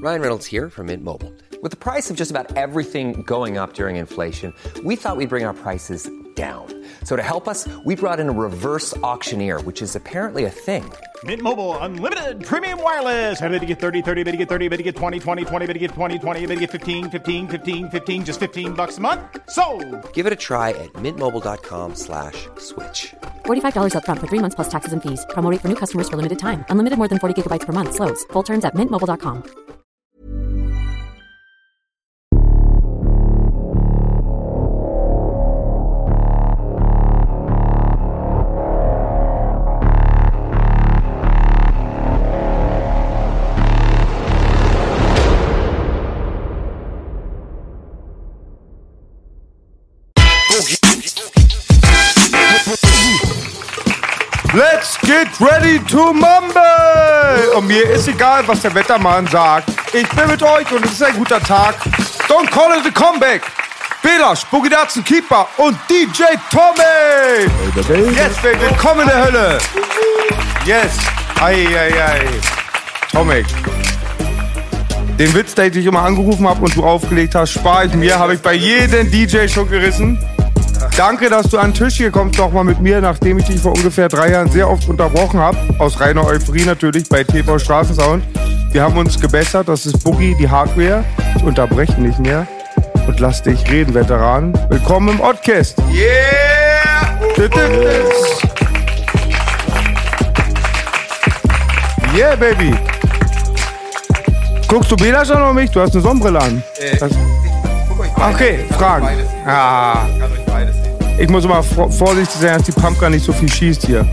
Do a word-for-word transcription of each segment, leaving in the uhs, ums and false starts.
Ryan Reynolds here from Mint Mobile. With the price of just about everything going up during inflation, we thought we'd bring our prices down. So to help us, we brought in a reverse auctioneer, which is apparently a thing. Mint Mobile Unlimited Premium Wireless. How to get thirty, thirty, how to get thirty, how to get twenty, twenty, twenty, how to get twenty, twenty, how to get fifteen, fifteen, fifteen, fifteen, just fifteen bucks a month? Sold! Give it a try at mintmobile.com slash switch. forty-five dollars up front for three months plus taxes and fees. Promo rate for new customers for limited time. Unlimited more than forty gigabytes per month. Slows full terms at mint mobile dot com. Let's get ready to mumble! Und mir ist egal, was der Wettermann sagt. Ich bin mit euch und es ist ein guter Tag. Don't call it a comeback. Belasch, Boogie Datsun Keeper und D J Tommy! Yes, baby, willkommen in der Hölle! Yes! Ei, ei, ei. Tomek. Den Witz, den ich dich immer angerufen habe und du aufgelegt hast, spare ich mir, habe ich bei jedem D J schon gerissen. Danke, dass du an den Tisch hier kommst, nochmal mit mir, nachdem ich dich vor ungefähr drei Jahren sehr oft unterbrochen habe. Aus reiner Euphorie natürlich bei T V Straßensound. Wir haben uns gebessert, das ist Boogie, die Hardware. Ich unterbreche nicht mehr und lass dich reden, Veteran. Willkommen im Oddcast. Yeah! Yeah, baby. Guckst du Bela schon auf mich? Du hast eine Sonnenbrille an. Äh, das... ich, ich guck euch beide. Okay, Fragen. Ah. Ich kann euch beides sehen. Ich muss immer vorsichtig sein, dass die Pumpgun nicht so viel schießt hier.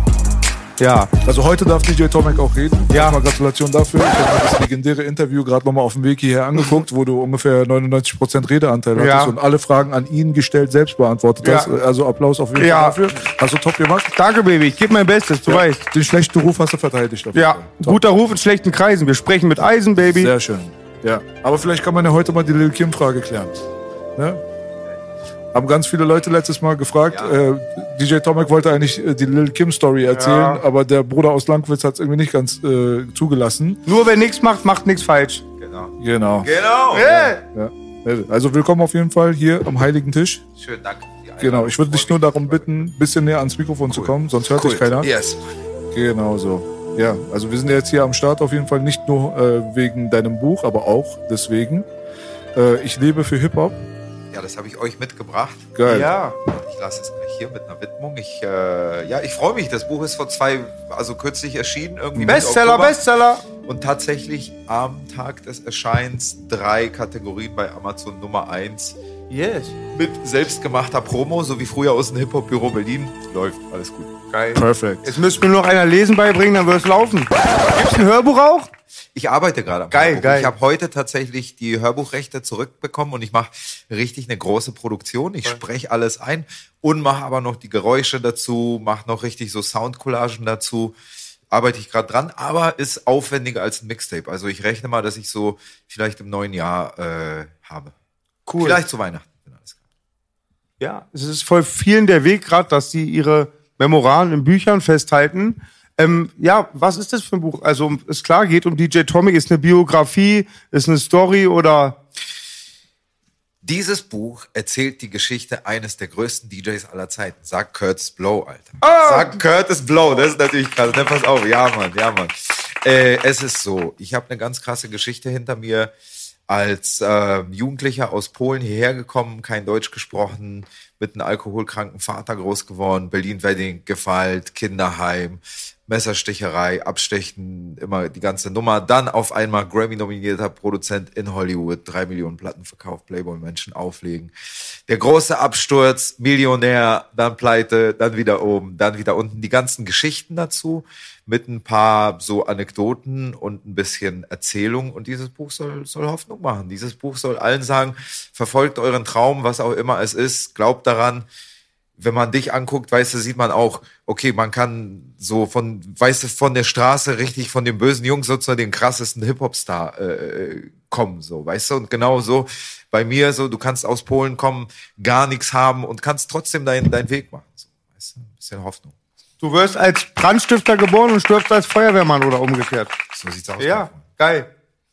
Ja. Also heute darf D J Tomek auch reden. Ja. Erstmal Gratulation dafür. Ich habe mir das legendäre Interview gerade nochmal auf dem Weg hierher angeguckt, wo du ungefähr neunundneunzig Prozent Redeanteil hattest Ja. und alle Fragen an ihn gestellt selbst beantwortet Ja. hast. Also Applaus auf jeden Fall Ja. dafür. Hast du top gemacht. Danke, Baby. Ich gebe mein Bestes, du Ja. weißt. Den schlechten Ruf hast du verteidigt. auf jeden Ja, Fall. Top. guter Ruf in schlechten Kreisen. Wir sprechen mit Eisen, Baby. Sehr schön. Ja. Aber vielleicht kann man ja heute mal die Lil Kim-Frage klären. Ne? Haben ganz viele Leute letztes Mal gefragt. Ja. Äh, D J Tomek wollte eigentlich äh, die Lil Kim-Story erzählen, Ja. aber der Bruder aus Langwitz hat es irgendwie nicht ganz äh, zugelassen. Nur wer nichts macht, macht nichts falsch. Genau. Genau. Genau! Hey. Ja. Also willkommen auf jeden Fall hier am Heiligen Tisch. Schön, danke. für die Einladung. Genau, ich würde dich nur darum bitten, ein bisschen näher ans Mikrofon zu kommen, sonst hört dich keiner. Yes. Genau so. Ja, also wir sind jetzt hier am Start auf jeden Fall nicht nur äh, wegen deinem Buch, aber auch deswegen. Äh, ich lebe für Hip-Hop. Ja, das habe ich euch mitgebracht. Geil. Ja. Ich lasse es gleich hier mit einer Widmung. Ich, äh, ja, ich freue mich. Das Buch ist vor zwei, also kürzlich erschienen. Irgendwie Bestseller, Mitte Oktober. Bestseller. Und tatsächlich am Tag des Erscheins drei Kategorien bei Amazon Nummer eins. Yes. Mit selbstgemachter Promo, so wie früher aus dem Hip-Hop-Büro Berlin. Läuft, alles gut. Geil. Perfekt. Jetzt müsste mir noch einer Lesen beibringen, dann wird es laufen. Gibt's ein Hörbuch auch? Ich arbeite gerade am Geil, Hörbuch. geil. Ich habe heute tatsächlich die Hörbuchrechte zurückbekommen und ich mache richtig eine große Produktion. Ich spreche alles ein und mache aber noch die Geräusche dazu, mache noch richtig so Soundcollagen dazu. Arbeite ich gerade dran, aber ist aufwendiger als ein Mixtape. Also ich rechne mal, dass ich so vielleicht im neuen Jahr äh, habe. Cool. Vielleicht zu Weihnachten. wenn alles klappt. Ja, es ist voll vielen der Weg gerade, dass sie ihre Memoralen in Büchern festhalten. Ähm, ja, was ist das für ein Buch? Also ist klar, geht um D J Tommy, ist eine Biografie, ist eine Story oder... Dieses Buch erzählt die Geschichte eines der größten D Js aller Zeiten. Sag Curtis Blow, Alter. Ah! Sag Curtis Blow, das ist natürlich krass. Ne, pass auf, ja Mann, ja Mann. Äh, es ist so, ich habe eine ganz krasse Geschichte hinter mir. Als äh, Jugendlicher aus Polen hierher gekommen, kein Deutsch gesprochen, mit einem alkoholkranken Vater groß geworden, Berlin-Wedding gefeilt, Kinderheim, Messersticherei, Abstechen, immer die ganze Nummer. Dann auf einmal Grammy-nominierter Produzent in Hollywood, drei Millionen Platten verkauft, Playboy-Menschen auflegen. Der große Absturz, Millionär, dann Pleite, dann wieder oben, dann wieder unten. Die ganzen Geschichten dazu mit ein paar so Anekdoten und ein bisschen Erzählung. Und dieses Buch soll, soll Hoffnung machen. Dieses Buch soll allen sagen, verfolgt euren Traum, was auch immer es ist, glaubt daran. Wenn man dich anguckt, weißt du, sieht man auch, okay, man kann so von, weißt du, von der Straße richtig von dem bösen Jungs so zu den krassesten Hip-Hop-Star äh, kommen, so, weißt du, und genau so bei mir, so, du kannst aus Polen kommen, gar nichts haben und kannst trotzdem deinen deinen Weg machen, so, weißt du, ein bisschen Hoffnung. Du wirst als Brandstifter geboren und stirbst als Feuerwehrmann oder umgekehrt. So sieht's aus. Ja, geil.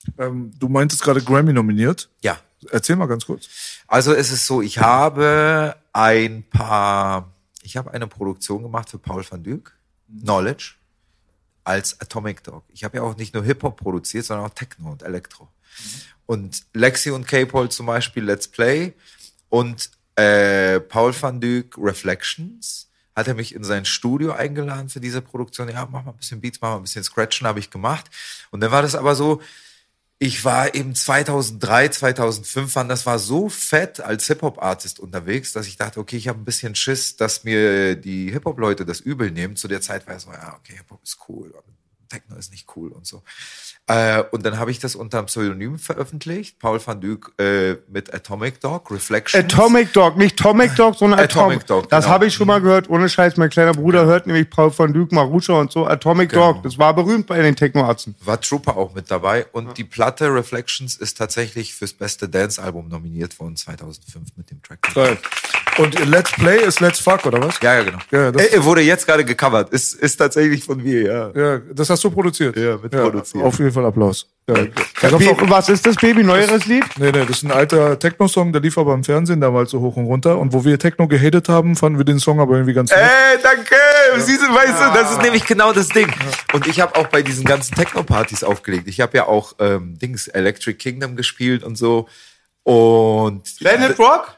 Ähm, du meintest gerade Grammy nominiert. Ja. Erzähl mal ganz kurz. Also es ist so, ich habe ein paar, ich habe eine Produktion gemacht für Paul van Dyk, Knowledge, als Atomic Dog. Ich habe ja auch nicht nur Hip-Hop produziert, sondern auch Techno und Elektro. Mhm. Und Lexi und K-Paul zum Beispiel Let's Play und äh, Paul van Dyk Reflections hat er mich in sein Studio eingeladen für diese Produktion. Ja, mach mal ein bisschen Beats, mach mal ein bisschen Scratchen, habe ich gemacht. Und dann war das aber so, ich war eben zweitausenddrei, zweitausendfünf, das war so fett als Hip-Hop-Artist unterwegs, dass ich dachte, okay, ich habe ein bisschen Schiss, dass mir die Hip-Hop-Leute das übel nehmen. Zu der Zeit war es so, ja, okay, Hip-Hop ist cool, Techno ist nicht cool und so. Äh, und dann habe ich das unter einem Pseudonym veröffentlicht, Paul van Dyk äh, mit Atomic Dog, Reflections. Atomic Dog, nicht Tomic Dog, sondern Atomic, Atomic Dog. Das genau. habe ich schon mal gehört, ohne Scheiß. Mein kleiner Bruder genau. hört nämlich Paul van Dyk, Marusha und so. Atomic genau. Dog, das war berühmt bei den Techno-Arzten. War Trooper auch mit dabei. Und ja. die Platte Reflections ist tatsächlich fürs beste Dance-Album nominiert worden, zweitausendfünf mit dem Track. Geil. Und Let's Play ist Let's Fuck, oder was? Ja, ja, genau. Ja, das er wurde jetzt gerade gecovert. Ist, ist tatsächlich von mir, ja. Ja, das hast du produziert. Ja, mitproduziert. Auf jeden Fall Applaus. Ja. Ja, Baby, was ist das, Baby? Neueres Lied? Nee, nee, das ist ein alter Techno-Song, der lief aber im Fernsehen damals so hoch und runter. Und wo wir Techno gehatet haben, fanden wir den Song aber irgendwie ganz nett. Ey, danke! Ja. Siehst du, weißt du, das ist nämlich genau das Ding. Ja. Und ich habe auch bei diesen ganzen Techno-Partys aufgelegt. Ich habe ja auch ähm, Dings, Electric Kingdom gespielt und so. Und Planet Rock?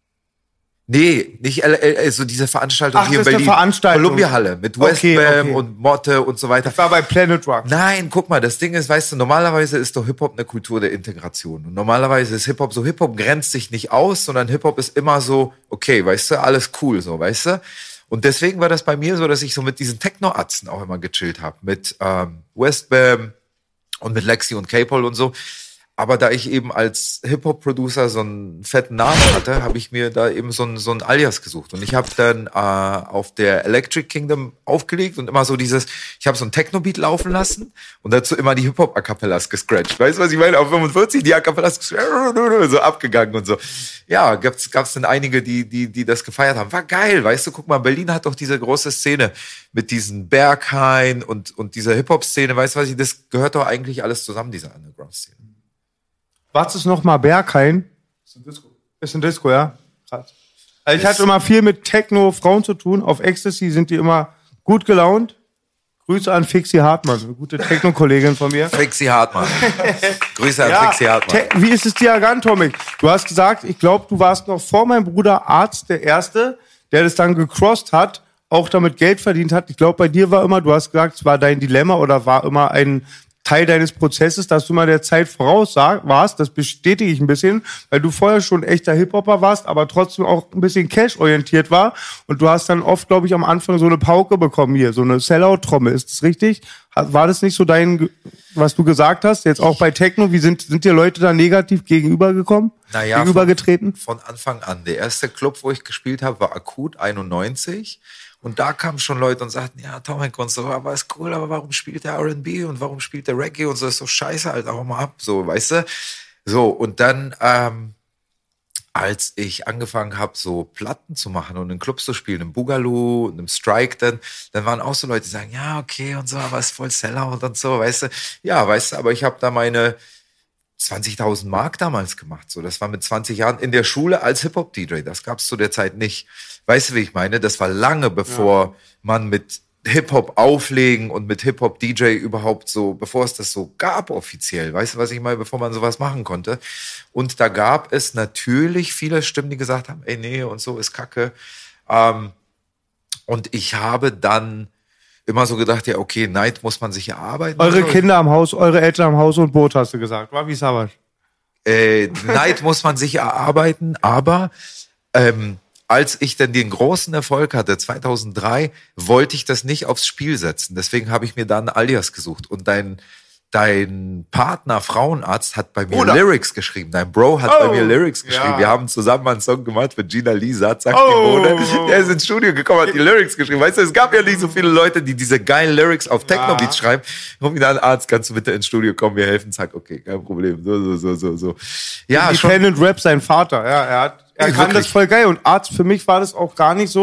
Nee, nicht äh, so diese Veranstaltung Ach, hier in das ist Berlin. eine Veranstaltung. Columbia-Halle mit Westbam okay, okay. und Motte und so weiter. Ich war bei Planet Rock. Nein, guck mal, das Ding ist, weißt du, normalerweise ist doch Hip-Hop eine Kultur der Integration. Und normalerweise ist Hip-Hop so, Hip-Hop grenzt sich nicht aus, sondern Hip-Hop ist immer so, okay, weißt du, alles cool, so, weißt du. Und deswegen war das bei mir so, dass ich so mit diesen Techno-Atzen auch immer gechillt habe. Mit ähm, Westbam und mit Lexi und K-Paul und so. Aber da ich eben als Hip-Hop-Producer so einen fetten Namen hatte, habe ich mir da eben so ein, so ein Alias gesucht. Und ich habe dann äh, auf der Electric Kingdom aufgelegt und immer so dieses, ich habe so ein Techno-Beat laufen lassen und dazu immer die Hip-Hop-A-Cappellas gescratcht. Weißt du, was ich meine? Auf fünfundvierzig die A-Cappellas so abgegangen und so. Ja, gab's, gab's dann einige, die, die, die das gefeiert haben. War geil, weißt du? Guck mal, Berlin hat doch diese große Szene mit diesen Berghain und, und dieser Hip-Hop-Szene. Weißt du, was ich, das gehört doch eigentlich alles zusammen, diese Underground-Szene. Was ist nochmal Berghain? Ist ein Disco. Ist ein Disco, ja. Krass. Also ich hatte immer viel mit Techno-Frauen zu tun. Auf Ecstasy sind die immer gut gelaunt. Grüße an Fixie Hartmann, eine gute Techno-Kollegin von mir. Fixie Hartmann. Grüße an ja, Fixie Hartmann. Te- wie ist es dir ergangen, Tomic? Du hast gesagt, ich glaube, du warst noch vor meinem Bruder Arzt der Erste, der das dann gecrossed hat, auch damit Geld verdient hat. Ich glaube, bei dir war immer, du hast gesagt, es war dein Dilemma oder war immer ein Teil deines Prozesses, dass du mal der Zeit voraus warst. Das bestätige ich ein bisschen, weil du vorher schon echter Hip-Hopper warst, aber trotzdem auch ein bisschen Cash-orientiert war. Und du hast dann oft, glaube ich, am Anfang so eine Pauke bekommen hier, so eine Sellout-Trommel. Ist das richtig? War das nicht so dein, was du gesagt hast? Jetzt auch bei Techno, wie sind, sind dir Leute da negativ gegenübergekommen? Naja, gegenübergetreten? Von, von Anfang an. Der erste Club, wo ich gespielt habe, war Akut einundneunzig. Und da kamen schon Leute und sagten, ja, Tomic und so, aber ist cool, aber warum spielt der R and B und warum spielt der Reggae und so, ist so scheiße, halt auch mal ab, so, weißt du? So, und dann, ähm, als ich angefangen habe, so Platten zu machen und in Clubs zu spielen, im Boogaloo und im Strike, dann, dann waren auch so Leute, die sagen, ja, okay und so, aber ist voll Sellout und so, weißt du? Ja, weißt du, aber ich habe da meine zwanzigtausend Mark damals gemacht, so, das war mit zwanzig Jahren in der Schule als Hip-Hop-D J, das gab's zu der Zeit nicht. Weißt du, wie ich meine? Das war lange bevor ja. man mit Hip-Hop auflegen und mit Hip-Hop-D J überhaupt so, bevor es das so gab offiziell. Weißt du, was ich meine? Bevor man sowas machen konnte. Und da gab es natürlich viele Stimmen, die gesagt haben, ey, nee, und so ist Kacke. Ähm, und ich habe dann immer so gedacht, ja, okay, Neid muss man sich erarbeiten. Eure also, Kinder am Haus, eure Eltern am Haus und Boot, hast du gesagt. War wie Savas. Äh, Neid muss man sich erarbeiten, aber ähm, als ich dann den großen Erfolg hatte, zweitausenddrei, wollte ich das nicht aufs Spiel setzen. Deswegen habe ich mir dann ein Alias gesucht. Und dein, dein Partner, Frauenarzt, hat bei mir Oder? Lyrics geschrieben. Dein Bro hat Oh, bei mir Lyrics geschrieben. ja. Wir haben zusammen einen Song gemacht für Gina Lisa, zack, Oh. die Mone. Der ist ins Studio gekommen, hat die Lyrics geschrieben. Weißt du, es gab ja nicht so viele Leute, die diese geilen Lyrics auf Techno-Beats Ja. schreiben. Ruf ihn an, Arzt, kannst du bitte ins Studio kommen, wir helfen, zack, okay, kein Problem. So, so, so, so, so. Ja, schon. Independent Rap, sein Vater, ja, er hat, er Ja, kann wirklich. das voll geil. Und Arzt, für mich war das auch gar nicht so,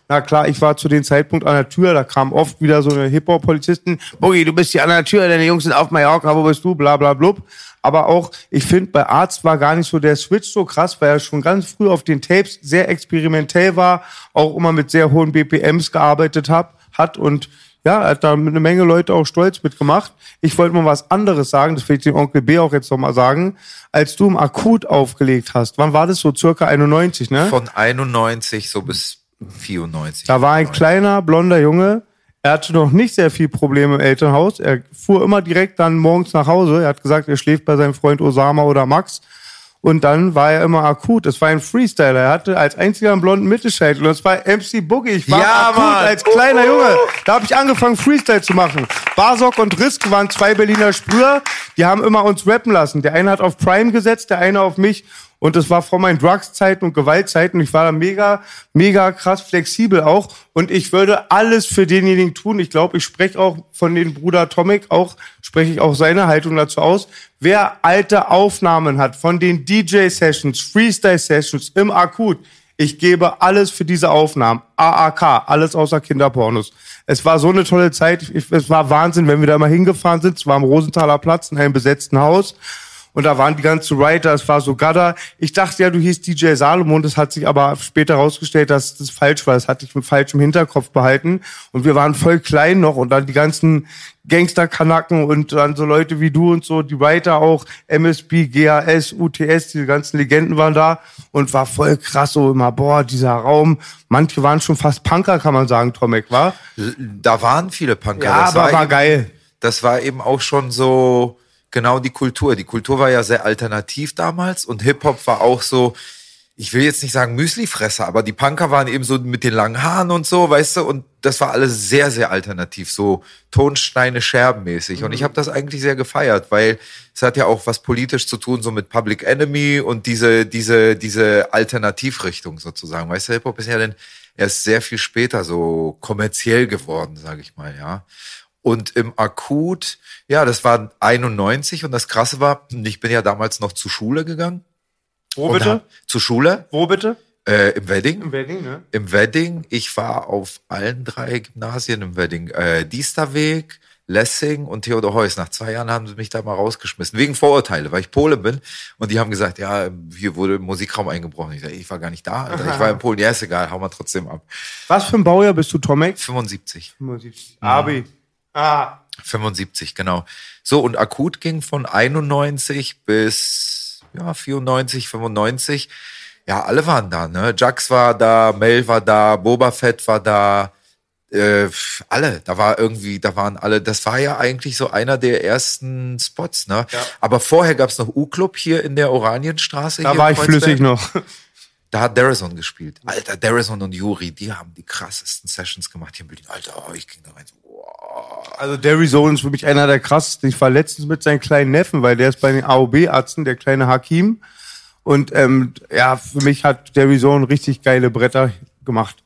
Na klar, ich war zu dem Zeitpunkt an der Tür, da kam oft wieder so eine Hip-Hop-Polizisten, Boogie, du bist hier an der Tür, deine Jungs sind auf Mallorca, wo bist du, bla bla blub. Aber auch, ich finde, bei Arzt war gar nicht so der Switch so krass, weil er schon ganz früh auf den Tapes sehr experimentell war, auch immer mit sehr hohen B P Ms gearbeitet hab, hat und ja, er hat da eine Menge Leute auch stolz mitgemacht. Ich wollte mal was anderes sagen, das will ich dem Onkel B auch jetzt nochmal sagen. Als du im Akut aufgelegt hast, wann war das so? Circa einundneunzig, ne? Von einundneunzig so bis vierundneunzig. Da war ein kleiner, blonder Junge. Er hatte noch nicht sehr viel Probleme im Elternhaus. Er fuhr immer direkt dann morgens nach Hause. Er hat gesagt, er schläft bei seinem Freund Osama oder Max. Und dann war er immer akut. Es war ein Freestyler. Er hatte als einziger einen blonden Mittelscheitel. Und das war M C Boogie. Ich war ja, akut Mann. als kleiner Junge. Da habe ich angefangen, Freestyle zu machen. Barsock und Risk waren zwei Berliner Sprüher. Die haben immer uns rappen lassen. Der eine hat auf Prime gesetzt, der eine auf mich. Und das war vor meinen Drugs-Zeiten und Gewaltzeiten. Ich war da mega, mega krass flexibel auch. Und ich würde alles für denjenigen tun. Ich glaube, ich spreche auch von den Bruder Tomek, auch spreche ich auch seine Haltung dazu aus. Wer alte Aufnahmen hat von den D J-Sessions, Freestyle-Sessions im Akut, ich gebe alles für diese Aufnahmen. A A K, alles außer Kinderpornos. Es war so eine tolle Zeit. Ich, es war Wahnsinn, wenn wir da mal hingefahren sind. Es war am Rosenthaler Platz in einem besetzten Haus. Und da waren die ganzen Writer, es war so Gadda. Ich dachte ja, du hieß D J Salomon, das hat sich aber später herausgestellt, dass das falsch war. Das hatte ich mit falschem Hinterkopf behalten. Und wir waren voll klein noch und dann die ganzen Gangster-Kanaken und dann so Leute wie du und so, die Writer auch, M S B, G H S, U T S, diese ganzen Legenden waren da und war voll krass so immer, boah, dieser Raum. Manche waren schon fast Punker, kann man sagen, Tomek, war? Da waren viele Punker. Ja, das aber war, war eben, geil. Das war eben auch schon so genau die Kultur. Die Kultur war ja sehr alternativ damals und Hip-Hop war auch so, ich will jetzt nicht sagen Müslifresser, aber die Punker waren eben so mit den langen Haaren und so, weißt du, und das war alles sehr, sehr alternativ, so Tonsteine scherbenmäßig. Und ich habe das eigentlich sehr gefeiert, weil es hat ja auch was politisch zu tun, so mit Public Enemy und diese, diese, diese Alternativrichtung sozusagen. Weißt du, Hip-Hop ist ja dann erst sehr viel später so kommerziell geworden, sage ich mal, ja. Und im Akut, ja, das war einundneunzig und das Krasse war, ich bin ja damals noch zur Schule gegangen. Wo bitte? Hab, zur Schule. Wo bitte? Äh, Im Wedding. Im Wedding, ne? Im Wedding. Ich war auf allen drei Gymnasien im Wedding. Äh, Diesterweg, Lessing und Theodor Heuss. Nach zwei Jahren haben sie mich da mal rausgeschmissen. Wegen Vorurteile, weil ich Pole bin. Und die haben gesagt, ja, hier wurde im Musikraum eingebrochen. Ich sag, ich war gar nicht da, Alter. Ich war in Polen. Ja, ist egal, hau mal trotzdem ab. Was für ein Baujahr bist du, Tomek? fünfundsiebzig. fünfundsiebzig. Abi. Ah. fünfundsiebzig, genau. So, und Akut ging von einundneunzig bis ja, vierundneunzig, fünfundneunzig. Ja, alle waren da, ne? Jax war da, Mel war da, Boba Fett war da, äh, alle. Da war irgendwie, da waren alle. Das war ja eigentlich so einer der ersten Spots, ne? Ja. Aber vorher gab's noch U-Club hier in der Oranienstraße. Da hier war ich flüssig noch. Da hat Darazon gespielt. Alter, Darazon und Yuri, die haben die krassesten Sessions gemacht hier in Berlin. Alter, oh, ich ging da rein so, wow. Also Darazon ist für mich einer der krassesten. Ich war letztens mit seinem kleinen Neffen, weil der ist bei den A O B-Ärzten, der kleine Hakim. Und ähm, ja, für mich hat Darazon richtig geile Bretter gemacht.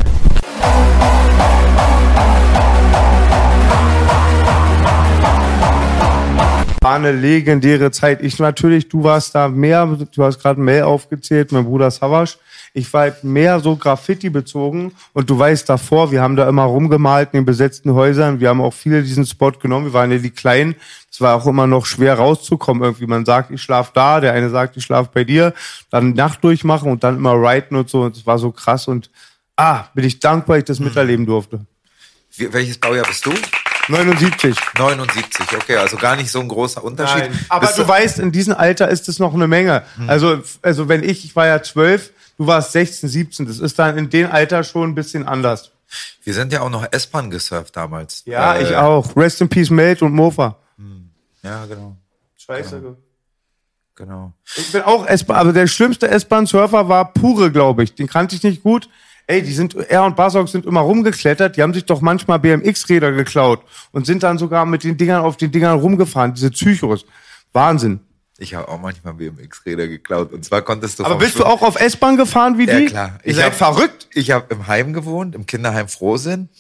War eine legendäre Zeit. Ich natürlich, du warst da mehr, du hast gerade Mel aufgezählt, mein Bruder Savage. Ich war halt mehr so Graffiti bezogen und du weißt davor, wir haben da immer rumgemalt in den besetzten Häusern. Wir haben auch viele diesen Spot genommen. Wir waren ja die Kleinen. Es war auch immer noch schwer rauszukommen irgendwie. Man sagt, ich schlaf da, der eine sagt, ich schlaf bei dir. Dann Nacht durchmachen und dann immer writen und so. Und es war so krass und ah, bin ich dankbar, dass ich das miterleben durfte. Wie, welches Baujahr bist du? neunundsiebzig. neunundsiebzig, okay, also gar nicht so ein großer Unterschied. Nein, aber du weißt, in diesem Alter ist es noch eine Menge. Hm. Also, also wenn ich, ich war ja zwölf, du warst sechzehn, siebzehn, das ist dann in dem Alter schon ein bisschen anders. Wir sind ja auch noch S-Bahn gesurft damals. Ja, äh, ich auch. Rest in Peace, Meld und Mofa. Ja, genau. Scheiße. Genau. genau. Ich bin auch S-Bahn, aber der schlimmste S-Bahn-Surfer war Pure, glaube ich. Den kannte ich nicht gut. Ey, die sind, er und Basok sind immer rumgeklettert, die haben sich doch manchmal B M X-Räder geklaut und sind dann sogar mit den Dingern auf den Dingern rumgefahren, diese Psychos. Wahnsinn. Ich habe auch manchmal B M X-Räder geklaut und zwar konntest du... Aber bist du auch auf S-Bahn gefahren wie die? Ja, klar. Ihr Ich seid hab, verrückt. Ich habe im Heim gewohnt, im Kinderheim Frohsinn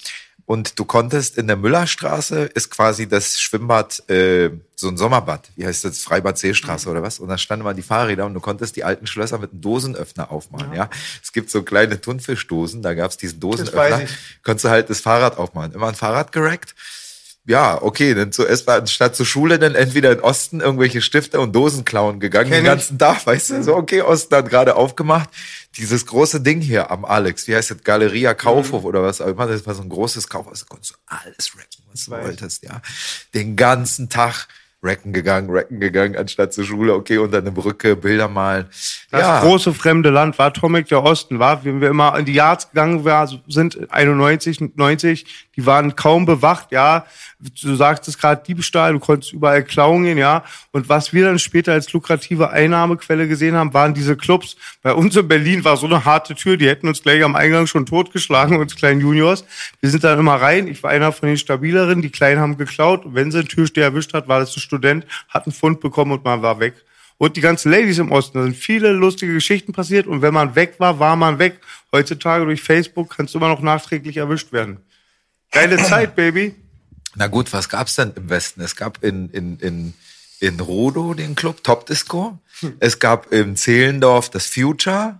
Und du konntest in der Müllerstraße ist quasi das Schwimmbad, äh, so ein Sommerbad. Wie heißt das? Freibad Seestraße oder was? Und da standen mal die Fahrräder und du konntest die alten Schlösser mit einem Dosenöffner aufmachen, ja. ja? Es gibt so kleine Thunfischdosen, da gab's diesen Dosenöffner. Konntest du halt das Fahrrad aufmachen. Immer ein Fahrrad gerackt. Ja, okay, dann zuerst war statt zur Schule dann entweder in Osten irgendwelche Stifte und Dosen klauen gegangen, Kenn den ganzen ich. Tag, weißt du? So, okay, Osten hat gerade aufgemacht. Dieses große Ding hier am Alex, wie heißt das? Galeria Kaufhof mhm. oder was auch immer, das war so ein großes Kaufhaus, da konntest du alles racken, was du wolltest, ja. Den ganzen Tag racken gegangen, racken gegangen, anstatt zur Schule, okay, unter eine Brücke, Bilder malen. Das ja. große fremde Land war Tomek der Osten, war, wenn wir immer in die Yards gegangen sind, einundneunzig, neunzig, die waren kaum bewacht, ja. Du sagst es gerade, Diebstahl, du konntest überall klauen gehen, ja. Und was wir dann später als lukrative Einnahmequelle gesehen haben, waren diese Clubs. Bei uns in Berlin war so eine harte Tür, die hätten uns gleich am Eingang schon totgeschlagen, uns kleinen Juniors. Wir sind dann immer rein, ich war einer von den stabileren, die Kleinen haben geklaut. Und wenn sie einen Türsteher erwischt hat, war das ein Student, hat einen Pfund bekommen und man war weg. Und die ganzen Ladies im Osten, da sind viele lustige Geschichten passiert. Und wenn man weg war, war man weg. Heutzutage durch Facebook kannst du immer noch nachträglich erwischt werden. Geile Zeit, Baby. Na gut, was gab's denn im Westen? Es gab in, in, in, in Rodo den Club Top Disco. Hm. Es gab in Zehlendorf das Future.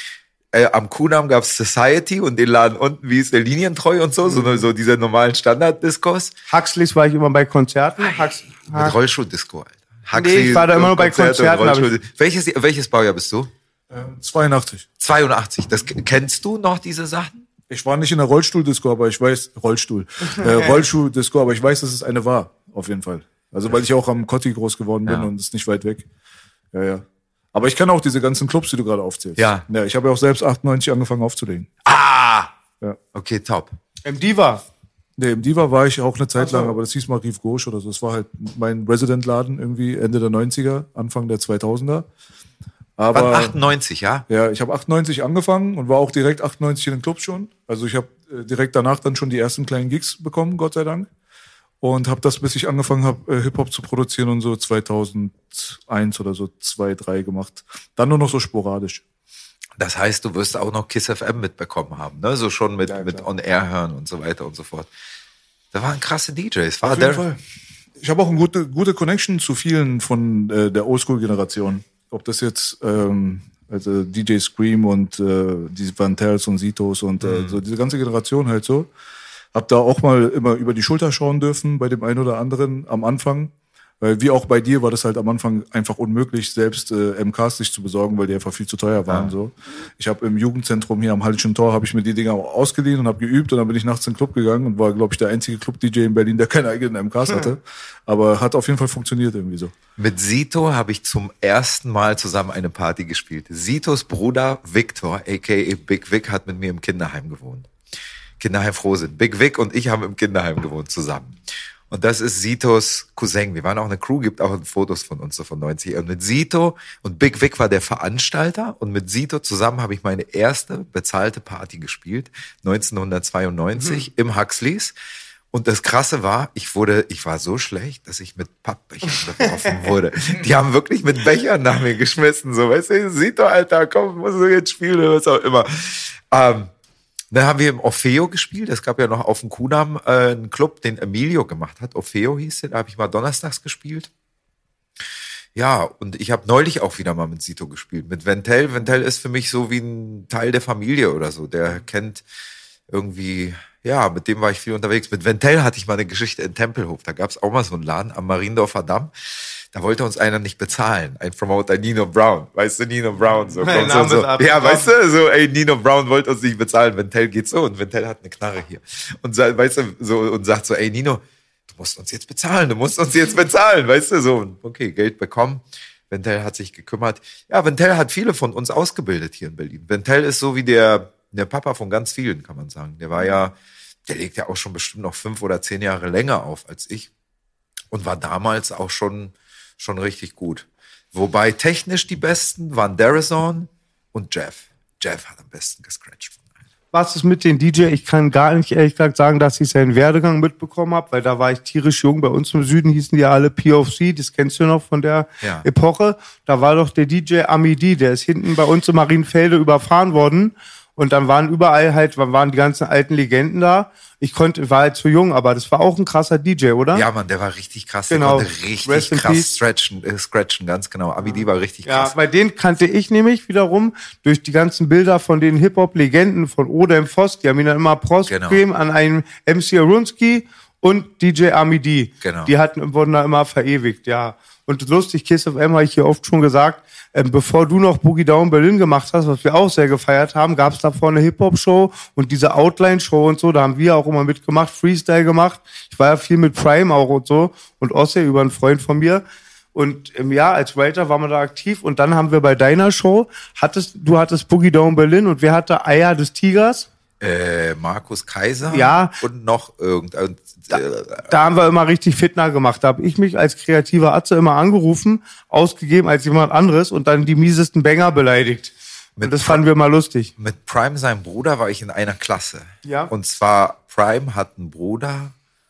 Äh, am Kudamm gab's Society und den Laden unten, wie ist der, Linientreu und so, so, so diese normalen Standard-Discos. Huxleys war ich immer bei Konzerten. Hux, Mit Rollschuh-Disco, Alter. Huxley nee, ich war da immer nur bei Konzerten. Konzerten welches, welches Baujahr bist du? Ähm, zweiundachtzig. zweiundachtzig. Das, kennst du noch diese Sachen? Ich war nicht in der Rollstuhl-Disco, aber ich weiß, Rollstuhl, äh, Rollschuh-Disco, aber ich weiß, dass es eine war, auf jeden Fall. Also, weil ich auch am Kotti groß geworden bin ja. und es ist nicht weit weg. Ja, ja. Aber ich kenne auch diese ganzen Clubs, die du gerade aufzählst. Ja. Ja, ich habe ja auch selbst achtundneunzig angefangen aufzulegen. Ah! Ja. Okay, top. Im Diva? Nee, im Diva war ich auch eine Zeit lang, aber das hieß mal Rive Gauche oder so. Das war halt mein Resident-Laden irgendwie Ende der neunziger, Anfang der zweitausender. Aber Wann achtundneunzig, ja? Ja, ich habe achtundneunzig angefangen und war auch direkt achtundneunzig in den Clubs schon. Also ich habe äh, direkt danach dann schon die ersten kleinen Gigs bekommen, Gott sei Dank. Und habe das, bis ich angefangen habe, äh, Hip-Hop zu produzieren und so zweitausendeins oder so, zwei, drei gemacht. Dann nur noch so sporadisch. Das heißt, du wirst auch noch Kiss F M mitbekommen haben, ne? So schon mit, ja, mit On-Air hören und so weiter und so fort. Da waren krasse D Js. War Auf jeden Fall. Ich habe auch eine gute, gute Connection zu vielen von äh, der Oldschool-Generation. Ob das jetzt ähm, also D J Scream und äh, die Van Tels und Sitos und äh, mhm. so diese ganze Generation halt so. Hab da auch mal immer über die Schulter schauen dürfen bei dem einen oder anderen am Anfang. Weil wie auch bei dir war das halt am Anfang einfach unmöglich, selbst äh, M Ks sich zu besorgen, weil die einfach viel zu teuer waren. Ja. So. Ich habe im Jugendzentrum hier am Hallischen Tor habe ich mir die Dinger ausgeliehen und habe geübt und dann bin ich nachts in den Club gegangen und war, glaube ich, der einzige Club-D J in Berlin, der keine eigenen M Ks hatte. Aber hat auf jeden Fall funktioniert irgendwie so. Mit Sito habe ich zum ersten Mal zusammen eine Party gespielt. Sitos Bruder Victor, aka Big Vic, hat mit mir im Kinderheim gewohnt. Kinderheim Frohsinn. Big Vic und ich haben im Kinderheim gewohnt zusammen. Und das ist Sitos Cousin. Wir waren auch eine Crew, gibt auch Fotos von uns so von neunzig. Und mit Sito und Big Vic war der Veranstalter und mit Sito zusammen habe ich meine erste bezahlte Party gespielt, neunzehnhundertzweiundneunzig mhm. im Huxleys. Und das Krasse war, ich wurde, ich war so schlecht, dass ich mit Pappbechern beworfen wurde. Die haben wirklich mit Bechern nach mir geschmissen, so, weißt du, Sito, Alter, komm, musst du jetzt spielen oder was auch immer. Ähm, Dann haben wir im Orfeo gespielt. Es gab ja noch auf dem Kudamm äh, einen Club, den Emilio gemacht hat. Orfeo hieß der. Da habe ich mal donnerstags gespielt. Ja, und ich habe neulich auch wieder mal mit Sito gespielt. Mit Ventel. Ventel ist für mich so wie ein Teil der Familie oder so. Der kennt irgendwie, ja, mit dem war ich viel unterwegs. Mit Ventel hatte ich mal eine Geschichte in Tempelhof. Da gab es auch mal so einen Laden am Mariendorfer Damm. Da wollte uns einer nicht bezahlen. Ein Promoter, Nino Brown. Weißt du, Nino Brown. So, kommt so, so. Ja, weißt du, so, ey, Nino Brown wollte uns nicht bezahlen. Ventel geht so und Ventel hat eine Knarre hier. Und weißt du, so, und sagt so, ey, Nino, du musst uns jetzt bezahlen. Du musst uns jetzt bezahlen. Weißt du, so. Und okay, Geld bekommen. Ventel hat sich gekümmert. Ja, Ventel hat viele von uns ausgebildet hier in Berlin. Ventel ist so wie der, der Papa von ganz vielen, kann man sagen. Der war ja, der legt ja auch schon bestimmt noch fünf oder zehn Jahre länger auf als ich. Und war damals auch schon, schon richtig gut. Wobei technisch die Besten waren Darazon und Jeff. Jeff hat am besten gescratcht von allen. Was ist mit den D J? Ich kann gar nicht ehrlich gesagt sagen, dass ich seinen Werdegang mitbekommen habe, weil da war ich tierisch jung. Bei uns im Süden hießen die ja alle P O C, das kennst du noch von der ja. Epoche. Da war doch der D J Amidi, der ist hinten bei uns in Marienfelde überfahren worden. Und dann waren überall halt, waren die ganzen alten Legenden da. Ich konnte, war halt zu jung, aber das war auch ein krasser D J, oder? Ja, Mann, der war richtig krass. Genau. Der konnte richtig Rest in krass peace. stretchen, äh, scratchen, ganz genau. Amidi war richtig Ja, krass. bei denen kannte ich nämlich wiederum durch die ganzen Bilder von den Hip-Hop-Legenden von Odem Voss, die haben ihn dann immer Prost-Creme Genau. an einen M C Arunski und D J Amidi. Genau. Die hatten, wurden da immer verewigt, ja. Und lustig, Kiss F M habe ich hier oft schon gesagt, ähm, bevor du noch Boogie Down Berlin gemacht hast, was wir auch sehr gefeiert haben, gab es davor eine Hip-Hop-Show und diese Outline-Show und so, da haben wir auch immer mitgemacht, Freestyle gemacht. Ich war ja viel mit Prime auch und so und Osse über einen Freund von mir. Und im Jahr als Writer waren wir da aktiv und dann haben wir bei deiner Show, hattest, du hattest Boogie Down Berlin und wer hatte Eier des Tigers? Äh, Markus Kaiser Ja. und noch irgendein. Da, da haben wir immer richtig Fitner gemacht. Da habe ich mich als kreativer Atze immer angerufen, ausgegeben als jemand anderes und dann die miesesten Banger beleidigt. Mit Und das fanden wir mal lustig. Mit Prime, seinem Bruder, war ich in einer Klasse. Ja. Und zwar, Prime hat einen Bruder,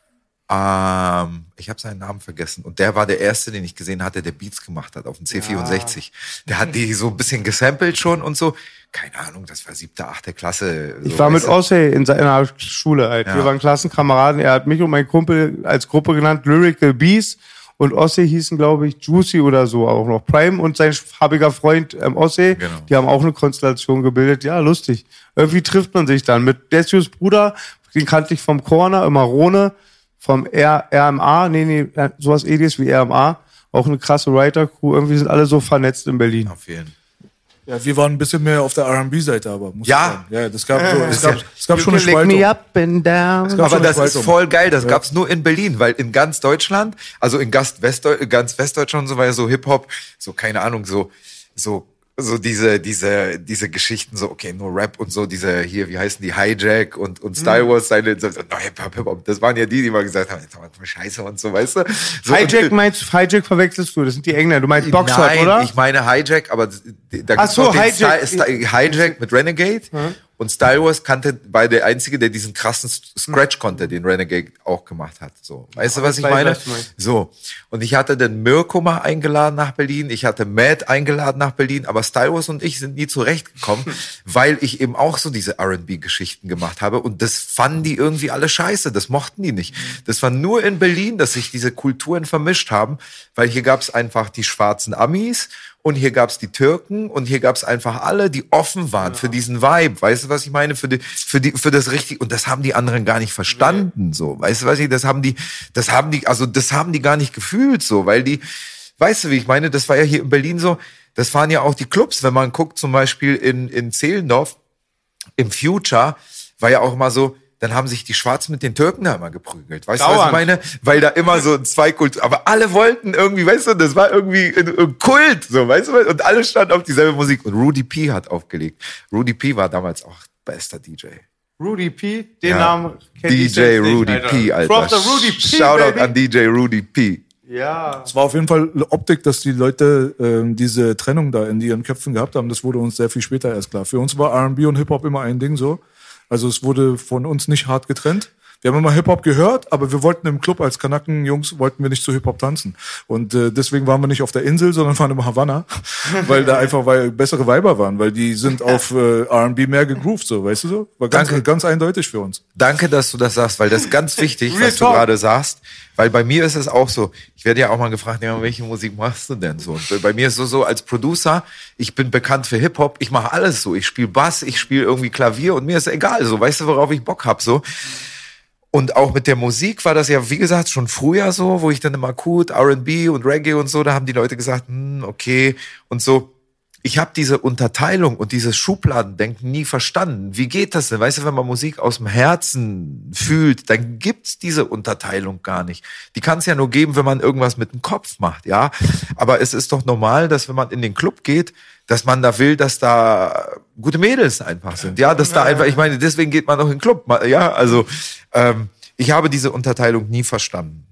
ähm, ich habe seinen Namen vergessen. Und der war der Erste, den ich gesehen hatte, der Beats gemacht hat auf dem C vierundsechzig. Der hat die so ein bisschen gesampelt schon und so. Keine Ahnung, das war siebte, achte Klasse. So, Ich war mit weißt du? Ossey in seiner Schule halt. Ja. Wir waren Klassenkameraden. Er hat mich und meinen Kumpel als Gruppe genannt Lyrical Bees. Und Ossey hießen, glaube ich, Juicy oder so auch noch. Prime und sein farbiger Freund ähm, Ossey, Genau. die haben auch eine Konstellation gebildet. Ja, lustig. Irgendwie trifft man sich dann. Mit Decius Bruder, den kannte ich vom Corner, immer Rone, vom R M A, nee, nee, sowas ähnliches wie R M A. Auch eine krasse Writer-Crew. Irgendwie sind alle so vernetzt in Berlin. Auf jeden Fall. Ja, wir waren ein bisschen mehr auf der R and B-Seite, aber muss Ja. ich sagen. Ja, das gab so, es gab, es gab You schon eine can lick me Spaltung. up and down. gab Aber schon eine das ist Spaltung. voll geil. Das gab's nur in Berlin, weil in ganz Deutschland, also in ganz, Westdeu ganz Westdeutschland und so, war ja so Hip-Hop, so keine Ahnung, so, so, so diese, diese, diese Geschichten, so, okay, nur Rap und so, diese hier, wie heißen die, Hijack und, und Style Wars, seine, so, no, Hip-Hop, Hip-Hop. Das waren ja die, die mal gesagt haben, jetzt mal Scheiße und so, weißt du? So, Hijack und, meinst Hijack verwechselst du, das sind die Engländer. Du meinst Boxshot, Nein, oder? ich meine Hijack, aber da Ach gibt's so, noch den Hijack. Style, Style, Hijack mit Renegade. Und Style Wars kannte, war der Einzige, der diesen krassen Scratch konnte, den Renegade auch gemacht hat. So, weißt du, was ich weiß, meine? was du meinst. So. Und ich hatte den Mirko mal eingeladen nach Berlin. Ich hatte Matt eingeladen nach Berlin. Aber Style Wars und ich sind nie zurechtgekommen, weil ich eben auch so diese R and B-Geschichten gemacht habe. Und das fanden die irgendwie alle scheiße. Das mochten die nicht. Das war nur in Berlin, dass sich diese Kulturen vermischt haben, weil hier gab's einfach die schwarzen Amis und hier gab's die Türken und hier gab's einfach alle, die offen waren für diesen Vibe. Weißt du, was ich meine? Für die, für die, für das richtig. Und das haben die anderen gar nicht verstanden, so. Weißt du, was ich, das haben die, das haben die, also das haben die gar nicht gefühlt, so, weil die, weißt du, wie ich meine? Das war ja hier in Berlin so. Das waren ja auch die Clubs, wenn man guckt, zum Beispiel in, in Zehlendorf, im Future, war ja auch immer so, dann haben sich die Schwarzen mit den Türken da immer geprügelt. Weißt du, was ich Dauernd. meine? Weil da immer so zwei Kulturen, aber alle wollten irgendwie, weißt du, das war irgendwie ein, ein Kult, so, weißt du, und alle standen auf dieselbe Musik. Und Rudy P hat aufgelegt. Rudy P war damals auch bester D J. Rudy P, den Ja. Namen kenn D ich J selbst nicht, Rudy Alter. P, Alter. From the Rudy P, Shoutout baby. an D J Rudy P. Ja. Es war auf jeden Fall eine Optik, dass die Leute ähm, diese Trennung da in ihren Köpfen gehabt haben. Das wurde uns sehr viel später erst klar. Für uns war R and B und Hip-Hop immer ein Ding so. Also es wurde von uns nicht hart getrennt. Wir haben immer Hip-Hop gehört, aber wir wollten im Club als Kanaken-Jungs, wollten wir nicht zu Hip-Hop tanzen. Und äh, deswegen waren wir nicht auf der Insel, sondern waren im Havanna, weil da einfach weil bessere Weiber waren, weil die sind auf äh, R and B mehr gegroovt, so, weißt du so? War ganz, Danke. ganz eindeutig für uns. Danke, dass du das sagst, weil das ist ganz wichtig, Real was du talk. gerade sagst. Weil bei mir ist es auch so, ich werde ja auch mal gefragt, ja, welche Musik machst du denn so? Und bei mir ist es so, so als Producer, ich bin bekannt für Hip-Hop, ich mache alles so. Ich spiele Bass, ich spiele irgendwie Klavier und mir ist egal so. Weißt du, worauf ich Bock hab so? Und auch mit der Musik war das ja, wie gesagt, schon früher so, wo ich dann immer gut R and B und Reggae und so, da haben die Leute gesagt, hm, okay und so. Ich habe diese Unterteilung und dieses Schubladendenken nie verstanden. Wie geht das denn? Weißt du, wenn man Musik aus dem Herzen fühlt, dann gibt's diese Unterteilung gar nicht. Die kann es ja nur geben, wenn man irgendwas mit dem Kopf macht, ja. Aber es ist doch normal, dass wenn man in den Club geht, dass man da will, dass da gute Mädels einfach sind. Ja, dass da einfach, ich meine, deswegen geht man doch in den Club. Ja, also ähm, ich habe diese Unterteilung nie verstanden.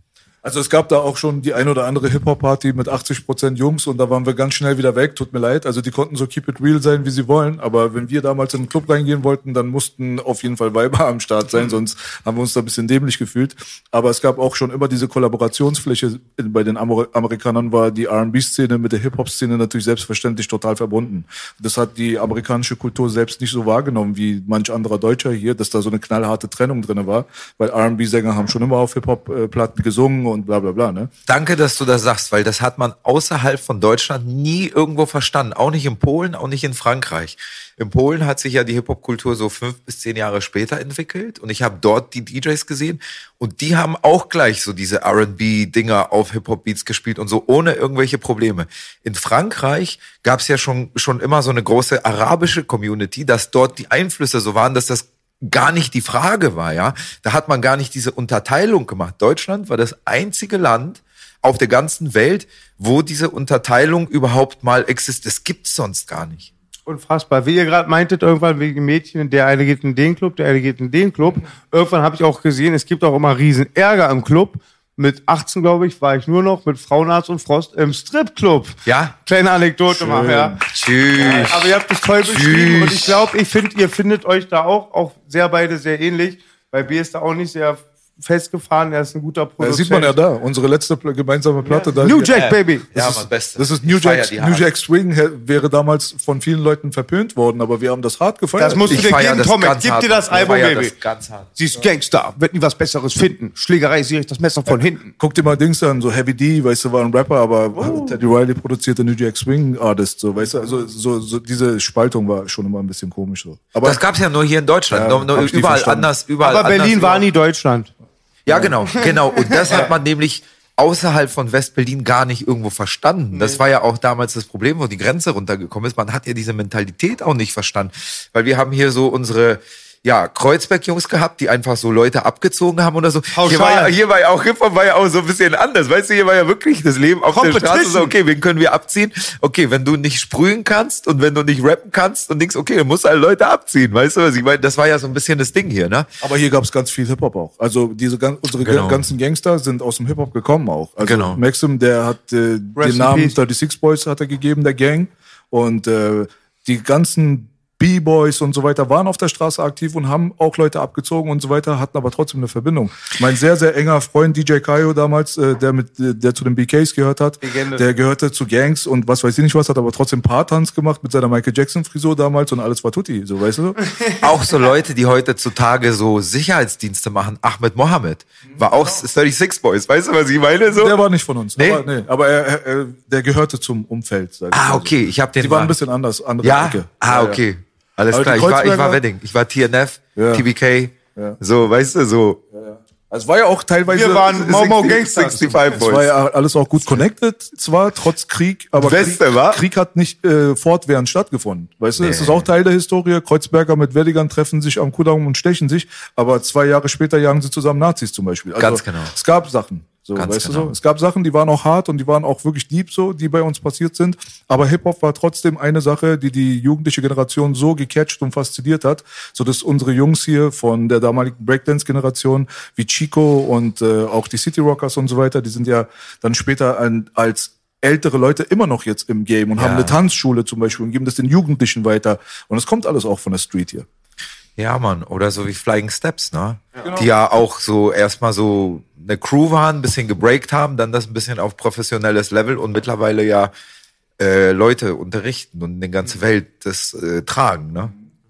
Also es gab da auch schon die ein oder andere Hip-Hop-Party mit achtzig Prozent Jungs und da waren wir ganz schnell wieder weg, tut mir leid. Also die konnten so keep it real sein, wie sie wollen, aber wenn wir damals in den Club reingehen wollten, dann mussten auf jeden Fall Weiber am Start sein, sonst haben wir uns da ein bisschen dämlich gefühlt. Aber es gab auch schon immer diese Kollaborationsfläche. Bei den Amer- Amerikanern war die R and B-Szene mit der Hip-Hop-Szene natürlich selbstverständlich total verbunden. Das hat die amerikanische Kultur selbst nicht so wahrgenommen wie manch anderer Deutscher hier, dass da so eine knallharte Trennung drin war, weil R and B-Sänger haben schon immer auf Hip-Hop-Platten gesungen und bla bla bla, ne? Danke, dass du das sagst, weil das hat man außerhalb von Deutschland nie irgendwo verstanden. Auch nicht in Polen, auch nicht in Frankreich. In Polen hat sich ja die Hip-Hop-Kultur so fünf bis zehn Jahre später entwickelt und ich habe dort die D Js gesehen und die haben auch gleich so diese R and B-Dinger auf Hip-Hop-Beats gespielt und so ohne irgendwelche Probleme. In Frankreich gab es ja schon, schon immer so eine große arabische Community, dass dort die Einflüsse so waren, dass das gar nicht die Frage war, ja. Da hat man gar nicht diese Unterteilung gemacht. Deutschland war das einzige Land auf der ganzen Welt, wo diese Unterteilung überhaupt mal existiert. Das gibt's sonst gar nicht. Unfassbar. Wie ihr gerade meintet, irgendwann wegen Mädchen, der eine geht in den Club, der eine geht in den Club. Irgendwann habe ich auch gesehen, es gibt auch immer riesen Ärger im Club. Mit achtzehn, glaube ich, war ich nur noch mit Frauenarzt und Frost im Stripclub. Ja. Kleine Anekdote mal, ja. Tschüss. Ja, aber ihr habt es toll beschrieben und ich glaube, ich finde, ihr findet euch da auch, auch sehr beide sehr ähnlich. Bei B ist da auch nicht sehr festgefahren, er ist ein guter Produzent. Das sieht man ja da, unsere letzte pl- gemeinsame Platte. Ja. Da New Jack, Baby. Ja, ist, mein Beste. Das ist New Jack, New Jack Swing, he- wäre damals von vielen Leuten verpönt worden, aber wir haben das hart gefeiert. Das musst du Ich dir feier geben, das Tomek. ganz Gib hart. dir das Ich Album, feier Baby. das ganz hart. Sie ist Gangster, wird nie was Besseres finden. Schlägerei, sehe ich das Messer von hinten. Guck dir mal Dings an, so Heavy D, weißt du, war ein Rapper, aber Oh. Teddy Riley produzierte New Jack Swing Artist, so, weißt du, also so, so diese Spaltung war schon immer ein bisschen komisch so. Aber Das gab's ja nur hier in Deutschland. Ja, nur, nur hab ich nie überall verstanden. anders, überall Aber Berlin anders, war überall. nie Deutschland. Ja, genau, genau. Und das hat man nämlich außerhalb von West-Berlin gar nicht irgendwo verstanden. Das war ja auch damals das Problem, wo die Grenze runtergekommen ist. Man hat ja diese Mentalität auch nicht verstanden. Weil wir haben hier so unsere, ja, Kreuzberg-Jungs gehabt, die einfach so Leute abgezogen haben oder so. Hier war, ja, hier war ja auch Hip-Hop war ja auch so ein bisschen anders. Weißt du, hier war ja wirklich das Leben auf der Straße so, okay, wen können wir abziehen? Okay, wenn du nicht sprühen kannst und wenn du nicht rappen kannst und nix, okay, dann musst du halt Leute abziehen. Weißt du, was ich meine? Das war ja so ein bisschen das Ding hier, ne? Aber hier gab's ganz viel Hip-Hop auch. Also diese gan- unsere Genau. ganzen Gangster sind aus dem Hip-Hop gekommen auch. Also Genau. Maxim, der hat äh, Rest den in Namen peace. sechsunddreißig Boys hat er gegeben, der Gang. Und äh, die ganzen B-Boys und so weiter waren auf der Straße aktiv und haben auch Leute abgezogen und so weiter, hatten aber trotzdem eine Verbindung. Mein sehr, sehr enger Freund D J Kayo damals, äh, der mit, äh, der zu den B Ks gehört hat, Legende. der gehörte zu Gangs und was weiß ich nicht was, hat aber trotzdem Paartanz gemacht mit seiner Michael Jackson Frisur damals und alles war tutti, so, weißt du? Auch so Leute, die heutzutage so Sicherheitsdienste machen. Ahmed Mohammed war auch sechsunddreißig Boys. Weißt du, was ich meine? So? Der war nicht von uns. Nee? Aber, nee, aber er, er, er, der gehörte zum Umfeld. Sag ich Ah, mal so. okay. Ich habe den Die waren mal- ein bisschen anders, andere Ja? Ecke. Ah, Ja, ja. okay. Alles Aber klar. die Ich war, ich war Kreuzberger- Wedding. Ich war T N F, Ja. T B K. Ja. So, weißt du, so. Also es war ja auch teilweise. Wir waren Mau Mau sechzig Gangsters. sechsundfünfzig Es war Boys. ja alles auch gut connected, zwar trotz Krieg, aber Beste, Krieg, wa? Krieg hat nicht äh, fortwährend stattgefunden. Weißt du, es ist auch Teil der Historie. Kreuzberger mit Werdigern treffen sich am Kudamm und stechen sich, aber zwei Jahre später jagen sie zusammen Nazis zum Beispiel. Also, Ganz genau. Es gab Sachen. So, Ganz weißt du genau. so? Es gab Sachen, die waren auch hart und die waren auch wirklich deep so, die bei uns passiert sind. Aber Hip-Hop war trotzdem eine Sache, die die jugendliche Generation so gecatcht und fasziniert hat, so dass unsere Jungs hier von der damaligen Breakdance-Generation wie Chico und äh, auch die City Rockers und so weiter, die sind ja dann später ein, als ältere Leute immer noch jetzt im Game und Ja. haben eine Tanzschule zum Beispiel und geben das den Jugendlichen weiter. Und es kommt alles auch von der Street hier. Ja, Mann. Oder so wie Flying Steps, ne? Die ja auch so erstmal so eine Crew waren, ein bisschen gebreakt haben, dann das ein bisschen auf professionelles Level und mittlerweile ja äh, Leute unterrichten und in der ganzen Welt das äh, tragen, ne?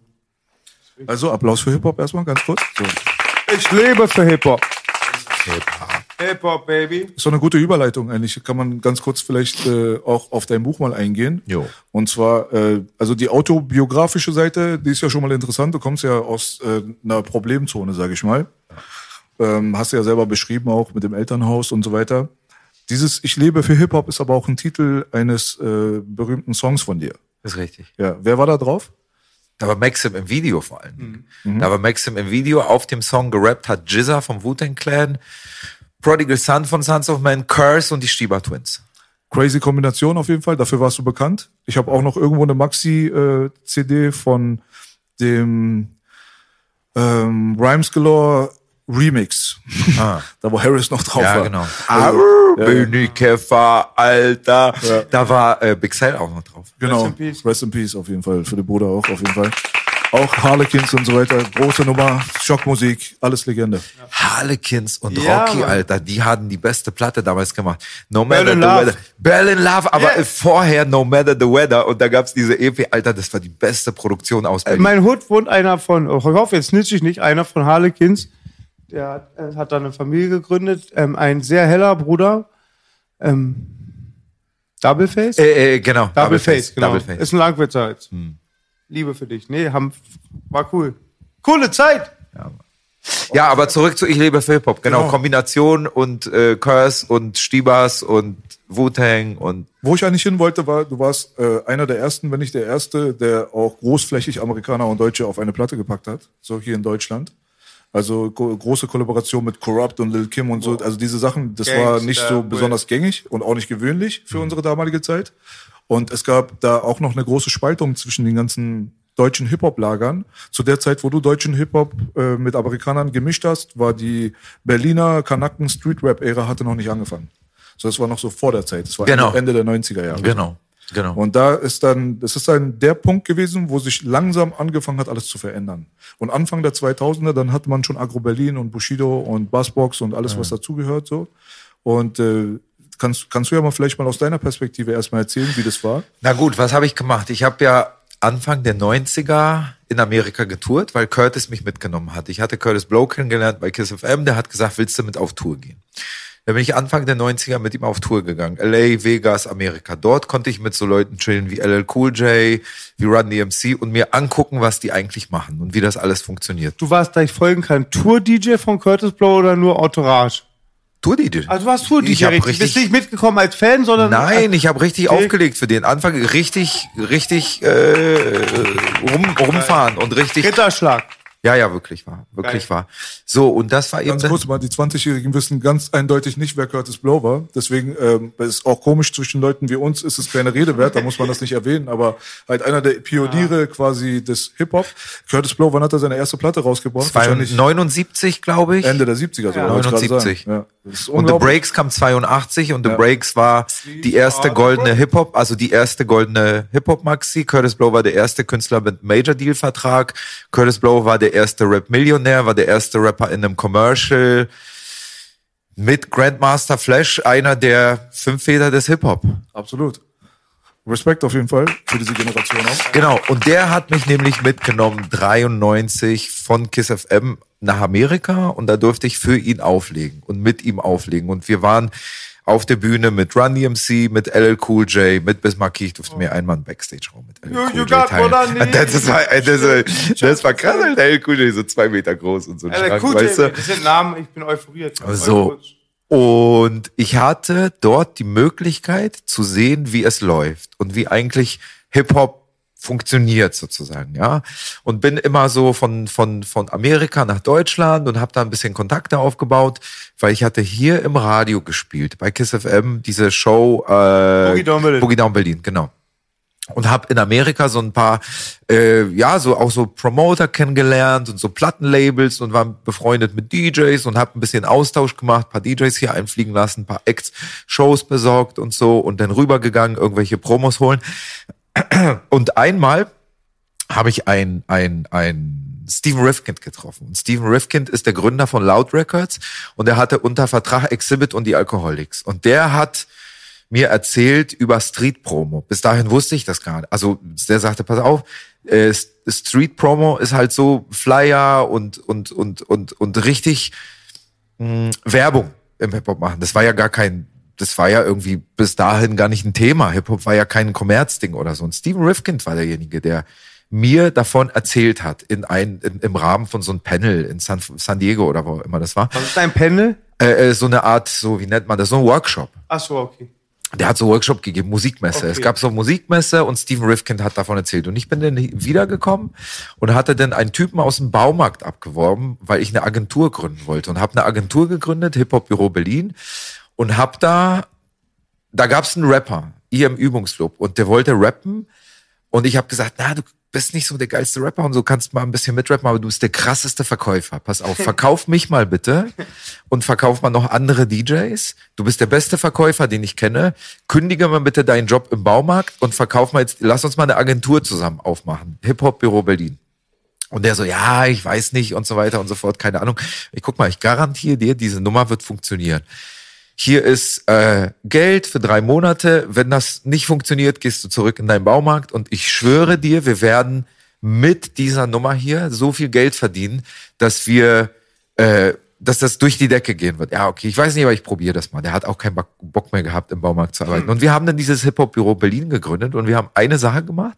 Also Applaus für Hip-Hop erstmal, ganz kurz. So. Ich lebe für Hip-Hop. Hip-Hop, Baby. Ist doch eine gute Überleitung eigentlich. Kann man ganz kurz vielleicht äh, auch auf dein Buch mal eingehen. Jo. Und zwar, äh, also die autobiografische Seite, die ist ja schon mal interessant. Du kommst ja aus äh, einer Problemzone, sage ich mal. Ähm, hast du ja selber beschrieben, auch mit dem Elternhaus und so weiter. Dieses Ich lebe für Hip-Hop ist aber auch ein Titel eines äh, berühmten Songs von dir. Das ist richtig. Ja, wer war da drauf? Da war Maxim im Video vor allen Dingen. Da war Maxim im Video. Auf dem Song gerappt hat G Z A vom Wu-Tang Clan, Prodigal Son von Sons of Man, Curse und die Stieber Twins. Crazy Kombination auf jeden Fall, dafür warst du bekannt. Ich habe auch noch irgendwo eine Maxi-C D von dem ähm, Rhymes Galore Remix. Ah. Da wo Harris noch drauf Ja, war. genau. Also, Ja, Königskäfer, Alter. Ja. Da war äh, Big Cell auch noch drauf. Genau. Rest in Peace. Rest in Peace auf jeden Fall. Für den Bruder auch auf jeden Fall. Auch Harlequins und so weiter. Große Nummer. Schockmusik. Alles Legende. Harlequins und Ja, Rocky, Mann. Alter, die hatten die beste Platte damals gemacht. No Matter Berlin the Love. Weather. Berlin Love, aber Yes. vorher No Matter the Weather. Und da gab's diese E P, Alter, das war die beste Produktion aus In Berlin. meinem Hood wohnt einer von, ich hoffe, jetzt snitch ich nicht, einer von Harlequins. Der hat, äh, hat da eine Familie gegründet. Ähm, ein sehr heller Bruder. Ähm, Doubleface? Äh, äh, genau. Doubleface, genau. Doubleface. Ist ein Langwitzer jetzt. Liebe für dich. Nee, haben, war cool. Coole Zeit. Ja, aber zurück zu Ich lebe für Hip-Hop. Genau, Genau. Kombination und äh, Curse und Stiebas und Wu-Tang und Wo ich eigentlich hin wollte, war, du warst äh, einer der ersten, wenn nicht der erste, der auch großflächig Amerikaner und Deutsche auf eine Platte gepackt hat. So hier in Deutschland. Also go- große Kollaboration mit Corrupt und Lil Kim und so. Also diese Sachen, das war Gangsta, nicht so Will. besonders gängig und auch nicht gewöhnlich für unsere damalige Zeit. Und es gab da auch noch eine große Spaltung zwischen den ganzen deutschen Hip-Hop-Lagern. Zu der Zeit, wo du deutschen Hip-Hop äh, mit Amerikanern gemischt hast, war die Berliner Kanaken-Street-Rap-Ära hatte noch nicht angefangen. So, das war noch so vor der Zeit. Das war Genau. Ende, Ende der neunziger Jahre. genau, genau. Und da ist dann, das ist dann der Punkt gewesen, wo sich langsam angefangen hat, alles zu verändern. Und Anfang der zweitausender, dann hatte man schon Agro Berlin und Bushido und Bassbox und alles, was dazugehört, so. Und, äh, kannst, kannst du ja mal vielleicht mal aus deiner Perspektive erstmal erzählen, wie das war? Na gut, was habe ich gemacht? Ich habe ja Anfang der neunziger in Amerika getourt, weil Curtis mich mitgenommen hat. Ich hatte Curtis Blow kennengelernt bei Kiss F M, der hat gesagt, willst du mit auf Tour gehen? Da bin ich Anfang der neunziger mit ihm auf Tour gegangen. L A, Vegas, Amerika. Dort konnte ich mit so Leuten chillen wie L L Cool J, wie Run D M C und mir angucken, was die eigentlich machen und wie das alles funktioniert. Du warst, da ich folgen kann, Tour-D J von Curtis Blow oder nur Entourage? Tour-D J. Also du warst Tour-D J, Ich hab richtig. Du bist richtig- nicht mitgekommen als Fan, sondern... Nein, ich habe richtig Okay. aufgelegt für den Anfang. Richtig, richtig äh, rum, rumfahren und richtig... Ritterschlag. Ja, ja, wirklich wahr. Wirklich Geil. wahr. So, und das war eben... Ganz kurz mal, die zwanzigjährigen wissen ganz eindeutig nicht, wer Curtis Blow war. Deswegen ähm, es ist auch komisch, zwischen Leuten wie uns ist es keine Rede wert, da muss man das nicht erwähnen, aber halt einer der Pioniere quasi des Hip-Hop. Curtis Blow, wann hat er seine erste Platte rausgebracht? Wahrscheinlich neunundsiebzig, glaube ich. Ende der siebziger, so wollte ich gerade neunundsiebzig. sagen. Ja, das ist Und The unglaublich. Breaks kam zweiundachtzig und The Ja. Breaks war die erste goldene Hip-Hop, also die erste goldene Hip-Hop-Maxi. Curtis Blow war der erste Künstler mit Major-Deal-Vertrag. Curtis Blow war der erste Rap-Millionär, war der erste Rapper in einem Commercial mit Grandmaster Flash, einer der fünf Väter des Hip-Hop. Absolut. Respekt auf jeden Fall für diese Generation auch. Genau, und der hat mich nämlich mitgenommen, dreiundneunzig von Kiss F M nach Amerika und da durfte ich für ihn auflegen und mit ihm auflegen. Und wir waren auf der Bühne mit Run D M C, mit L L Cool J, mit Bismarck. Ich durfte mir einmal einen Backstage-Raum mit L L You- Cool you J got teilen. what I need. Und Das, war, das, war, das war krass, L L Cool J so zwei Meter groß und so ein L L Schrank, Cool weißt J, du? das sind Namen, ich bin euphoriert. So. Und ich hatte dort die Möglichkeit zu sehen, wie es läuft und wie eigentlich Hip-Hop funktioniert sozusagen, ja. Und bin immer so von von von Amerika nach Deutschland und habe da ein bisschen Kontakte aufgebaut, weil ich hatte hier im Radio gespielt, bei Kiss F M, diese Show äh, Boogie Down Berlin. Boogie Down Berlin, genau. Und habe in Amerika so ein paar, äh, ja, so auch so Promoter kennengelernt und so Plattenlabels und war befreundet mit D Js und habe ein bisschen Austausch gemacht, paar D Js hier einfliegen lassen, ein paar Acts, Shows besorgt und so und dann rübergegangen, irgendwelche Promos holen. Und einmal habe ich ein, ein, ein Steven Rifkind getroffen. Und Steven Rifkind ist der Gründer von Loud Records und er hatte unter Vertrag Exhibit und die Alcoholics. Und der hat mir erzählt über Street Promo. Bis dahin wusste ich das gar nicht. Also der sagte, pass auf, äh, Street Promo ist halt so Flyer und und und und und richtig mh, Werbung im Hip-Hop machen. Das war ja gar kein, das war ja irgendwie bis dahin gar nicht ein Thema. Hip-Hop war ja kein Kommerzding oder so. Und Steven Rifkind war derjenige, der mir davon erzählt hat in ein in, im Rahmen von so einem Panel in San, San Diego oder wo immer das war. Was ist dein Panel? Äh, äh, so eine Art, so wie nennt man das, so ein Workshop. Ach so, okay. Der hat so Workshop gegeben, Musikmesse. Okay. Es gab so Musikmesse und Steven Rifkind hat davon erzählt. Und ich bin dann wiedergekommen und hatte dann einen Typen aus dem Baumarkt abgeworben, weil ich eine Agentur gründen wollte. Und habe eine Agentur gegründet, Hip-Hop-Büro Berlin. Und hab da, da gab's einen Rapper, I M Übungsclub. Und der wollte rappen. Und ich habe gesagt, na, du, bist nicht so der geilste Rapper und so, kannst mal ein bisschen mitrappen, aber du bist der krasseste Verkäufer. Pass auf, verkauf mich mal bitte und verkauf mal noch andere D Js. Du bist der beste Verkäufer, den ich kenne. Kündige mal bitte deinen Job im Baumarkt und verkauf mal jetzt, lass uns mal eine Agentur zusammen aufmachen. Hip-Hop-Büro Berlin. Und der so, ja, ich weiß nicht und so weiter und so fort, keine Ahnung. Ich guck mal, ich garantiere dir, diese Nummer wird funktionieren. Hier ist äh, Geld für drei Monate. Wenn das nicht funktioniert, gehst du zurück in deinen Baumarkt. Und ich schwöre dir, wir werden mit dieser Nummer hier so viel Geld verdienen, dass wir, äh, dass das durch die Decke gehen wird. Ja, okay, ich weiß nicht, aber ich probiere das mal. Der hat auch keinen Bock mehr gehabt, im Baumarkt zu arbeiten. Und wir haben dann dieses Hip-Hop-Büro Berlin gegründet und wir haben eine Sache gemacht.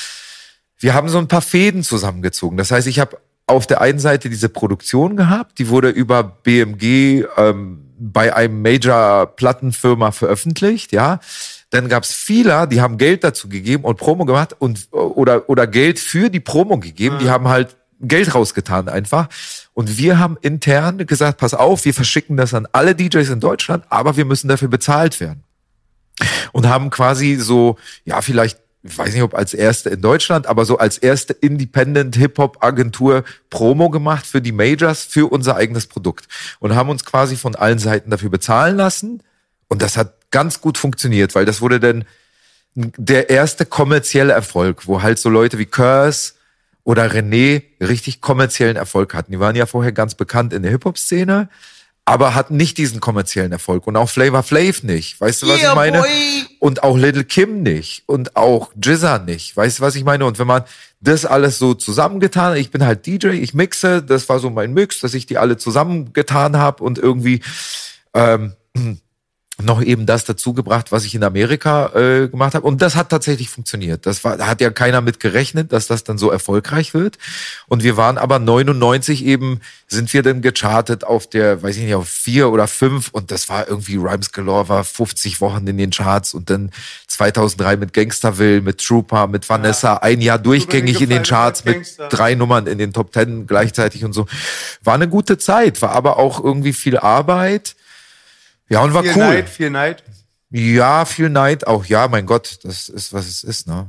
Wir haben so ein paar Fäden zusammengezogen. Das heißt, ich habe auf der einen Seite diese Produktion gehabt, die wurde über B M G ähm, bei einem Major-Plattenfirma veröffentlicht, ja. Dann gab's viele, die haben Geld dazu gegeben und Promo gemacht und oder oder Geld für die Promo gegeben. Die haben halt Geld rausgetan einfach. Und wir haben intern gesagt, pass auf, wir verschicken das an alle D Js in Deutschland, aber wir müssen dafür bezahlt werden. Und haben quasi so, ja, vielleicht, ich weiß nicht, ob als erste in Deutschland, aber so als erste Independent-Hip-Hop-Agentur Promo gemacht für die Majors, für unser eigenes Produkt. Und haben uns quasi von allen Seiten dafür bezahlen lassen. Und das hat ganz gut funktioniert, weil das wurde dann der erste kommerzielle Erfolg, wo halt so Leute wie Curse oder René richtig kommerziellen Erfolg hatten. Die waren ja vorher ganz bekannt in der Hip-Hop-Szene, aber hatten nicht diesen kommerziellen Erfolg. Und auch Flavor Flav nicht. Weißt du, was yeah, ich meine? Boy. Und auch Little Kim nicht. Und auch G Z A nicht. Weißt du, was ich meine? Und wenn man das alles so zusammengetan hat, ich bin halt D J, ich mixe, das war so mein Mix, dass ich die alle zusammengetan habe und irgendwie ähm, noch eben das dazu gebracht, was ich in Amerika äh, gemacht habe. Und das hat tatsächlich funktioniert. Das war, da hat ja keiner mit gerechnet, dass das dann so erfolgreich wird. Und wir waren aber neunundneunzig eben, sind wir dann gechartet auf der, weiß ich nicht, auf vier oder fünf. Und das war irgendwie, Rhymes Galore war fünfzig Wochen in den Charts. Und dann zweitausenddrei mit Gangsterville, mit Trooper, mit Vanessa, ja. ein Jahr durchgängig in den Charts mit drei Nummern in den Top Ten gleichzeitig und so. War eine gute Zeit, war aber auch irgendwie viel Arbeit. Ja, und war viel cool. Neid, viel Neid. Ja, viel Neid auch. Ja, mein Gott, das ist, was es ist, ne?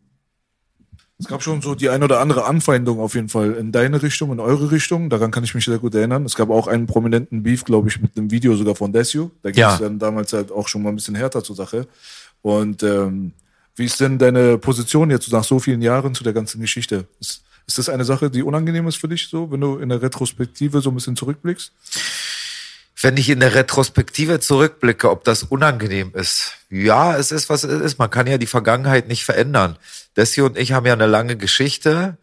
Es gab schon so die ein oder andere Anfeindung auf jeden Fall in deine Richtung, in eure Richtung. Daran kann ich mich sehr gut erinnern. Es gab auch einen prominenten Beef, glaube ich, mit einem Video sogar von Desio. Da ging es ja. dann damals halt auch schon mal ein bisschen härter zur Sache. Und ähm, wie ist denn deine Position jetzt nach so vielen Jahren zu der ganzen Geschichte? Ist, ist das eine Sache, die unangenehm ist für dich, so, wenn du in der Retrospektive so ein bisschen zurückblickst? Wenn ich in der Retrospektive zurückblicke, ob das unangenehm ist. Ja, es ist, was es ist. Man kann ja die Vergangenheit nicht verändern. Dessi und ich haben ja eine lange Geschichte.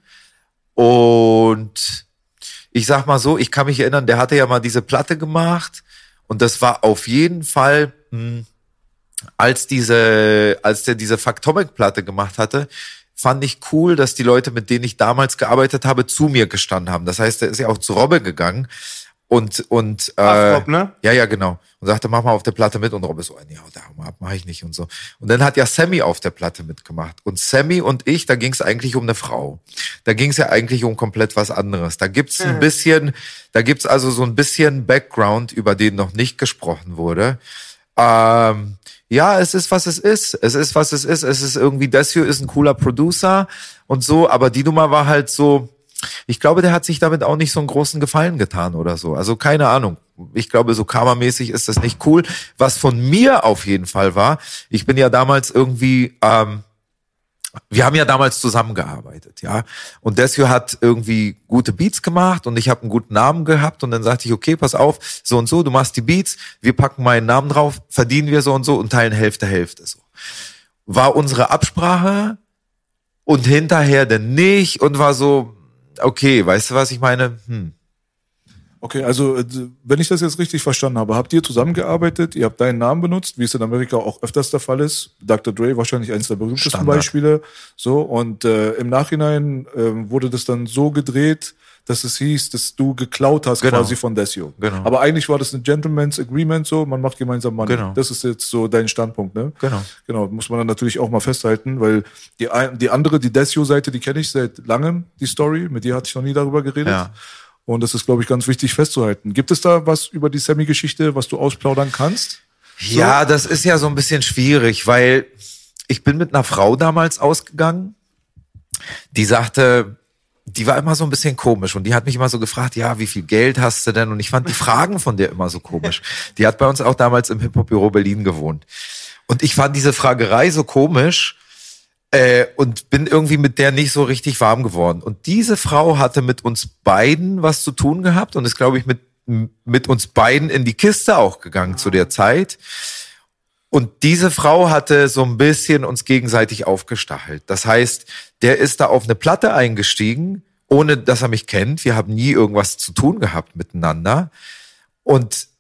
Und ich sag mal so, ich kann mich erinnern, der hatte ja mal diese Platte gemacht. Und das war auf jeden Fall, mh, als diese, als der diese Faktomic-Platte gemacht hatte, fand ich cool, dass die Leute, mit denen ich damals gearbeitet habe, zu mir gestanden haben. Das heißt, der ist ja auch zu Robbe gegangen. Und, und, äh, Ach, Rob, ne? ja, ja, genau. Und sagte, mach mal auf der Platte mit. Und Rob ist so, nee, da mach ich nicht und so. Und dann hat ja Sammy auf der Platte mitgemacht. Und Sammy und ich, da ging es eigentlich um eine Frau. Da ging es ja eigentlich um komplett was anderes. Da gibt's ein bisschen, da gibt's also so ein bisschen Background, über den noch nicht gesprochen wurde. Ähm, ja, es ist, was es ist. Es ist, was es ist. Es ist irgendwie, das hier ist ein cooler Producer und so. Aber die Nummer war halt so, ich glaube, der hat sich damit auch nicht so einen großen Gefallen getan oder so. Also keine Ahnung. Ich glaube, so karmamäßig ist das nicht cool. Was von mir auf jeden Fall war, ich bin ja damals irgendwie, ähm, wir haben ja damals zusammengearbeitet, ja. Und Desio hat irgendwie gute Beats gemacht und ich habe einen guten Namen gehabt und dann sagte ich, okay, pass auf, so und so, du machst die Beats, wir packen meinen Namen drauf, verdienen wir so und so und teilen Hälfte, Hälfte so. War unsere Absprache und hinterher dann nicht und war so, okay, weißt du, was ich meine? Hm. Okay, also wenn ich das jetzt richtig verstanden habe, habt ihr zusammengearbeitet, ihr habt deinen Namen benutzt, wie es in Amerika auch öfters der Fall ist. Doktor Dre wahrscheinlich eines der berühmtesten Standard. Beispiele. So, und äh, im Nachhinein äh, wurde das dann so gedreht, dass es hieß, dass du geklaut hast, genau. quasi von Desio. Genau. Aber eigentlich war das ein Gentleman's Agreement, so, man macht gemeinsam Money. Genau. Das ist jetzt so dein Standpunkt, ne? Genau. Genau, muss man dann natürlich auch mal festhalten, weil die, die andere, die Desio-Seite, die kenne ich seit langem, die Story. Mit dir hatte ich noch nie darüber geredet. Ja. Und das ist, glaube ich, ganz wichtig festzuhalten. Gibt es da was über die Sammy-Geschichte, was du ausplaudern kannst? So? Ja, das ist ja so ein bisschen schwierig, weil ich bin mit einer Frau damals ausgegangen die sagte, die war immer so ein bisschen komisch und die hat mich immer so gefragt, ja, wie viel Geld hast du denn? Und ich fand die Fragen von der immer so komisch. Die hat bei uns auch damals im Hip-Hop-Büro Berlin gewohnt. Und ich fand diese Fragerei so komisch äh, und bin irgendwie mit der nicht so richtig warm geworden. Und diese Frau hatte mit uns beiden was zu tun gehabt und ist, glaube ich, mit, mit uns beiden in die Kiste auch gegangen zu der Zeit. Und diese Frau hatte so ein bisschen uns gegenseitig aufgestachelt. Das heißt, der ist da auf eine Platte eingestiegen, ohne dass er mich kennt. Wir haben nie irgendwas zu tun gehabt miteinander. Und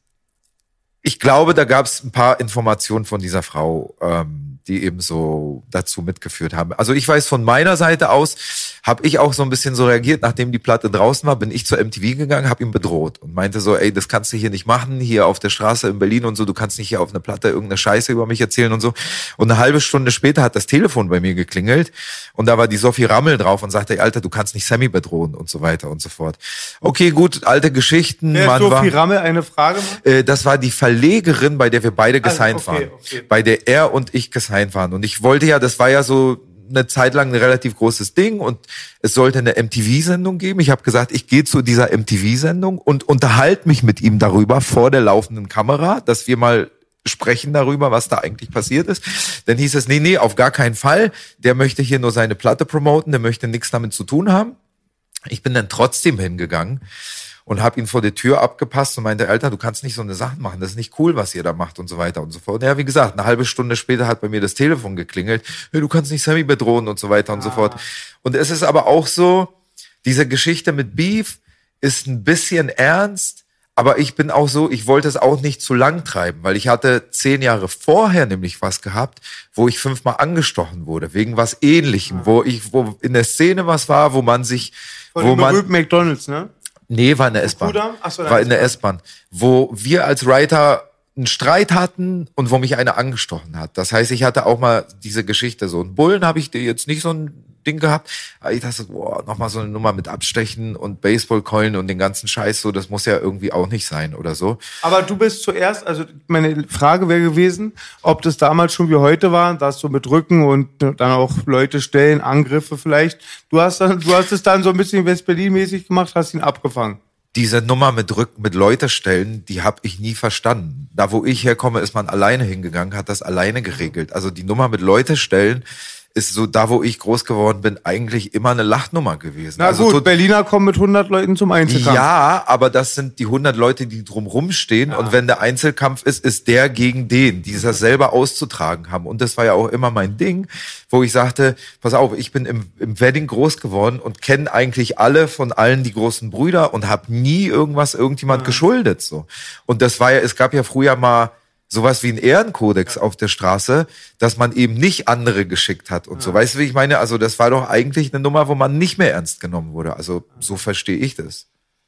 ich glaube, da gab es ein paar Informationen von dieser Frau, ähm, die eben so dazu mitgeführt haben. Also ich weiß, von meiner Seite aus habe ich auch so ein bisschen so reagiert, nachdem die Platte draußen war, bin ich zur M T V gegangen, habe ihn bedroht und meinte so, ey, das kannst du hier nicht machen, hier auf der Straße in Berlin und so, du kannst nicht hier auf einer Platte irgendeine Scheiße über mich erzählen und so. Und eine halbe Stunde später hat das Telefon bei mir geklingelt und da war die Sophie Rammel drauf und sagte, ey, Alter, du kannst nicht Sammy bedrohen und so weiter und so fort. Okay, gut, alte Geschichten. Wer ist man Sophie war, Rammel? Eine Frage mal? äh, das war die Verlegerin, bei der wir beide gesigned Also, okay, waren. okay. Bei der er und ich gesigned waren. Und ich wollte ja, das war ja so eine Zeit lang ein relativ großes Ding und es sollte eine M T V-Sendung geben. Ich habe gesagt, ich gehe zu dieser M T V-Sendung und unterhalte mich mit ihm darüber vor der laufenden Kamera, dass wir mal sprechen darüber, was da eigentlich passiert ist. Dann hieß es, nee, nee, auf gar keinen Fall. Der möchte hier nur seine Platte promoten, der möchte nichts damit zu tun haben. Ich bin dann trotzdem hingegangen und habe ihn vor der Tür abgepasst und meinte, Alter, du kannst nicht so eine Sache machen, das ist nicht cool, was ihr da macht und so weiter und so fort. Ja, wie gesagt, eine halbe Stunde später hat bei mir das Telefon geklingelt, hey, du kannst nicht Sammy bedrohen und so weiter und ah. so fort. Und es ist aber auch so, diese Geschichte mit Beef ist ein bisschen ernst, aber ich bin auch so, ich wollte es auch nicht zu lang treiben, weil ich hatte zehn Jahre vorher nämlich was gehabt, wo ich fünfmal angestochen wurde, wegen was Ähnlichem, ah. wo ich, wo in der Szene was war, wo man sich, Von wo dem man, berühmten McDonald's, ne? Nee, war in der S-Bahn. Ach so, war in der S-Bahn. Wo wir als Writer einen Streit hatten und wo mich einer angestochen hat. Das heißt, ich hatte auch mal diese Geschichte, so einen Bullen habe ich jetzt nicht so ein Ding gehabt. Aber ich dachte, boah, nochmal so eine Nummer mit Abstechen und Baseballkeulen und den ganzen Scheiß, so, das muss ja irgendwie auch nicht sein oder so. Aber du bist zuerst, also meine Frage wäre gewesen, ob das damals schon wie heute war, dass so mit Rücken und dann auch Leute stellen, Angriffe vielleicht. Du hast dann, du hast es dann so ein bisschen West-Berlin-mäßig gemacht, hast ihn abgefangen. Diese Nummer mit Rücken, mit Leute stellen, die habe ich nie verstanden. Da, wo ich herkomme, ist man alleine hingegangen, hat das alleine geregelt. Also die Nummer mit Leute stellen ist so, da wo ich groß geworden bin, eigentlich immer eine Lachnummer gewesen. Na also gut, tot, Berliner kommen mit hundert Leuten zum Einzelkampf. Ja, aber das sind die hundert Leute, die drumrum stehen. Ja. Und wenn der Einzelkampf ist, ist der gegen den, die das selber auszutragen haben. Und das war ja auch immer mein Ding, wo ich sagte, pass auf, ich bin im, im Wedding groß geworden und kenne eigentlich alle von allen die großen Brüder und habe nie irgendwas irgendjemand ja. geschuldet. So. Und das war ja, es gab ja früher mal sowas wie ein Ehrenkodex auf der Straße, dass man eben nicht andere geschickt hat und ja. so. Weißt du, wie ich meine? Also das war doch eigentlich eine Nummer, wo man nicht mehr ernst genommen wurde. Also so verstehe ich das.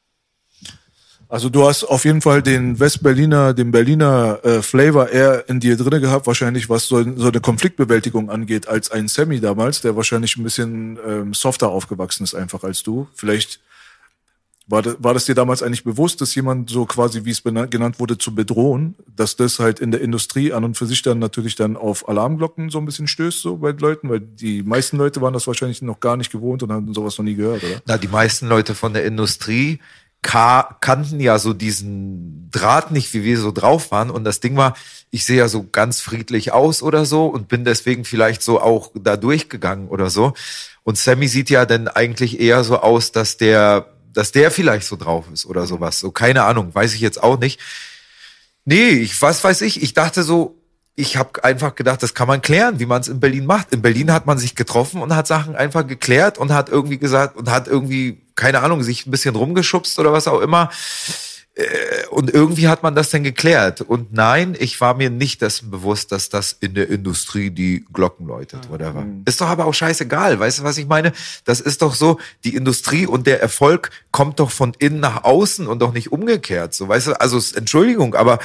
Also du hast auf jeden Fall den Westberliner, den Berliner äh, Flavor eher in dir drinne gehabt, wahrscheinlich was so, so eine Konfliktbewältigung angeht, als ein Sammy damals, der wahrscheinlich ein bisschen ähm, softer aufgewachsen ist einfach als du. Vielleicht War das, war das dir damals eigentlich bewusst, dass jemand so quasi, wie es benannt, genannt wurde, zu bedrohen, dass das halt in der Industrie an und für sich dann natürlich dann auf Alarmglocken so ein bisschen stößt, so bei Leuten? Weil die meisten Leute waren das wahrscheinlich noch gar nicht gewohnt und haben sowas noch nie gehört, oder? Na, die meisten Leute von der Industrie ka- kannten ja so diesen Draht nicht, wie wir so drauf waren. Und das Ding war, ich sehe ja so ganz friedlich aus oder so und bin deswegen vielleicht so auch da durchgegangen oder so. Und Sammy sieht ja dann eigentlich eher so aus, dass der dass der vielleicht so drauf ist oder sowas. So, keine Ahnung, weiß ich jetzt auch nicht. Nee, ich, was weiß ich, ich dachte so, ich habe einfach gedacht, das kann man klären, wie man es in Berlin macht. In Berlin hat man sich getroffen und hat Sachen einfach geklärt und hat irgendwie gesagt und hat irgendwie, keine Ahnung, sich ein bisschen rumgeschubst oder was auch immer. Und irgendwie hat man das dann geklärt. Und nein, ich war mir nicht dessen bewusst, dass das in der Industrie die Glocken läutet, whatever. Mhm. Ist doch aber auch scheißegal, weißt du, was ich meine? Das ist doch so, die Industrie und der Erfolg kommt doch von innen nach außen und doch nicht umgekehrt, so, weißt du? Also, Entschuldigung, aber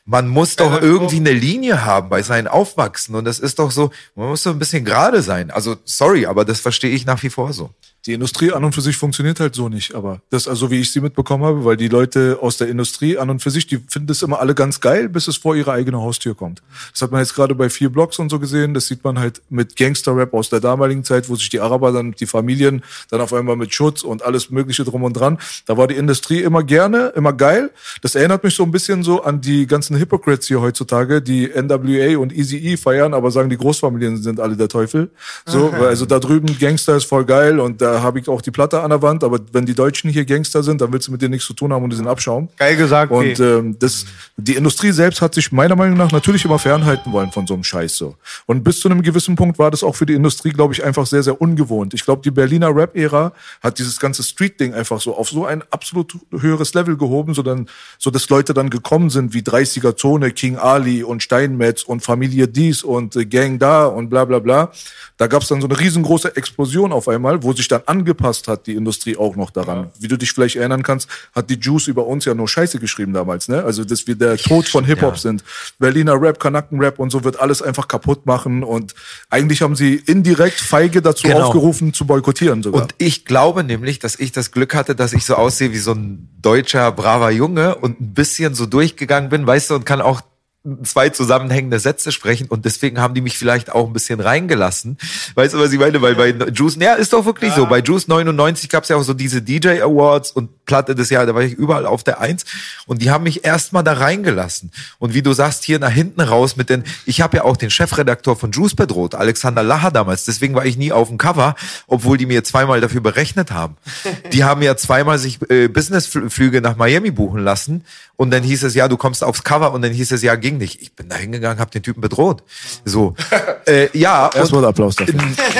man muss doch irgendwie eine Linie haben bei seinen Aufwachsen. Und das ist doch so, man muss so ein bisschen gerade sein. Also, sorry, aber das verstehe ich nach wie vor so. Die Industrie an und für sich funktioniert halt so nicht, aber das, also wie ich sie mitbekommen habe, weil die Leute aus der Industrie an und für sich, die finden es immer alle ganz geil, bis es vor ihre eigene Haustür kommt. Das hat man jetzt gerade bei vier Blocks und so gesehen, das sieht man halt mit Gangster-Rap aus der damaligen Zeit, wo sich die Araber dann, die Familien, dann auf einmal mit Schutz und alles mögliche drum und dran, da war die Industrie immer gerne, immer geil. Das erinnert mich so ein bisschen so an die ganzen Hypocrites hier heutzutage, die N W A und Eazy-E feiern, aber sagen, die Großfamilien sind alle der Teufel. So, also da drüben Gangster ist voll geil und da habe ich auch die Platte an der Wand, aber wenn die Deutschen hier Gangster sind, dann willst du mit denen nichts zu tun haben und die sind Abschaum. Geil gesagt. Und okay. ähm, das, die Industrie selbst hat sich meiner Meinung nach natürlich immer fernhalten wollen von so einem Scheiß so. Und bis zu einem gewissen Punkt war das auch für die Industrie, glaube ich, einfach sehr, sehr ungewohnt. Ich glaube, die Berliner Rap-Ära hat dieses ganze Street-Ding einfach so auf so ein absolut höheres Level gehoben, so, dann, so dass Leute dann gekommen sind wie dreißiger Zone, King Ali und Steinmetz und Familie dies und äh, Gang da und bla bla bla. Da gab es dann so eine riesengroße Explosion auf einmal, wo sich dann angepasst hat, die Industrie auch noch daran. Ja. Wie du dich vielleicht erinnern kannst, hat die Juice über uns ja nur Scheiße geschrieben damals, ne? Also, dass wir der Tod von Hip-Hop ja. sind. Berliner Rap, Kanaken-Rap und so wird alles einfach kaputt machen und eigentlich haben sie indirekt feige dazu genau. aufgerufen, zu boykottieren sogar. Und ich glaube nämlich, dass ich das Glück hatte, dass ich so aussehe wie so ein deutscher, braver Junge und ein bisschen so durchgegangen bin, weißt du, und kann auch zwei zusammenhängende Sätze sprechen und deswegen haben die mich vielleicht auch ein bisschen reingelassen. Weißt du, was ich meine? Weil bei Juice, ja, ist doch wirklich ja. so. Bei Juice neunundneunzig gab es ja auch so diese D J Awards und Platte des Jahres, da war ich überall auf der Eins und die haben mich erstmal da reingelassen. Und wie du sagst, hier nach hinten raus mit den, ich habe ja auch den Chefredakteur von Juice bedroht, Alexander Lacher damals, deswegen war ich nie auf dem Cover, obwohl die mir zweimal dafür berechnet haben. Die haben ja zweimal sich äh, Businessflüge nach Miami buchen lassen und dann hieß es, ja, du kommst aufs Cover und dann hieß es, ja, ging nicht. Ich bin da hingegangen, habe den Typen bedroht. So, äh, ja. Erstmal Applaus dafür.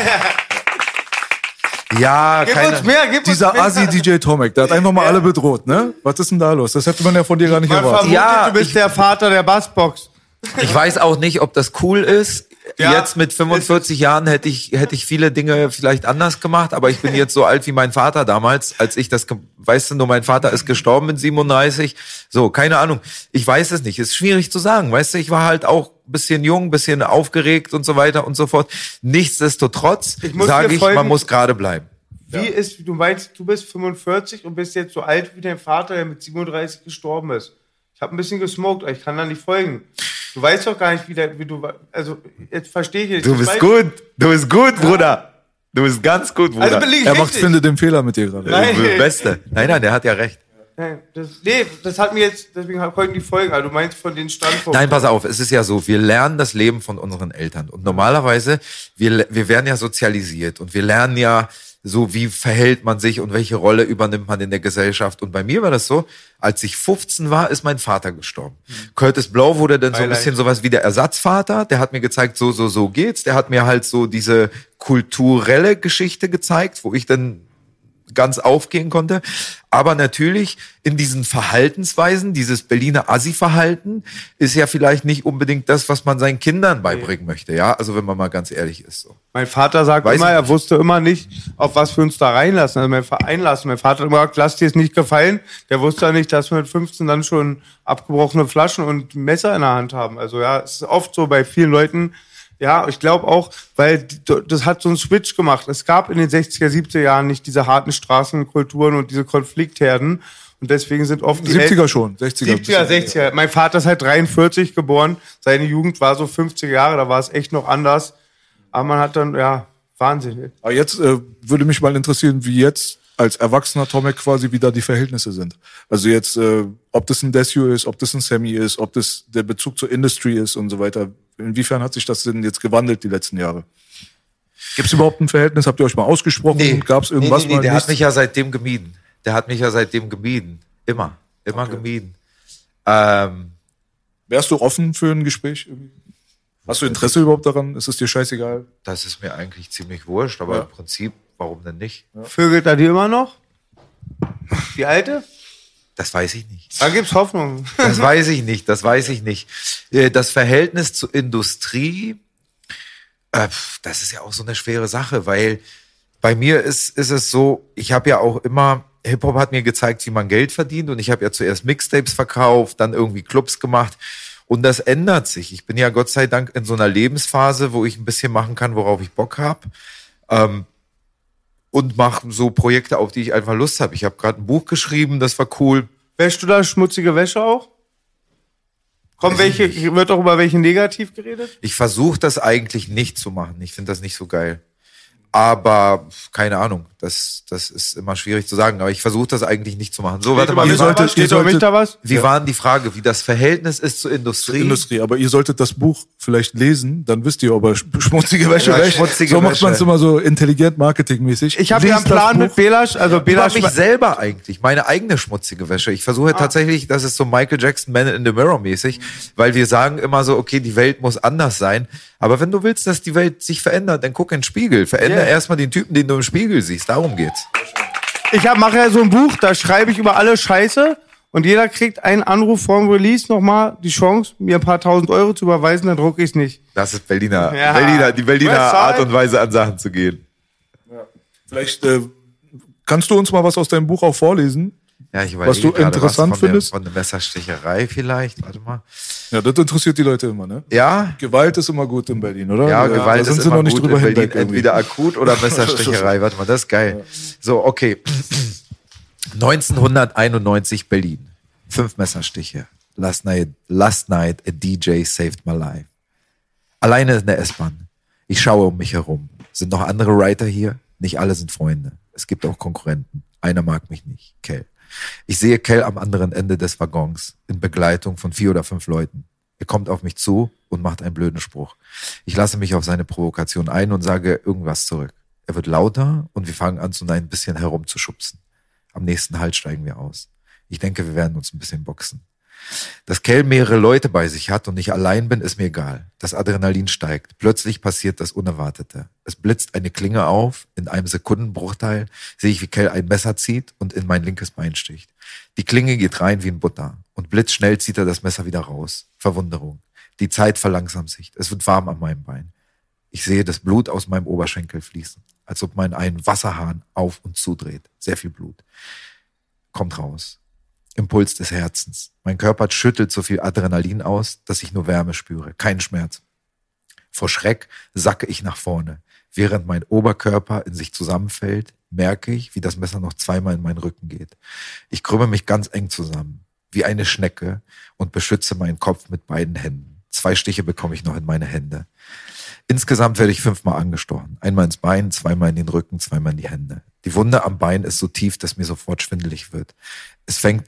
Ja, gib keine, uns mehr, gib dieser uns mehr. Asi-D J Tomek, der hat einfach mal ja. alle bedroht, ne? Was ist denn da los? Das hätte man ja von dir gar nicht man erwartet. Vermutet, Ja, du bist ich, der Vater der Bassbox. Ich weiß auch nicht, ob das cool ist. Ja, jetzt mit fünfundvierzig Jahren hätte ich, hätte ich viele Dinge vielleicht anders gemacht, aber ich bin jetzt so alt wie mein Vater damals, als ich das, weißt du, nur mein Vater ist gestorben mit siebenunddreißig. So, keine Ahnung. Ich weiß es nicht. Ist schwierig zu sagen. Weißt du, ich war halt auch ein bisschen jung, ein bisschen aufgeregt und so weiter und so fort. Nichtsdestotrotz sage ich, man muss gerade bleiben. Wie ja. ist, du meinst, du bist fünfundvierzig und bist jetzt so alt wie dein Vater, der mit siebenunddreißig gestorben ist. Ich habe ein bisschen gesmoked, aber ich kann da nicht folgen. Du weißt doch gar nicht, wie, der, wie du, also jetzt verstehe ich nicht. Du bist gut, du bist gut, ja. Bruder. Du bist ganz gut, Bruder. Also er macht, findet den Fehler mit dir gerade. Nein, du bist Beste. Nein, nein, der hat ja recht. Nein, das, nee, das hat mir jetzt, deswegen folgen die Folgen. Also du meinst von den Standpunkten. Nein, pass auf, es ist ja so, wir lernen das Leben von unseren Eltern. Und normalerweise, wir, wir werden ja sozialisiert und wir lernen ja so, wie verhält man sich und welche Rolle übernimmt man in der Gesellschaft. Und bei mir war das so, als ich fünfzehn war, ist mein Vater gestorben. Mhm. Curtis Blow wurde dann so ein bisschen sowas wie der Ersatzvater. Der hat mir gezeigt, so, so, so geht's. Der hat mir halt so diese kulturelle Geschichte gezeigt, wo ich dann ganz aufgehen konnte. Aber natürlich in diesen Verhaltensweisen, dieses Berliner Assi-Verhalten ist ja vielleicht nicht unbedingt das, was man seinen Kindern beibringen nee. möchte. Ja, also wenn man mal ganz ehrlich ist. So. Mein Vater sagt Weiß immer, er wusste immer nicht, auf was wir uns da reinlassen, also mein einlassen. Mein Vater hat immer gesagt, lass dir es nicht gefallen. Der wusste ja nicht, dass wir mit fünfzehn dann schon abgebrochene Flaschen und Messer in der Hand haben. Also ja, es ist oft so bei vielen Leuten. Ja, ich glaube auch, weil das hat so einen Switch gemacht. Es gab in den sechziger, siebziger Jahren nicht diese harten Straßenkulturen und diese Konfliktherden. Und deswegen sind oft die siebziger schon, sechziger. siebziger, sechziger. Mein Vater ist halt dreiundvierzig geboren. Seine Jugend war so fünfziger Jahre, da war es echt noch anders. Aber man hat dann, ja, Wahnsinn. Aber jetzt äh, würde mich mal interessieren, wie jetzt als erwachsener Tomek quasi wieder die Verhältnisse sind. Also jetzt, äh, ob das ein Desio ist, ob das ein Sammy ist, ob das der Bezug zur Industry ist und so weiter. Inwiefern hat sich das denn jetzt gewandelt die letzten Jahre? Gibt es überhaupt ein Verhältnis? Habt ihr euch mal ausgesprochen? Nee. Gab es irgendwas nee, nee, nee, mal? Der nichts? hat mich ja seitdem gemieden. Der hat mich ja seitdem gemieden. Immer. Immer okay. gemieden. Ähm, Wärst du offen für ein Gespräch? Hast du Interesse überhaupt daran? Ist es dir scheißegal? Das ist mir eigentlich ziemlich wurscht, aber ja. im Prinzip, warum denn nicht? Ja. Vögelt er dir immer noch? Die alte? Das weiß ich nicht. Da gibt's Hoffnung. Das weiß ich nicht, das weiß ich nicht. Das Verhältnis zur Industrie, das ist ja auch so eine schwere Sache, weil bei mir ist, ist es so, ich habe ja auch immer, Hip-Hop hat mir gezeigt, wie man Geld verdient und ich habe ja zuerst Mixtapes verkauft, dann irgendwie Clubs gemacht Und das ändert sich. Ich bin ja Gott sei Dank in so einer Lebensphase, wo ich ein bisschen machen kann, worauf ich Bock habe. Ähm, und mache so Projekte, auf die ich einfach Lust habe. Ich habe gerade ein Buch geschrieben, das war cool. Wäschst du da schmutzige Wäsche auch? Kommt welche, wird auch über welche negativ geredet? Ich versuche das eigentlich nicht zu machen. Ich finde das nicht so geil. Aber keine Ahnung, das, das ist immer schwierig zu sagen. Aber ich versuche das eigentlich nicht zu machen. So, warte mal, ihr solltet, steht ihr solltet, mich da was? wie Ja. war denn die Frage, wie das Verhältnis ist zur Industrie? Industrie, aber ihr solltet das Buch vielleicht lesen, dann wisst ihr, ob er sch- schmutzige Wäsche Ja, wäscht. schmutzige So macht Wäsche. man es immer so intelligent marketingmäßig. Ich habe ja einen Lest das Plan Buch. mit Belasch, also Über Belasch. mich selber eigentlich, meine eigene schmutzige Wäsche. Ich versuche tatsächlich, das ist so Michael Jackson Man in the Mirror mäßig, weil wir sagen immer so, okay, die Welt muss anders sein. Aber wenn du willst, dass die Welt sich verändert, dann guck in den Spiegel. Veränder Yeah. erstmal den Typen, den du im Spiegel siehst. Darum geht's. Ich hab, mache ja so ein Buch, da schreibe ich über alle Scheiße und jeder kriegt einen Anruf vorm Release nochmal die Chance, mir ein paar tausend Euro zu überweisen, dann drucke ich es nicht. Das ist Berliner, Ja. Berliner die Berliner Westside. Art und Weise, an Sachen zu gehen. Vielleicht äh, kannst du uns mal was aus deinem Buch auch vorlesen? Ja, ich überlege Was du gerade, interessant was von findest? Der, von der Messersticherei vielleicht. Warte mal. Ja, das interessiert die Leute immer, ne? Ja, Gewalt ist immer gut in Berlin, oder? ja, Gewalt da sind ist sie immer noch nicht gut drüber in Berlin. hinweg. irgendwie. Entweder akut oder Messersticherei. Warte mal, das ist geil. So, okay. neunzehnhunderteinundneunzig Berlin. Fünf Messerstiche. Last night, last night a D J saved my life. Alleine in der S-Bahn. Ich schaue um mich herum. Sind noch andere Writer hier? Nicht alle sind Freunde. Es gibt auch Konkurrenten. Einer mag mich nicht. Kell. Ich sehe Kell am anderen Ende des Waggons in Begleitung von vier oder fünf Leuten. Er kommt auf mich zu und macht einen blöden Spruch. Ich lasse mich auf seine Provokation ein und sage irgendwas zurück. Er wird lauter und wir fangen an, so ein bisschen herumzuschubsen. Am nächsten Halt steigen wir aus. Ich denke, wir werden uns ein bisschen boxen. Dass Kell mehrere Leute bei sich hat und ich allein bin, ist mir egal. Das Adrenalin steigt. Plötzlich passiert das Unerwartete. Es blitzt eine Klinge auf. In einem Sekundenbruchteil sehe ich, wie Kell ein Messer zieht und in mein linkes Bein sticht. Die Klinge geht rein wie in Butter. Und blitzschnell zieht er das Messer wieder raus. Verwunderung. Die Zeit verlangsamt sich. Es wird warm an meinem Bein. Ich sehe das Blut aus meinem Oberschenkel fließen. Als ob man einen Wasserhahn auf und zudreht. Sehr viel Blut. Kommt raus. Impuls des Herzens. Mein Körper schüttelt so viel Adrenalin aus, dass ich nur Wärme spüre, keinen Schmerz. Vor Schreck sacke ich nach vorne. Während mein Oberkörper in sich zusammenfällt, merke ich, wie das Messer noch zweimal in meinen Rücken geht. Ich krümme mich ganz eng zusammen, wie eine Schnecke, und beschütze meinen Kopf mit beiden Händen. Zwei Stiche bekomme ich noch in meine Hände. Insgesamt werde ich fünfmal angestochen. Einmal ins Bein, zweimal in den Rücken, zweimal in die Hände. Die Wunde am Bein ist so tief, dass mir sofort schwindelig wird. Es fängt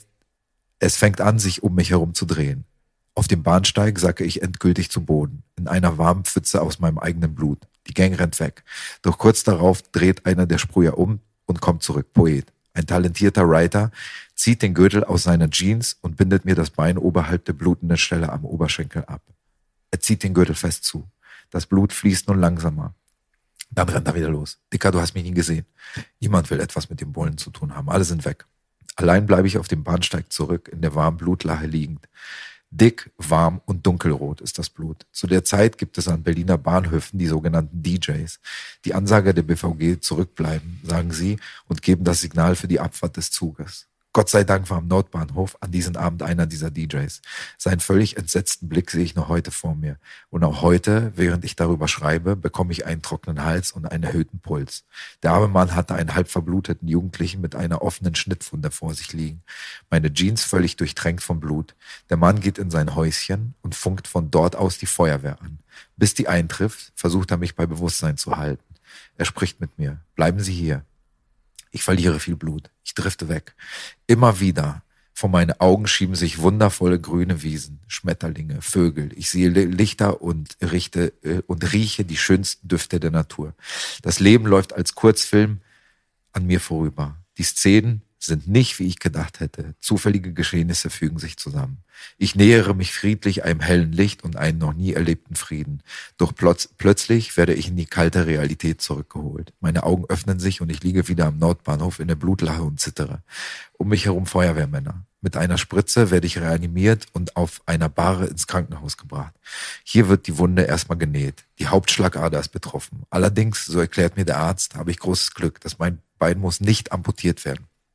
Es fängt an, sich um mich herum zu drehen. Auf dem Bahnsteig sacke ich endgültig zu Boden, in einer warmen Pfütze aus meinem eigenen Blut. Die Gang rennt weg. Doch kurz darauf dreht einer der Sprüher um und kommt zurück. Poet. Ein talentierter Writer zieht den Gürtel aus seiner Jeans und bindet mir das Bein oberhalb der blutenden Stelle am Oberschenkel ab. Er zieht den Gürtel fest zu. Das Blut fließt nun langsamer. Dann rennt er wieder los. Dicker, du hast mich nie gesehen. Niemand will etwas mit dem Bullen zu tun haben. Alle sind weg. Allein bleibe ich auf dem Bahnsteig zurück, in der warmen Blutlache liegend. Dick, warm und dunkelrot ist das Blut. Zu der Zeit gibt es an Berliner Bahnhöfen die sogenannten D Js. Die Ansager der B V G zurückbleiben, sagen sie, und geben das Signal für die Abfahrt des Zuges. Gott sei Dank war am Nordbahnhof an diesem Abend einer dieser D Js. Seinen völlig entsetzten Blick sehe ich noch heute vor mir. Und auch heute, während ich darüber schreibe, bekomme ich einen trockenen Hals und einen erhöhten Puls. Der arme Mann hatte einen halb verbluteten Jugendlichen mit einer offenen Schnittwunde vor sich liegen. Meine Jeans völlig durchtränkt vom Blut. Der Mann geht in sein Häuschen und funkt von dort aus die Feuerwehr an. Bis die eintrifft, versucht er mich bei Bewusstsein zu halten. Er spricht mit mir. Bleiben Sie hier. Ich verliere viel Blut. Ich drifte weg. Immer wieder. Vor meine Augen schieben sich wundervolle grüne Wiesen, Schmetterlinge, Vögel. Ich sehe Lichter und richte äh, und rieche die schönsten Düfte der Natur. Das Leben läuft als Kurzfilm an mir vorüber. Die Szenen sind nicht, wie ich gedacht hätte. Zufällige Geschehnisse fügen sich zusammen. Ich nähere mich friedlich einem hellen Licht und einem noch nie erlebten Frieden. Doch plötz- plötzlich werde ich in die kalte Realität zurückgeholt. Meine Augen öffnen sich und ich liege wieder am Nordbahnhof in der Blutlache und zittere. Um mich herum Feuerwehrmänner. Mit einer Spritze werde ich reanimiert und auf einer Bahre ins Krankenhaus gebracht. Hier wird die Wunde erstmal genäht. Die Hauptschlagader ist betroffen. Allerdings, so erklärt mir der Arzt, habe ich großes Glück. Das mein Bein muss nicht amputiert werden.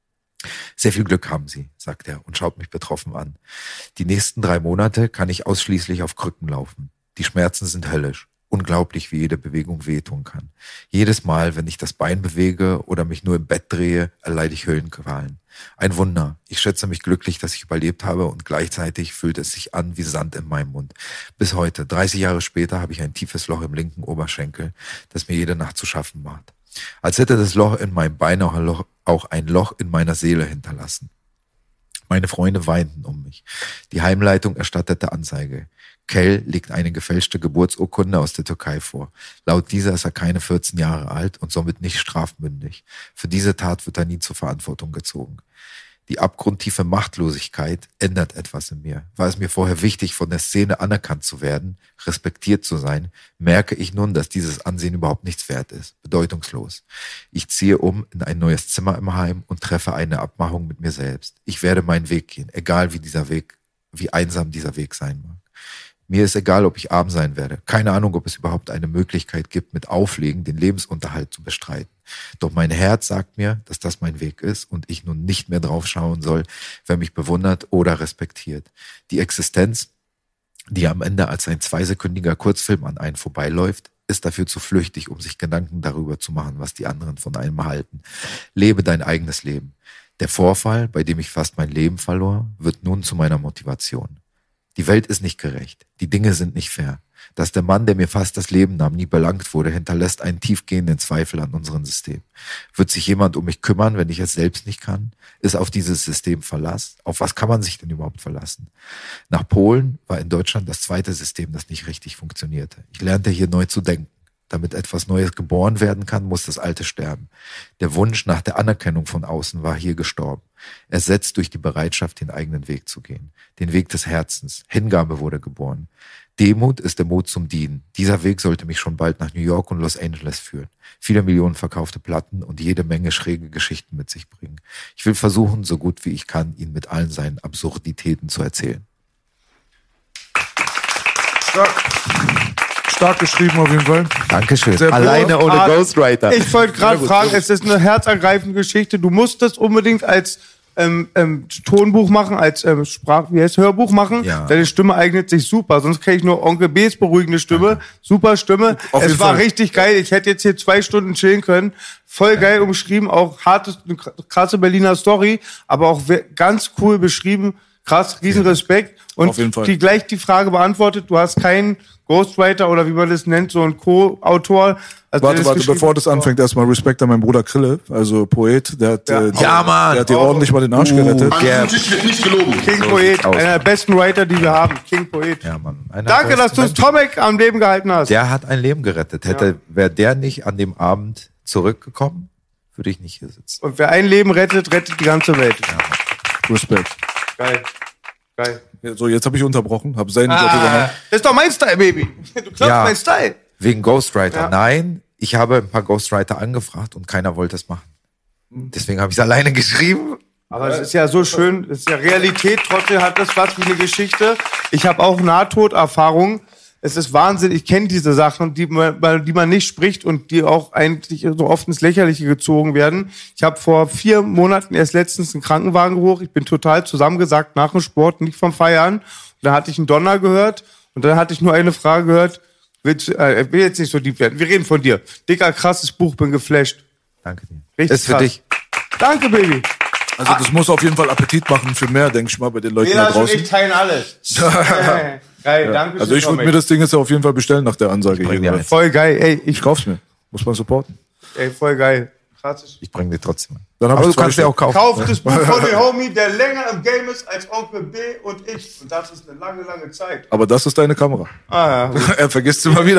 Sehr viel Glück haben Sie, sagt er und schaut mich betroffen an. Die nächsten drei Monate kann ich ausschließlich auf Krücken laufen. Die Schmerzen sind höllisch. Unglaublich, wie jede Bewegung wehtun kann. Jedes Mal, wenn ich das Bein bewege oder mich nur im Bett drehe, erleide ich Höhlenqualen. Ein Wunder. Ich schätze mich glücklich, dass ich überlebt habe und gleichzeitig fühlt es sich an wie Sand in meinem Mund. Bis heute, dreißig Jahre später, habe ich ein tiefes Loch im linken Oberschenkel, das mir jede Nacht zu schaffen macht. Als hätte das Loch in meinem Bein auch ein Loch, auch ein Loch in meiner Seele hinterlassen. Meine Freunde weinten um mich. Die Heimleitung erstattete Anzeige. Kell legt eine gefälschte Geburtsurkunde aus der Türkei vor. Laut dieser ist er keine vierzehn Jahre alt und somit nicht strafmündig. Für diese Tat wird er nie zur Verantwortung gezogen. Die abgrundtiefe Machtlosigkeit ändert etwas in mir. War es mir vorher wichtig, von der Szene anerkannt zu werden, respektiert zu sein, merke ich nun, dass dieses Ansehen überhaupt nichts wert ist, bedeutungslos. Ich ziehe um in ein neues Zimmer im Heim und treffe eine Abmachung mit mir selbst. Ich werde meinen Weg gehen, egal wie dieser Weg, wie einsam dieser Weg sein mag. Mir ist egal, ob ich arm sein werde. Keine Ahnung, ob es überhaupt eine Möglichkeit gibt, mit Auflegen den Lebensunterhalt zu bestreiten. Doch mein Herz sagt mir, dass das mein Weg ist und ich nun nicht mehr drauf schauen soll, wer mich bewundert oder respektiert. Die Existenz, die am Ende als ein zweisekündiger Kurzfilm an einen vorbeiläuft, ist dafür zu flüchtig, um sich Gedanken darüber zu machen, was die anderen von einem halten. Lebe dein eigenes Leben. Der Vorfall, bei dem ich fast mein Leben verlor, wird nun zu meiner Motivation. Die Welt ist nicht gerecht. Die Dinge sind nicht fair. Dass der Mann, der mir fast das Leben nahm, nie belangt wurde, hinterlässt einen tiefgehenden Zweifel an unserem System. Wird sich jemand um mich kümmern, wenn ich es selbst nicht kann? Ist auf dieses System Verlass? Auf was kann man sich denn überhaupt verlassen? Nach Polen war in Deutschland das zweite System, das nicht richtig funktionierte. Ich lernte hier neu zu denken. Damit etwas Neues geboren werden kann, muss das Alte sterben. Der Wunsch nach der Anerkennung von außen war hier gestorben. Ersetzt durch die Bereitschaft, den eigenen Weg zu gehen. Den Weg des Herzens. Hingabe wurde geboren. Demut ist der Mut zum Dienen. Dieser Weg sollte mich schon bald nach New York und Los Angeles führen. Viele Millionen verkaufte Platten und jede Menge schräge Geschichten mit sich bringen. Ich will versuchen, so gut wie ich kann, ihn mit allen seinen Absurditäten zu erzählen. Stark. Stark geschrieben auf jeden Fall. Dankeschön. Sehr Alleine ohne Ah, Ghostwriter. Ich wollte gerade fragen, es ist eine herzergreifende Geschichte. Du musst das unbedingt als ähm, ähm, Tonbuch machen, als ähm, Sprach, wie heißt Hörbuch machen. Ja. Deine Stimme eignet sich super. Sonst kenne ich nur Onkel B's beruhigende Stimme. Danke. Super Stimme. Auf es jeden war Fall. richtig geil. Ich hätte jetzt hier zwei Stunden chillen können. Voll geil umschrieben. Auch hartes, eine krasse Berliner Story. Aber auch we- ganz cool beschrieben. Krass, riesen Respekt. Und Auf jeden Fall. die gleich die Frage beantwortet. Du hast keinen Ghostwriter oder wie man das nennt, so ein Co-Autor. Also der Warte, das warte, geschrieben bevor das hat. anfängt, erstmal Respekt an meinen Bruder Krille, also Poet, der hat, Ja. äh, Ja, Mann. der hat dir ordentlich mal den Arsch Uh. gerettet. Ja. An sich wird nicht gelogen. King So Poet, sieht's aus. einer der besten Writer, die wir haben. King Poet. Ja, Mann. Einer Danke, der dass du besten Tomek am Leben gehalten hast. Der hat ein Leben gerettet. Hätte, wäre der nicht an dem Abend zurückgekommen, würde ich nicht hier sitzen. Und wer ein Leben rettet, rettet die ganze Welt. Respekt. Geil. Geil. Ja, so, jetzt habe ich unterbrochen, habe seinen Job übernommen. Ah, das ist doch mein Style, Baby. Du klappst Ja. mein Style. Wegen Ghostwriter. Ja. Nein, ich habe ein paar Ghostwriter angefragt und keiner wollte es machen. Deswegen habe ich es alleine geschrieben. Aber es ist ja so schön, es ist ja Realität, trotzdem hat das was wie eine Geschichte. Ich habe auch Nahtoderfahrung. Es ist Wahnsinn, ich kenne diese Sachen, die man, die man nicht spricht und die auch eigentlich so oft ins Lächerliche gezogen werden. Ich habe vor vier Monaten erst letztens einen Krankenwagen geholt. Ich bin total zusammengesackt nach dem Sport, nicht vom Feiern. Und da hatte ich einen Donner gehört und dann hatte ich nur eine Frage gehört. Willst, du- äh, ich will jetzt nicht so deep werden. Wir reden von dir. Dicker, krasses Buch, bin geflasht. Danke dir. Richtig Ist für krass. dich. Danke, Baby. Also das muss auf jeden Fall Appetit machen für mehr, denke ich mal, bei den Leuten da Jeder und draußen. ich teilen alles. Geil, danke. Also ich würde mir das Ding jetzt auf jeden Fall bestellen nach der Ansage hier. bring dir gerade. eins. Voll geil, ey, ich, Ich kauf's mir. Muss man supporten. ey, voll geil. Krass. Ich bringe dir trotzdem. Dann hab Aber ich du zwei kannst dir Stück. auch kaufen. Kauf das Buch von den Homie, der länger im Game ist als Onkel B und ich. Und das ist eine lange, lange Zeit. Aber das ist deine Kamera. Ah, ja. Er vergisst es immer wieder.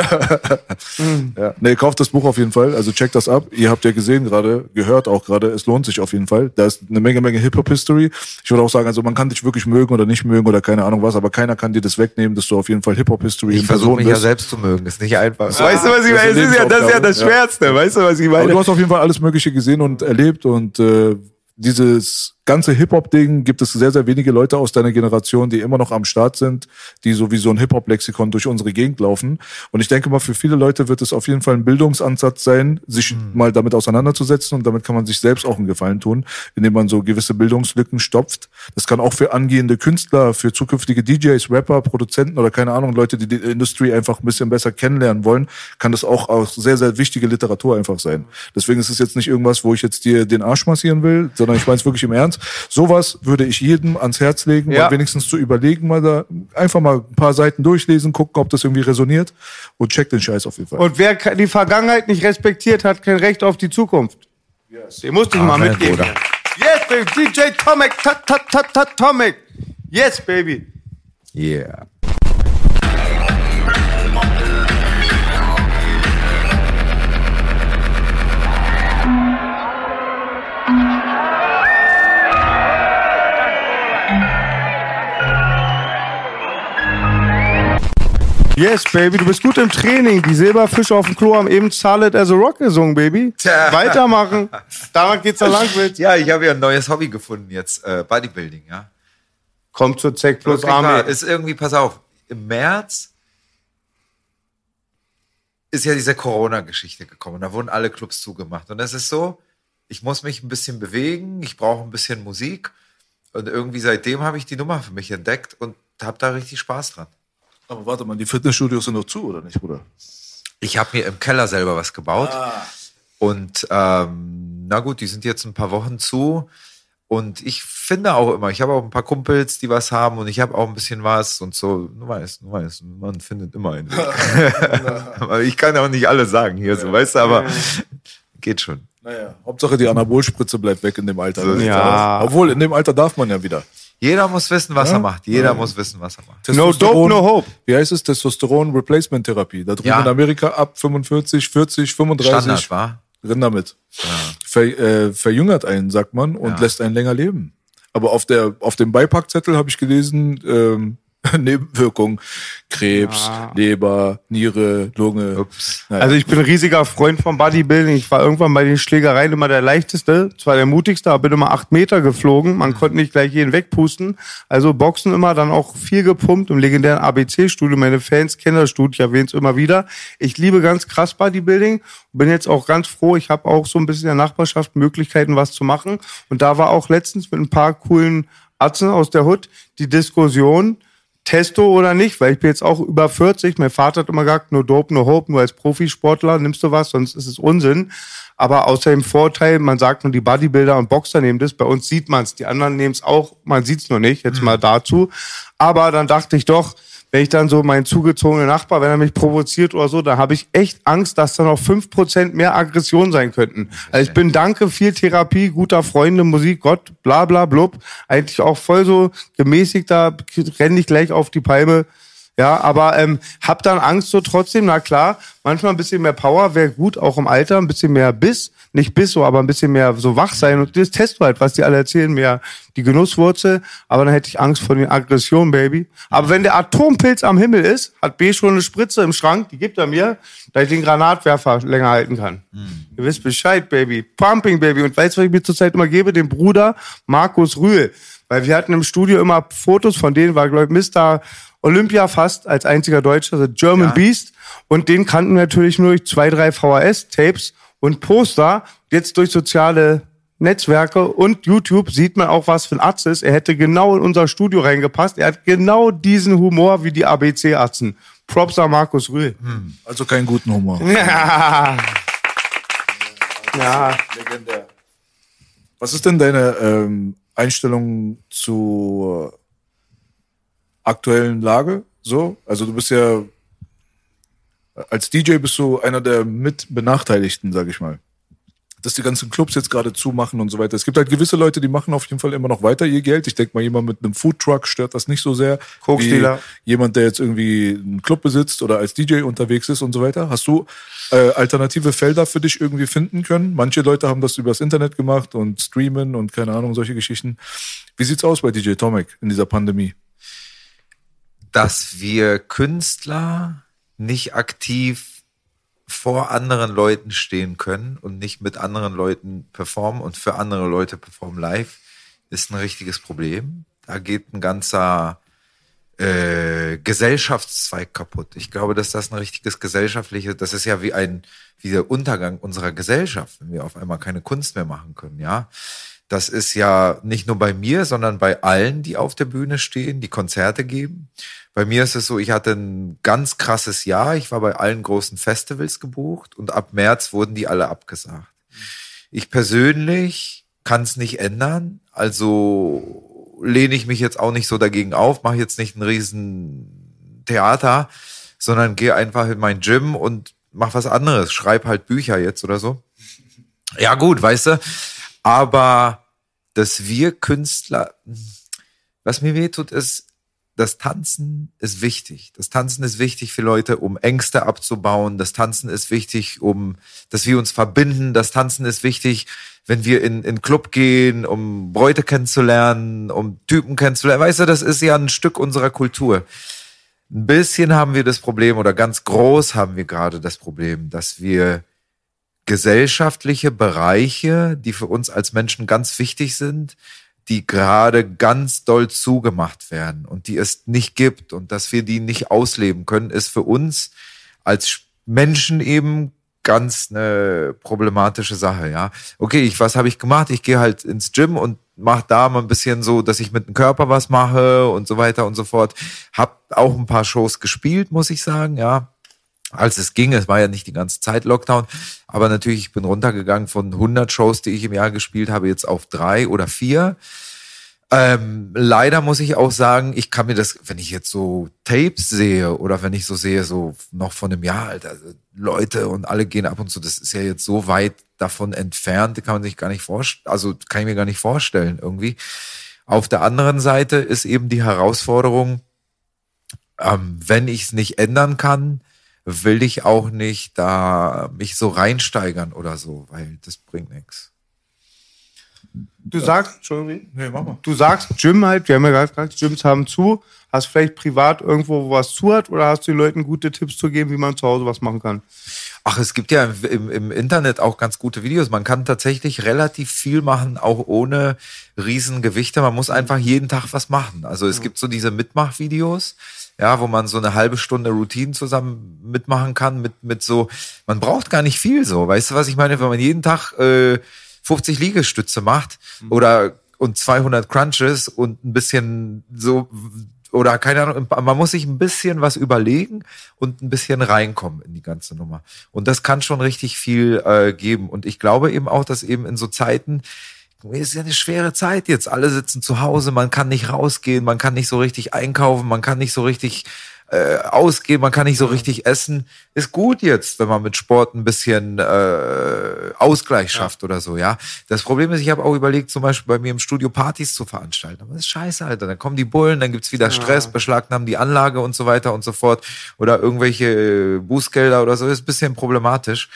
ja. Nee, kauft das Buch auf jeden Fall. Also checkt das ab. Ihr habt ja gesehen gerade, gehört auch gerade, es lohnt sich auf jeden Fall. Da ist eine Menge, Menge Hip-Hop-History. Ich würde auch sagen, also man kann dich wirklich mögen oder nicht mögen oder keine Ahnung was, aber keiner kann dir das wegnehmen, dass du auf jeden Fall Hip-Hop-History Ich in versuche Person mich ja bist. selbst zu mögen. Ist nicht einfach. Weißt du, was ich Das meine? ist Das ist ja das, ist ja das Lebensaufgabe, ja. Schwerste. Weißt du, was ich Aber meine? du hast auf jeden Fall alles Mögliche gesehen und erlebt und äh, dieses ganze Hip-Hop-Ding gibt es sehr, sehr wenige Leute aus deiner Generation, die immer noch am Start sind, die so wie so ein Hip-Hop-Lexikon durch unsere Gegend laufen. Und ich denke mal, für viele Leute wird es auf jeden Fall ein Bildungsansatz sein, sich mhm. mal damit auseinanderzusetzen, und damit kann man sich selbst auch einen Gefallen tun, indem man so gewisse Bildungslücken stopft. Das kann auch für angehende Künstler, für zukünftige D Js, Rapper, Produzenten oder keine Ahnung, Leute, die die Industrie einfach ein bisschen besser kennenlernen wollen, kann das auch, auch sehr, sehr wichtige Literatur einfach sein. Deswegen ist es jetzt nicht irgendwas, wo ich jetzt dir den Arsch massieren will, sondern ich meine es wirklich im Ernst. Sowas würde ich jedem ans Herz legen, Ja. mal wenigstens zu überlegen, mal da einfach mal ein paar Seiten durchlesen, gucken, ob das irgendwie resoniert, und check den Scheiß auf jeden Fall. Und wer die Vergangenheit nicht respektiert, hat kein Recht auf die Zukunft. Yes. Den musste ich mal Amen, mitgeben. Bruder. Yes, baby. D J Tomek. Ta, ta, ta, ta, Tomek. Yes, baby. Yeah. Yes, baby. Du bist gut im Training. Die Silberfische auf dem Klo haben eben Solid as a Rock gesungen, baby. Tja. Weitermachen. Damit geht's da lang mit. Ja, ich habe ja ein neues Hobby gefunden jetzt, äh, Bodybuilding, ja. Kommt zur Zeck plus Wirklich wahr. Arme. Ist irgendwie, pass auf, im März ist ja diese Corona-Geschichte gekommen. Da wurden alle Clubs zugemacht. Und es ist so, ich muss mich ein bisschen bewegen, ich brauche ein bisschen Musik. Und irgendwie seitdem habe ich die Nummer für mich entdeckt und habe da richtig Spaß dran. Aber warte mal, die Fitnessstudios sind noch zu, oder nicht, Bruder? Ich habe mir im Keller selber was gebaut. Ah. Und ähm, na gut, die sind jetzt ein paar Wochen zu. Und ich finde auch immer, ich habe auch ein paar Kumpels, die was haben, und ich habe auch ein bisschen was und so. Du weißt, du weißt, man findet immer einen Weg. Aber ich kann auch nicht alles sagen hier, so, weißt du, aber geht schon. Naja, Hauptsache die Anabolspritze bleibt weg in dem Alter. So, ja. Obwohl, in dem Alter darf man ja wieder. Jeder muss wissen, was Ja? er macht. Jeder Ja. muss wissen, was er macht. No dope, no hope. Wie heißt es? Testosteron-Replacement-Therapie. Da drüben Ja. in Amerika ab fünfundvierzig, vierzig, fünfunddreißig. Standard, war? Renn damit. Ver, äh, verjüngert einen, sagt man, und Ja. lässt einen länger leben. Aber auf der auf dem Beipackzettel habe ich gelesen, ähm, Nebenwirkungen, Krebs, Ja. Leber, Niere, Lunge. Ups. Naja. Also ich bin ein riesiger Freund vom Bodybuilding. Ich war irgendwann bei den Schlägereien immer der leichteste, zwar der mutigste, aber bin immer acht Meter geflogen. Man konnte nicht gleich jeden wegpusten. Also Boxen immer, dann auch viel gepumpt im legendären A B C-Studio. Meine Fans kennen das Studio, ich erwähne es immer wieder. Ich liebe ganz krass Bodybuilding. Bin jetzt auch ganz froh. Ich habe auch so ein bisschen in der Nachbarschaft Möglichkeiten, was zu machen. Und da war auch letztens mit ein paar coolen Atzen aus der Hood die Diskussion, Testo oder nicht, weil ich bin jetzt auch über vierzig. Mein Vater hat immer gesagt, no dope, no hope, nur als Profisportler nimmst du was, sonst ist es Unsinn. Aber außer dem Vorteil, man sagt nur, die Bodybuilder und Boxer nehmen das, bei uns sieht man es, die anderen nehmen es auch, man sieht es nur nicht, jetzt mal dazu. Aber dann dachte ich doch, wenn ich dann so mein zugezogener Nachbar, wenn er mich provoziert oder so, da habe ich echt Angst, dass da noch fünf Prozent mehr Aggression sein könnten. Also ich bin danke, viel Therapie, guter Freunde, Musik, Gott, bla bla blub. Eigentlich auch voll so gemäßigter, renne ich gleich auf die Palme. Ja, aber ähm, hab dann Angst so trotzdem, na klar, manchmal ein bisschen mehr Power wäre gut, auch im Alter, ein bisschen mehr Biss, nicht Biss so, aber ein bisschen mehr so wach sein, und das test du halt, was die alle erzählen, mehr die Genusswurzel, aber dann hätte ich Angst vor den Aggressionen, Baby. Aber wenn der Atompilz am Himmel ist, hat B schon eine Spritze im Schrank, die gibt er mir, da ich den Granatwerfer länger halten kann. Mhm. Ihr wisst Bescheid, Baby. Pumping, Baby. Und weißt du, was ich mir zurzeit immer gebe? Den Bruder Markus Rühl. Weil wir hatten im Studio immer Fotos von denen, war, glaube ich, Mister Olympia fast als einziger Deutscher, the German Ja. Beast. Und den kannten wir natürlich nur durch zwei, drei V H S-Tapes und Poster. Jetzt durch soziale Netzwerke und YouTube sieht man auch, was für ein Arzt ist. Er hätte genau in unser Studio reingepasst. Er hat genau diesen Humor wie die A B C-Arzten. Props an Markus Rühl. Also keinen guten Humor. Ja. Ja. Legendär. Was ist denn deine ähm, Einstellung zur aktuellen Lage? So, also du bist ja als D J bist du einer der mit Benachteiligten, sag ich mal. Dass die ganzen Clubs jetzt gerade zumachen und so weiter. Es gibt halt gewisse Leute, die machen auf jeden Fall immer noch weiter ihr Geld. Ich denke mal, jemand mit einem Foodtruck stört das nicht so sehr. Koksdealer. Wie jemand, der jetzt irgendwie einen Club besitzt oder als D J unterwegs ist und so weiter. Hast du äh, alternative Felder für dich irgendwie finden können? Manche Leute haben das übers Internet gemacht und streamen und keine Ahnung, solche Geschichten. Wie sieht's aus bei D J Tomek in dieser Pandemie? Dass wir Künstler nicht aktiv vor anderen Leuten stehen können und nicht mit anderen Leuten performen und für andere Leute performen live, ist ein richtiges Problem. Da geht ein ganzer äh, Gesellschaftszweig kaputt. Ich glaube, dass das ein richtiges gesellschaftliches, das ist ja wie ein wie der Untergang unserer Gesellschaft, wenn wir auf einmal keine Kunst mehr machen können, ja. Das ist ja nicht nur bei mir, sondern bei allen, die auf der Bühne stehen, die Konzerte geben. Bei mir ist es so, ich hatte ein ganz krasses Jahr. Ich war bei allen großen Festivals gebucht und ab März wurden die alle abgesagt. Ich persönlich kann es nicht ändern. Also lehne ich mich jetzt auch nicht so dagegen auf, mache jetzt nicht ein riesen Theater, sondern gehe einfach in mein Gym und mach was anderes. Schreib halt Bücher jetzt oder so. Ja gut, weißt du. Aber dass wir Künstler, was mir wehtut, ist, das Tanzen ist wichtig. Das Tanzen ist wichtig für Leute, um Ängste abzubauen. Das Tanzen ist wichtig, um, dass wir uns verbinden. Das Tanzen ist wichtig, wenn wir in in Club gehen, um Bräute kennenzulernen, um Typen kennenzulernen. Weißt du, das ist ja ein Stück unserer Kultur. Ein bisschen haben wir das Problem, oder ganz groß haben wir gerade das Problem, dass wir gesellschaftliche Bereiche, die für uns als Menschen ganz wichtig sind, die gerade ganz doll zugemacht werden und die es nicht gibt und dass wir die nicht ausleben können, ist für uns als Menschen eben ganz eine problematische Sache, ja. Okay, ich, was habe ich gemacht? Ich gehe halt ins Gym und mache da mal ein bisschen so, dass ich mit dem Körper was mache und so weiter und so fort. Hab auch ein paar Shows gespielt, muss ich sagen, ja. Als es ging, es war ja nicht die ganze Zeit Lockdown, aber natürlich, ich bin runtergegangen von hundert Shows, die ich im Jahr gespielt habe, jetzt auf drei oder vier. Ähm, leider muss ich auch sagen, ich kann mir das, wenn ich jetzt so Tapes sehe oder wenn ich so sehe, so noch von einem Jahr alt, also Leute und alle gehen ab und zu, das ist ja jetzt so weit davon entfernt, kann man sich gar nicht vorstellen, also kann ich mir gar nicht vorstellen irgendwie. Auf der anderen Seite ist eben die Herausforderung, ähm, wenn ich es nicht ändern kann, will ich auch nicht da mich so reinsteigern oder so, weil das bringt nichts. Du sagst, Entschuldigung, Nee, mach mal. du sagst Gym halt, wir haben ja gerade gesagt, Gyms haben zu. Hast vielleicht privat irgendwo, wo was zu hat, oder hast du den Leuten gute Tipps zu geben, wie man zu Hause was machen kann? Ach, es gibt ja im, im Internet auch ganz gute Videos. Man kann tatsächlich relativ viel machen, auch ohne Riesengewichte. Man muss einfach jeden Tag was machen. Also es gibt so diese Mitmachvideos, ja, wo man so eine halbe Stunde Routine zusammen mitmachen kann, mit, mit so, man braucht gar nicht viel so. Weißt du, was ich meine? Wenn man jeden Tag äh, fünfzig Liegestütze macht oder und zweihundert Crunches und ein bisschen so, oder keine Ahnung, man muss sich ein bisschen was überlegen und ein bisschen reinkommen in die ganze Nummer. Und das kann schon richtig viel äh, geben. Und ich glaube eben auch, dass eben in so Zeiten, es ist ja eine schwere Zeit jetzt, alle sitzen zu Hause, man kann nicht rausgehen, man kann nicht so richtig einkaufen, man kann nicht so richtig äh, ausgehen, man kann nicht so richtig essen. Ist gut jetzt, wenn man mit Sport ein bisschen äh, Ausgleich schafft, ja, oder so, ja. Das Problem ist, ich habe auch überlegt, zum Beispiel bei mir im Studio Partys zu veranstalten. Aber das ist scheiße, Alter. Dann kommen die Bullen, dann gibt's wieder Stress, ja, beschlagnahmen die Anlage und so weiter und so fort. Oder irgendwelche Bußgelder oder so. Das ist ein bisschen problematisch.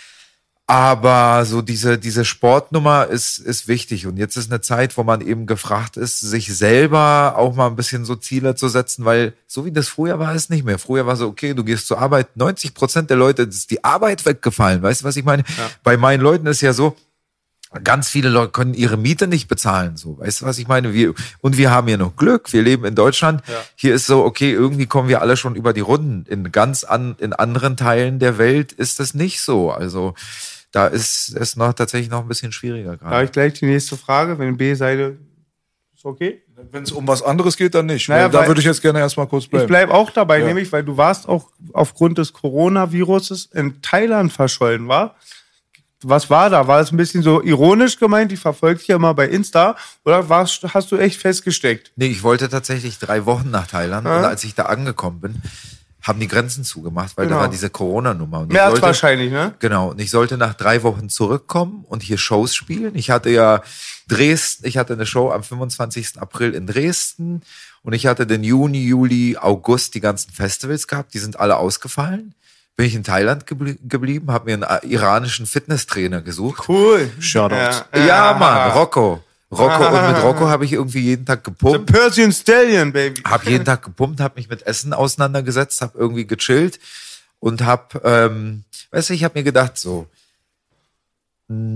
Aber so diese diese Sportnummer ist ist wichtig, und jetzt ist eine Zeit, wo man eben gefragt ist, sich selber auch mal ein bisschen so Ziele zu setzen, weil so wie das früher war, ist nicht mehr. Früher war so, okay, du gehst zur Arbeit, neunzig Prozent der Leute, ist die Arbeit weggefallen, weißt du, was ich meine? Ja. Bei meinen Leuten ist ja so, ganz viele Leute können ihre Miete nicht bezahlen, so, weißt du, was ich meine? Wir, und wir haben hier noch Glück, wir leben in Deutschland, ja. Hier ist so, okay, irgendwie kommen wir alle schon über die Runden. In ganz an, in anderen Teilen der Welt ist das nicht so, also da ist es noch tatsächlich noch ein bisschen schwieriger gerade. Da habe ich gleich die nächste Frage, wenn B-Seite ist okay? Wenn es um was anderes geht, dann nicht. Naja, da würde ich jetzt gerne erstmal kurz bleiben. Ich bleibe auch dabei, ja, nämlich, weil du warst auch aufgrund des Coronaviruses in Thailand verschollen, war? Was war da? War es ein bisschen so ironisch gemeint? Ich verfolge dich ja mal bei Insta. Oder warst, hast du echt festgesteckt? Nee, ich wollte tatsächlich drei Wochen nach Thailand. Ja. Und als ich da angekommen bin, haben die Grenzen zugemacht, weil genau, da war diese Corona-Nummer. Und März wahrscheinlich, ne? Genau. Und ich sollte nach drei Wochen zurückkommen und hier Shows spielen. Ich hatte ja Dresden, ich hatte eine Show am fünfundzwanzigsten April in Dresden. Und ich hatte den Juni, Juli, August die ganzen Festivals gehabt. Die sind alle ausgefallen. Bin ich in Thailand geblie- geblieben, habe mir einen iranischen Fitnesstrainer gesucht. Cool. Shoutouts. Ja, ja, Mann, Rocco. Rocco, und mit Rocco habe ich irgendwie jeden Tag gepumpt. The Persian Stallion, baby. Hab jeden Tag gepumpt, hab mich mit Essen auseinandergesetzt, hab irgendwie gechillt und hab, ähm, weißt du, ich hab mir gedacht so, mh,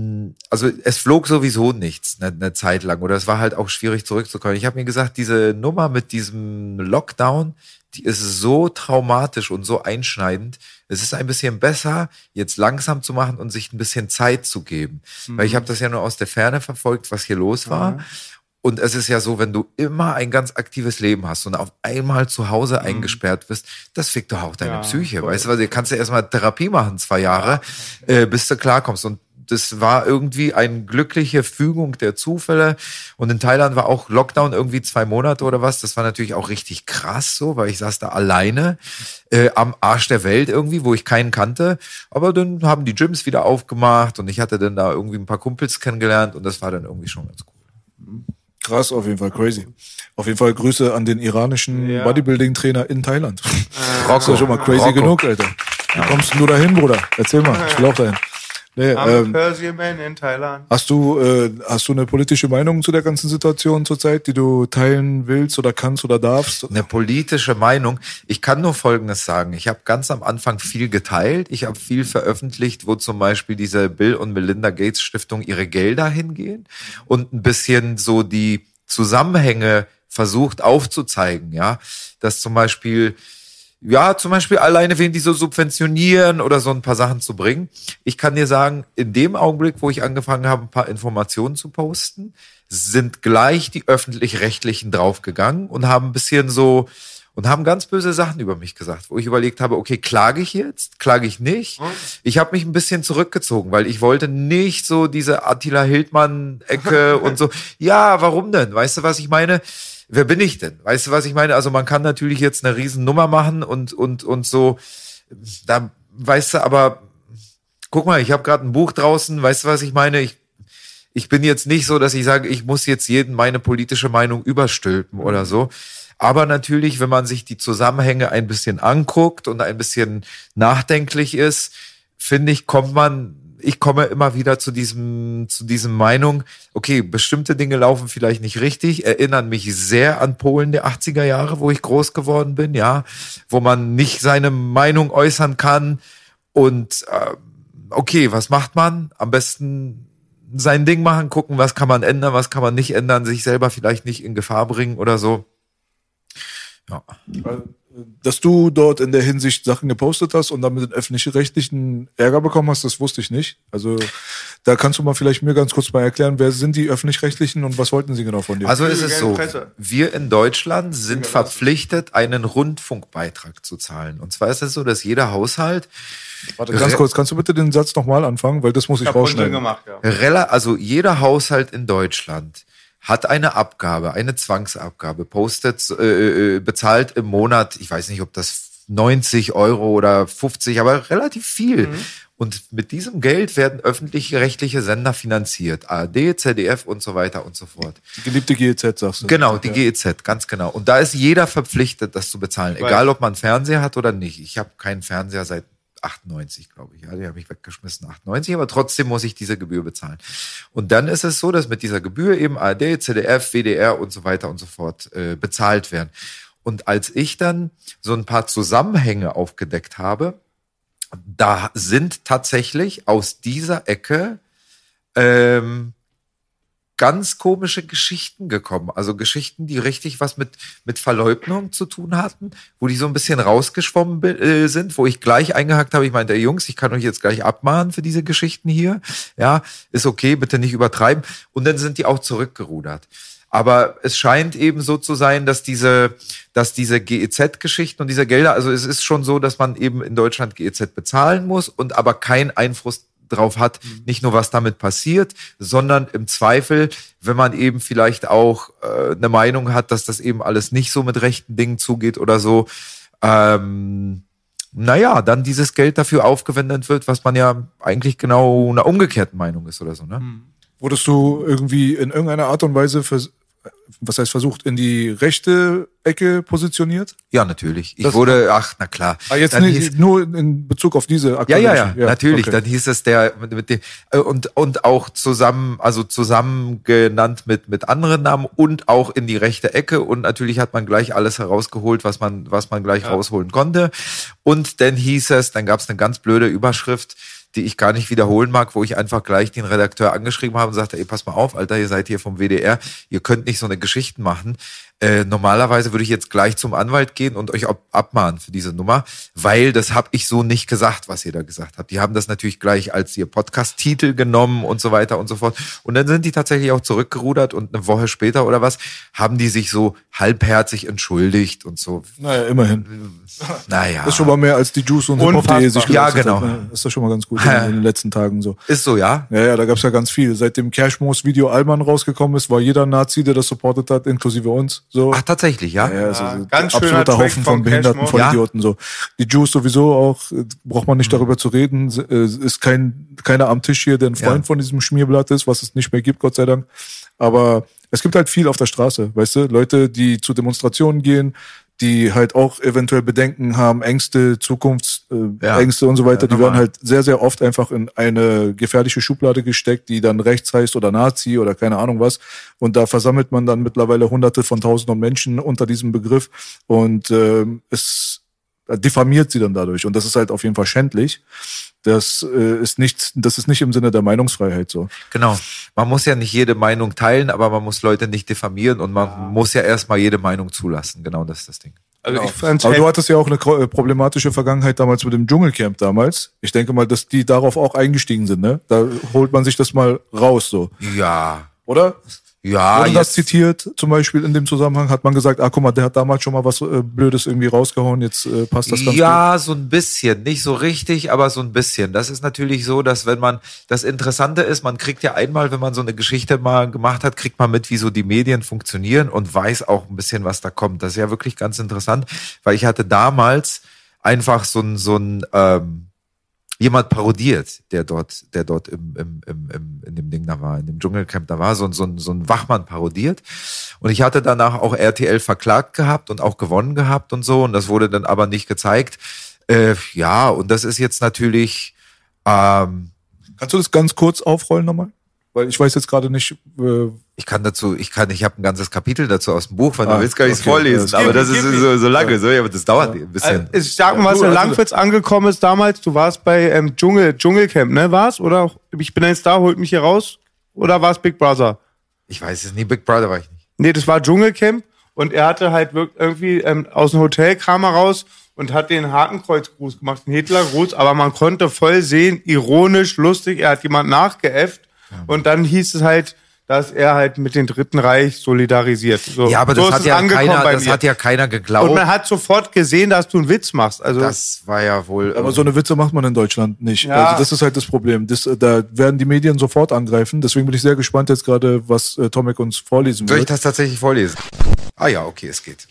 also es flog sowieso nichts eine, eine Zeit lang oder es war halt auch schwierig zurückzukommen. Ich habe mir gesagt, diese Nummer mit diesem Lockdown, die ist so traumatisch und so einschneidend. Es ist ein bisschen besser, jetzt langsam zu machen und sich ein bisschen Zeit zu geben. Mhm. Weil ich habe das ja nur aus der Ferne verfolgt, was hier los war. Mhm. Und es ist ja so, wenn du immer ein ganz aktives Leben hast und auf einmal zu Hause mhm. eingesperrt bist, das fickt doch auch deine ja, Psyche. Voll. Weißt du, weil du kannst ja erstmal Therapie machen, zwei Jahre, ja. äh, bis du klarkommst. Und das war irgendwie eine glückliche Fügung der Zufälle. Und in Thailand war auch Lockdown irgendwie zwei Monate oder was. Das war natürlich auch richtig krass so, weil ich saß da alleine äh, am Arsch der Welt irgendwie, wo ich keinen kannte. Aber dann haben die Gyms wieder aufgemacht und ich hatte dann da irgendwie ein paar Kumpels kennengelernt und das war dann irgendwie schon ganz cool. Krass, auf jeden Fall crazy. Auf jeden Fall Grüße an den iranischen ja. Bodybuilding-Trainer in Thailand. Äh, Rocco. Das ist ja schon mal crazy Rocco. Genug, Alter. Wie ja. kommst du dahin, Bruder? Erzähl mal, ich will auch dahin. Nee, ähm, Man in Thailand. Hast du, äh, hast du eine politische Meinung zu der ganzen Situation zurzeit, die du teilen willst oder kannst oder darfst? Eine politische Meinung. Ich kann nur Folgendes sagen. Ich habe ganz am Anfang viel geteilt. Ich habe viel veröffentlicht, wo zum Beispiel diese Bill und Melinda Gates Stiftung ihre Gelder hingehen und ein bisschen so die Zusammenhänge versucht aufzuzeigen. Ja, dass zum Beispiel Ja, zum Beispiel alleine, wen die so subventionieren oder so ein paar Sachen zu bringen. Ich kann dir sagen, in dem Augenblick, wo ich angefangen habe, ein paar Informationen zu posten, sind gleich die Öffentlich-Rechtlichen draufgegangen und haben ein bisschen so, und haben ganz böse Sachen über mich gesagt, wo ich überlegt habe, okay, klage ich jetzt? Klage ich nicht? Ich habe mich ein bisschen zurückgezogen, weil ich wollte nicht so diese Attila Hildmann-Ecke und so. Ja, warum denn? Weißt du, was ich meine? Wer bin ich denn? Weißt du, was ich meine? Also man kann natürlich jetzt eine riesen Nummer machen und und und so. Da weißt du, aber guck mal, ich habe gerade ein Buch draußen. Weißt du, was ich meine? Ich ich bin jetzt nicht so, dass ich sage, ich muss jetzt jedem meine politische Meinung überstülpen mhm. oder so. Aber natürlich, wenn man sich die Zusammenhänge ein bisschen anguckt und ein bisschen nachdenklich ist, finde ich, kommt man Ich komme immer wieder zu diesem, zu diesem Meinung, okay, bestimmte Dinge laufen vielleicht nicht richtig, erinnern mich sehr an Polen der achtziger Jahre, wo ich groß geworden bin, ja, wo man nicht seine Meinung äußern kann und, äh, okay, was macht man? Am besten sein Ding machen, gucken, was kann man ändern, was kann man nicht ändern, sich selber vielleicht nicht in Gefahr bringen oder so. Ja. Dass du dort in der Hinsicht Sachen gepostet hast und damit den öffentlich-rechtlichen Ärger bekommen hast, das wusste ich nicht. Also da kannst du mal vielleicht mir ganz kurz mal erklären, wer sind die öffentlich-rechtlichen und was wollten sie genau von dir? Also ist es so, wir in Deutschland sind verpflichtet, einen Rundfunkbeitrag zu zahlen. Und zwar ist es so, dass jeder Haushalt... Warte, ganz kurz, kannst du bitte den Satz nochmal anfangen, weil das muss ich, ich rausschneiden. Gemacht, ja. Also jeder Haushalt in Deutschland hat eine Abgabe, eine Zwangsabgabe, postet, äh, bezahlt im Monat, ich weiß nicht, ob das neunzig Euro oder fünfzig, aber relativ viel. Mhm. Und mit diesem Geld werden öffentlich-rechtliche Sender finanziert. A R D, Z D F und so weiter und so fort. Die geliebte G E Z, sagst du. Genau, die ja. G E Z, ganz genau. Und da ist jeder verpflichtet, das zu bezahlen. Weil egal, ob man Fernseher hat oder nicht. Ich habe keinen Fernseher seit achtundneunzig, glaube ich. Ja, die habe ich weggeschmissen, achtundneunzig, aber trotzdem muss ich diese Gebühr bezahlen. Und dann ist es so, dass mit dieser Gebühr eben A R D, Z D F, W D R und so weiter und so fort äh, bezahlt werden. Und als ich dann so ein paar Zusammenhänge aufgedeckt habe, da sind tatsächlich aus dieser Ecke ähm, ganz komische Geschichten gekommen. Also Geschichten, die richtig was mit, mit Verleugnung zu tun hatten, wo die so ein bisschen rausgeschwommen äh, sind, wo ich gleich eingehakt habe, ich meinte, Jungs, ich kann euch jetzt gleich abmahnen für diese Geschichten hier. Ja, ist okay, bitte nicht übertreiben. Und dann sind die auch zurückgerudert. Aber es scheint eben so zu sein, dass diese, dass diese G E Z-Geschichten und diese Gelder, also es ist schon so, dass man eben in Deutschland G E Z bezahlen muss und aber keinen Einfluss drauf hat, nicht nur was damit passiert, sondern im Zweifel, wenn man eben vielleicht auch äh, eine Meinung hat, dass das eben alles nicht so mit rechten Dingen zugeht oder so, ähm, naja, dann dieses Geld dafür aufgewendet wird, was man ja eigentlich genau einer umgekehrten Meinung ist oder so, ne? Wurdest du irgendwie in irgendeiner Art und Weise vers- was heißt versucht, in die rechte Ecke positioniert? Ja, natürlich. Ich das wurde, ach, na klar. Ah, jetzt nicht, hieß, nur in Bezug auf diese aktuelle. Ja, ja, ja, ja, natürlich. Okay. Dann hieß es der, mit, mit dem, und, und auch zusammen, also zusammen genannt mit, mit anderen Namen und auch in die rechte Ecke. Und natürlich hat man gleich alles herausgeholt, was man, was man gleich ja. rausholen konnte. Und dann hieß es, dann gab es eine ganz blöde Überschrift, die ich gar nicht wiederholen mag, wo ich einfach gleich den Redakteur angeschrieben habe und sagte, ey, pass mal auf, Alter, ihr seid hier vom W D R, ihr könnt nicht so eine Geschichten machen. Äh, normalerweise würde ich jetzt gleich zum Anwalt gehen und euch ab- abmahnen für diese Nummer, weil das habe ich so nicht gesagt, was ihr da gesagt habt. Die haben das natürlich gleich als ihr Podcast-Titel genommen und so weiter und so fort. Und dann sind die tatsächlich auch zurückgerudert und eine Woche später oder was, haben die sich so halbherzig entschuldigt und so. Naja, immerhin. Naja. Das ist schon mal mehr als die Juice und Hip-Hop.de sich Ja, geleistet genau. hat. Das ist doch schon mal ganz gut in, in den letzten Tagen so. Ist so, ja? Ja, ja, da gab's ja ganz viel. Seit dem Cashmos-Video Allmann rausgekommen ist, war jeder Nazi, der das supportet hat, inklusive uns. So. Ach, tatsächlich, ja? Ja, also Ja, so ganz ein schöner absoluter Track Haufen von von behinderten Cashmore. Vollidioten. So. Die Juice sowieso auch, äh, braucht man nicht darüber zu reden. S- äh, ist kein, keiner am Tisch hier, der ein Freund Ja. von diesem Schmierblatt ist, was es nicht mehr gibt, Gott sei Dank. Aber es gibt halt viel auf der Straße, weißt du? Leute, die zu Demonstrationen gehen, die halt auch eventuell Bedenken haben, Ängste, Zukunftsängste äh, Ja. Ängste und so weiter, Ja, die normal. werden halt sehr, sehr oft einfach in eine gefährliche Schublade gesteckt, die dann rechts heißt oder Nazi oder keine Ahnung was. Und da versammelt man dann mittlerweile hunderte von tausenden Menschen unter diesem Begriff und ähm, es diffamiert sie dann dadurch. Und das ist halt auf jeden Fall schändlich. Das äh, ist nicht, das ist nicht im Sinne der Meinungsfreiheit so. Genau. Man muss ja nicht jede Meinung teilen, aber man muss Leute nicht diffamieren und man muss ja erstmal jede Meinung zulassen. Genau, das ist das Ding. Also ich fand's Aber du heftig. hattest ja auch eine gro- äh, problematische Vergangenheit damals mit dem Dschungelcamp damals. Ich denke mal, dass die darauf auch eingestiegen sind, ne? Da holt man sich das mal raus, so. Ja. Oder? Ja, Wurde das jetzt, zitiert, zum Beispiel in dem Zusammenhang? Hat man gesagt, ah, guck mal, der hat damals schon mal was äh, Blödes irgendwie rausgehauen, jetzt äh, passt das ganz gut. ja, so ein bisschen. Nicht so richtig, aber so ein bisschen. Das ist natürlich so, dass wenn man, das Interessante ist, man kriegt ja einmal, wenn man so eine Geschichte mal gemacht hat, kriegt man mit, wie so die Medien funktionieren und weiß auch ein bisschen, was da kommt. Das ist ja wirklich ganz interessant, weil ich hatte damals einfach so ein, so ein, ähm, jemand parodiert, der dort, der dort im, im, im, im, in dem Ding da war, in dem Dschungelcamp da war, so, ein so, ein so ein Wachmann parodiert. Und ich hatte danach auch R T L verklagt gehabt und auch gewonnen gehabt und so. Und das wurde dann aber nicht gezeigt. Äh, ja, und das ist jetzt natürlich, ähm, Kannst du das ganz kurz aufrollen nochmal? Weil ich weiß jetzt gerade nicht, äh, ich kann dazu, ich kann, ich habe ein ganzes Kapitel dazu aus dem Buch, weil Ah, du willst gar nichts okay. vorlesen, Ja, aber gib das mir, ist gib mir. so, so lange, so, ja, aber das dauert ein bisschen. Also, ich sag mal, was Ja, in du, also- Langwitz angekommen ist damals. Du warst bei ähm, Dschungel, Dschungelcamp, ne? War's? Oder ich bin jetzt da, holt mich hier raus? Oder war's Big Brother? Ich weiß es nie, Big Brother war ich nicht. Nee, das war Dschungelcamp und er hatte halt wirklich irgendwie ähm, aus dem Hotel kam er raus und hat den Hakenkreuzgruß gemacht, den Hitlergruß, aber man konnte voll sehen, ironisch, lustig, er hat jemand nachgeäfft und dann hieß es halt, dass er halt mit dem Dritten Reich solidarisiert. So, Ja, aber so das ist hat es ja angekommen keiner, bei das mir. hat ja keiner geglaubt. Und man hat sofort gesehen, dass du einen Witz machst. Also Das war ja wohl. aber so eine Witze macht man in Deutschland nicht. Ja. Also das ist halt das Problem. Das, äh, da werden die Medien sofort angreifen. Deswegen bin ich sehr gespannt jetzt gerade, was äh, Tomek uns vorlesen Soll ich wird. das tatsächlich vorlesen? Ah ja, okay, es geht.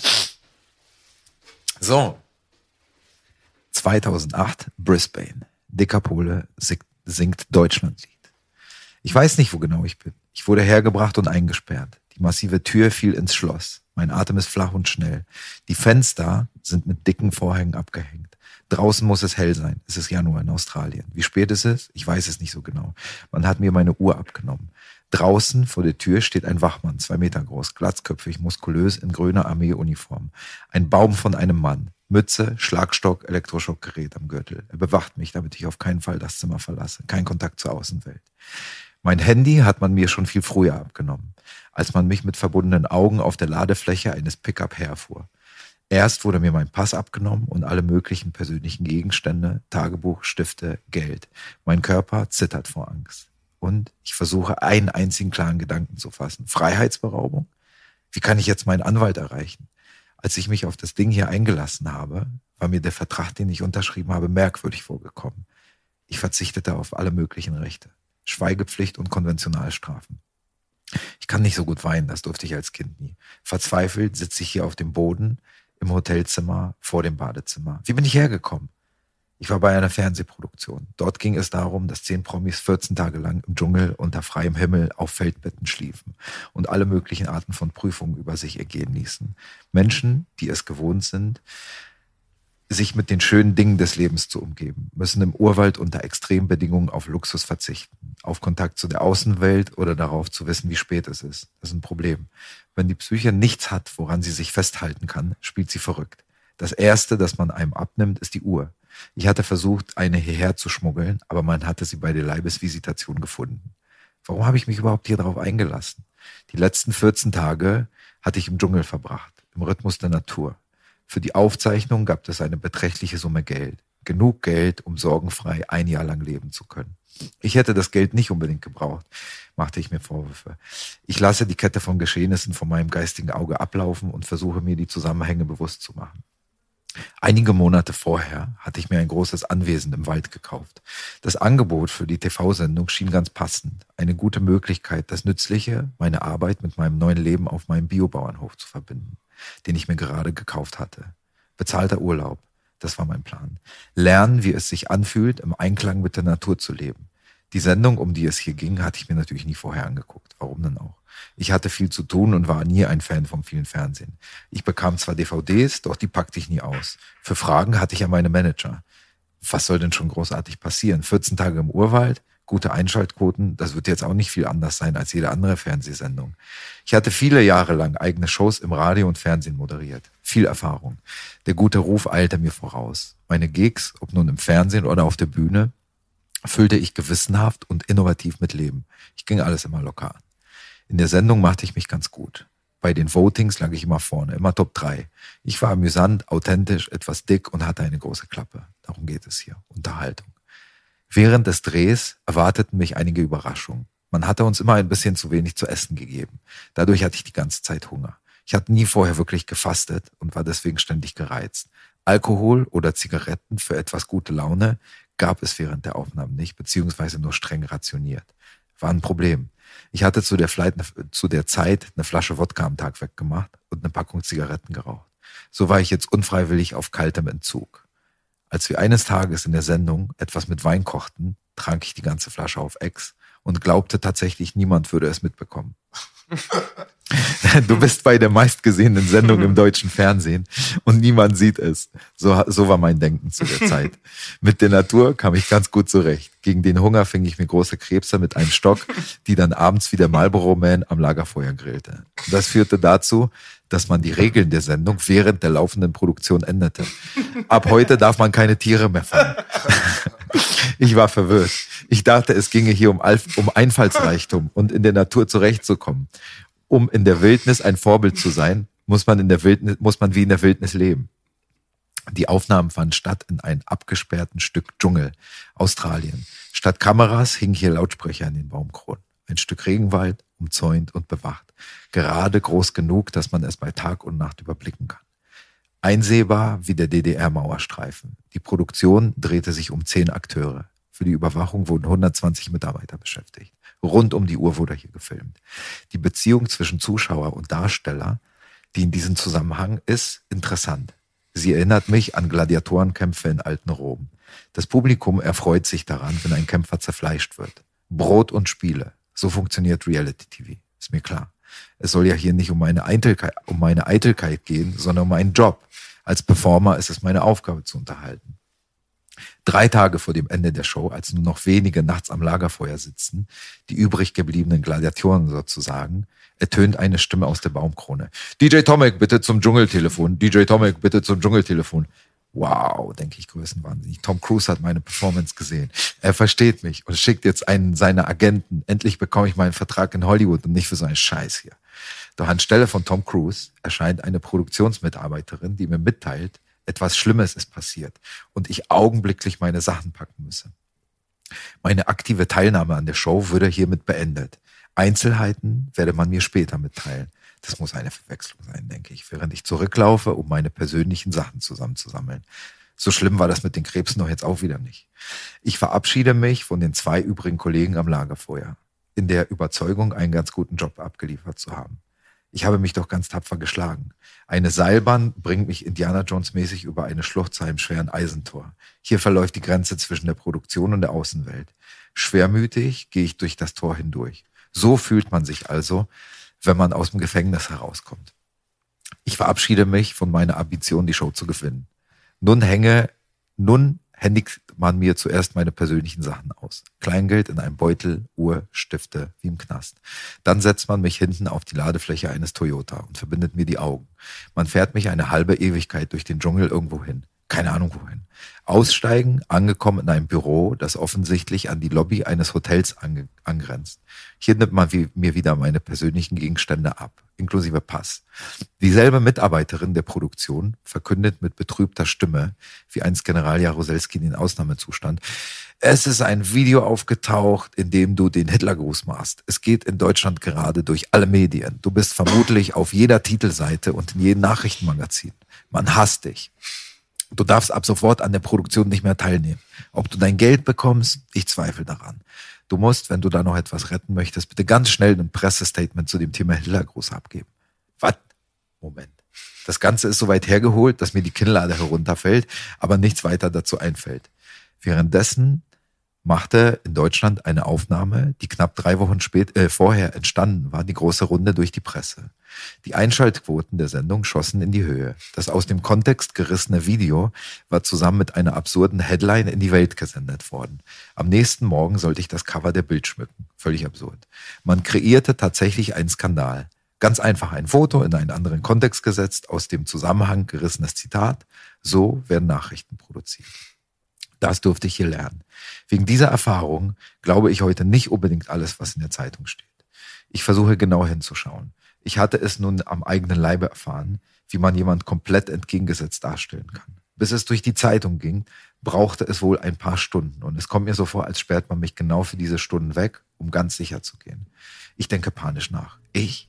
So. zweitausendacht, Brisbane. Dicker Pole singt, singt Deutschlandlied. Ich weiß nicht, wo genau ich bin. Ich wurde hergebracht und eingesperrt. Die massive Tür fiel ins Schloss. Mein Atem ist flach und schnell. Die Fenster sind mit dicken Vorhängen abgehängt. Draußen muss es hell sein. Es ist Januar in Australien. Wie spät ist es? Ich weiß es nicht so genau. Man hat mir meine Uhr abgenommen. Draußen vor der Tür steht ein Wachmann, zwei Meter groß, glatzköpfig, muskulös, in grüner Armeeuniform. Ein Baum von einem Mann. Mütze, Schlagstock, Elektroschockgerät am Gürtel. Er bewacht mich, damit ich auf keinen Fall das Zimmer verlasse. Kein Kontakt zur Außenwelt. Mein Handy hat man mir schon viel früher abgenommen, als man mich mit verbundenen Augen auf der Ladefläche eines Pickup herfuhr. Erst wurde mir mein Pass abgenommen und alle möglichen persönlichen Gegenstände, Tagebuch, Stifte, Geld. Mein Körper zittert vor Angst. Und ich versuche, einen einzigen klaren Gedanken zu fassen. Freiheitsberaubung? Wie kann ich jetzt meinen Anwalt erreichen? Als ich mich auf das Ding hier eingelassen habe, war mir der Vertrag, den ich unterschrieben habe, merkwürdig vorgekommen. Ich verzichtete auf alle möglichen Rechte. Schweigepflicht und Konventionalstrafen. Ich kann nicht so gut weinen, das durfte ich als Kind nie. Verzweifelt sitze ich hier auf dem Boden, im Hotelzimmer, vor dem Badezimmer. Wie bin ich hergekommen? Ich war bei einer Fernsehproduktion. Dort ging es darum, dass zehn Promis vierzehn Tage lang im Dschungel unter freiem Himmel auf Feldbetten schliefen und alle möglichen Arten von Prüfungen über sich ergehen ließen. Menschen, die es gewohnt sind, sich mit den schönen Dingen des Lebens zu umgeben, müssen im Urwald unter Extrembedingungen auf Luxus verzichten, auf Kontakt zu der Außenwelt oder darauf zu wissen, wie spät es ist. Das ist ein Problem. Wenn die Psyche nichts hat, woran sie sich festhalten kann, spielt sie verrückt. Das Erste, das man einem abnimmt, ist die Uhr. Ich hatte versucht, eine hierher zu schmuggeln, aber man hatte sie bei der Leibesvisitation gefunden. Warum habe ich mich überhaupt hier drauf eingelassen? Die letzten vierzehn Tage hatte ich im Dschungel verbracht, im Rhythmus der Natur. Für die Aufzeichnung gab es eine beträchtliche Summe Geld. Genug Geld, um sorgenfrei ein Jahr lang leben zu können. Ich hätte das Geld nicht unbedingt gebraucht, machte ich mir Vorwürfe. Ich lasse die Kette von Geschehnissen vor meinem geistigen Auge ablaufen und versuche mir die Zusammenhänge bewusst zu machen. Einige Monate vorher hatte ich mir ein großes Anwesen im Wald gekauft. Das Angebot für die T V-Sendung schien ganz passend. Eine gute Möglichkeit, das Nützliche, meine Arbeit mit meinem neuen Leben auf meinem Biobauernhof zu verbinden, den ich mir gerade gekauft hatte. Bezahlter Urlaub, das war mein Plan. Lernen, wie es sich anfühlt, im Einklang mit der Natur zu leben. Die Sendung, um die es hier ging, hatte ich mir natürlich nie vorher angeguckt. Warum denn auch? Ich hatte viel zu tun und war nie ein Fan vom vielen Fernsehen. Ich bekam zwar D V Ds, doch die packte ich nie aus. Für Fragen hatte ich ja meine Manager. Was soll denn schon großartig passieren? vierzehn Tage im Urwald, gute Einschaltquoten, das wird jetzt auch nicht viel anders sein als jede andere Fernsehsendung. Ich hatte viele Jahre lang eigene Shows im Radio und Fernsehen moderiert. Viel Erfahrung. Der gute Ruf eilte mir voraus. Meine Gigs, ob nun im Fernsehen oder auf der Bühne, füllte ich gewissenhaft und innovativ mit Leben. Ich ging alles immer locker an. In der Sendung machte ich mich ganz gut. Bei den Votings lag ich immer vorne, immer Top drei. Ich war amüsant, authentisch, etwas dick und hatte eine große Klappe. Darum geht es hier. Unterhaltung. Während des Drehs erwarteten mich einige Überraschungen. Man hatte uns immer ein bisschen zu wenig zu essen gegeben. Dadurch hatte ich die ganze Zeit Hunger. Ich hatte nie vorher wirklich gefastet und war deswegen ständig gereizt. Alkohol oder Zigaretten für etwas gute Laune gab es während der Aufnahmen nicht, beziehungsweise nur streng rationiert. War ein Problem. Ich hatte zu der, Flight, zu der Zeit eine Flasche Wodka am Tag weggemacht und eine Packung Zigaretten geraucht. So war ich jetzt unfreiwillig auf kaltem Entzug. Als wir eines Tages in der Sendung etwas mit Wein kochten, trank ich die ganze Flasche auf Ex und glaubte tatsächlich, niemand würde es mitbekommen. Du bist bei der meistgesehenen Sendung im deutschen Fernsehen und niemand sieht es. So, so war mein Denken zu der Zeit. Mit der Natur kam ich ganz gut zurecht. Gegen den Hunger fing ich mir große Krebse mit einem Stock, die dann abends wie der Marlboro Man am Lagerfeuer grillte. Das führte dazu, dass man die Regeln der Sendung während der laufenden Produktion änderte. Ab heute darf man keine Tiere mehr fangen. Ich war verwirrt. Ich dachte, es ginge hier um, Alf- um Einfallsreichtum und in der Natur zurechtzukommen. Um in der Wildnis ein Vorbild zu sein, muss man in der Wildnis, muss man wie in der Wildnis leben. Die Aufnahmen fanden statt in einem abgesperrten Stück Dschungel, Australien. Statt Kameras hingen hier Lautsprecher in den Baumkronen. Ein Stück Regenwald, umzäunt und bewacht. Gerade groß genug, dass man es bei Tag und Nacht überblicken kann. Einsehbar wie der D D R-Mauerstreifen. Die Produktion drehte sich um zehn Akteure. Für die Überwachung wurden hundertzwanzig Mitarbeiter beschäftigt. Rund um die Uhr wurde hier gefilmt. Die Beziehung zwischen Zuschauer und Darsteller, die in diesem Zusammenhang ist, interessant. Sie erinnert mich an Gladiatorenkämpfe in alten Rom. Das Publikum erfreut sich daran, wenn ein Kämpfer zerfleischt wird. Brot und Spiele. So funktioniert Reality-T V. Ist mir klar. Es soll ja hier nicht um meine Eitelkeit, um meine Eitelkeit gehen, sondern um meinen Job. Als Performer ist es meine Aufgabe zu unterhalten. Drei Tage vor dem Ende der Show, als nur noch wenige nachts am Lagerfeuer sitzen, die übrig gebliebenen Gladiatoren sozusagen, ertönt eine Stimme aus der Baumkrone. D J Tomek, bitte zum Dschungeltelefon. D J Tomek, bitte zum Dschungeltelefon. Wow, denke ich, größenwahnsinnig. Tom Cruise hat meine Performance gesehen. Er versteht mich und schickt jetzt einen seiner Agenten. Endlich bekomme ich meinen Vertrag in Hollywood und nicht für so einen Scheiß hier. Doch anstelle von Tom Cruise erscheint eine Produktionsmitarbeiterin, die mir mitteilt, etwas Schlimmes ist passiert und ich augenblicklich meine Sachen packen müsse. Meine aktive Teilnahme an der Show würde hiermit beendet. Einzelheiten werde man mir später mitteilen. Das muss eine Verwechslung sein, denke ich, während ich zurücklaufe, um meine persönlichen Sachen zusammenzusammeln. So schlimm war das mit den Krebsen doch jetzt auch wieder nicht. Ich verabschiede mich von den zwei übrigen Kollegen am Lagerfeuer, in der Überzeugung, einen ganz guten Job abgeliefert zu haben. Ich habe mich doch ganz tapfer geschlagen. Eine Seilbahn bringt mich Indiana Jones mäßig über eine Schlucht zu einem schweren Eisentor. Hier verläuft die Grenze zwischen der Produktion und der Außenwelt. Schwermütig gehe ich durch das Tor hindurch. So fühlt man sich also, wenn man aus dem Gefängnis herauskommt. Ich verabschiede mich von meiner Ambition, die Show zu gewinnen. Nun hänge, nun händigt man mir zuerst meine persönlichen Sachen aus. Kleingeld in einem Beutel, Uhr, Stifte, wie im Knast. Dann setzt man mich hinten auf die Ladefläche eines Toyota und verbindet mir die Augen. Man fährt mich eine halbe Ewigkeit durch den Dschungel irgendwo hin. Keine Ahnung wohin. Aussteigen, angekommen in einem Büro, das offensichtlich an die Lobby eines Hotels ange- angrenzt. Hier nimmt man wie, mir wieder meine persönlichen Gegenstände ab, inklusive Pass. Dieselbe Mitarbeiterin der Produktion verkündet mit betrübter Stimme, wie einst General Jaruzelski den Ausnahmezustand: Es ist ein Video aufgetaucht, in dem du den Hitlergruß machst. Es geht in Deutschland gerade durch alle Medien. Du bist vermutlich auf jeder Titelseite und in jedem Nachrichtenmagazin. Man hasst dich. Du darfst ab sofort an der Produktion nicht mehr teilnehmen. Ob du dein Geld bekommst, ich zweifle daran. Du musst, wenn du da noch etwas retten möchtest, bitte ganz schnell ein Pressestatement zu dem Thema Hitlergruß abgeben. Was? Moment. Das Ganze ist so weit hergeholt, dass mir die Kinnlade herunterfällt, aber nichts weiter dazu einfällt. Währenddessen machte in Deutschland eine Aufnahme, die knapp drei Wochen spät, äh, vorher entstanden war, die große Runde durch die Presse. Die Einschaltquoten der Sendung schossen in die Höhe. Das aus dem Kontext gerissene Video war zusammen mit einer absurden Headline in die Welt gesendet worden. Am nächsten Morgen sollte ich das Cover der Bild schmücken. Völlig absurd. Man kreierte tatsächlich einen Skandal. Ganz einfach ein Foto in einen anderen Kontext gesetzt, aus dem Zusammenhang gerissenes Zitat. So werden Nachrichten produziert. Das durfte ich hier lernen. Wegen dieser Erfahrung glaube ich heute nicht unbedingt alles, was in der Zeitung steht. Ich versuche genau hinzuschauen. Ich hatte es nun am eigenen Leibe erfahren, wie man jemand komplett entgegengesetzt darstellen kann. Bis es durch die Zeitung ging, brauchte es wohl ein paar Stunden. Und es kommt mir so vor, als sperrt man mich genau für diese Stunden weg, um ganz sicher zu gehen. Ich denke panisch nach. Ich?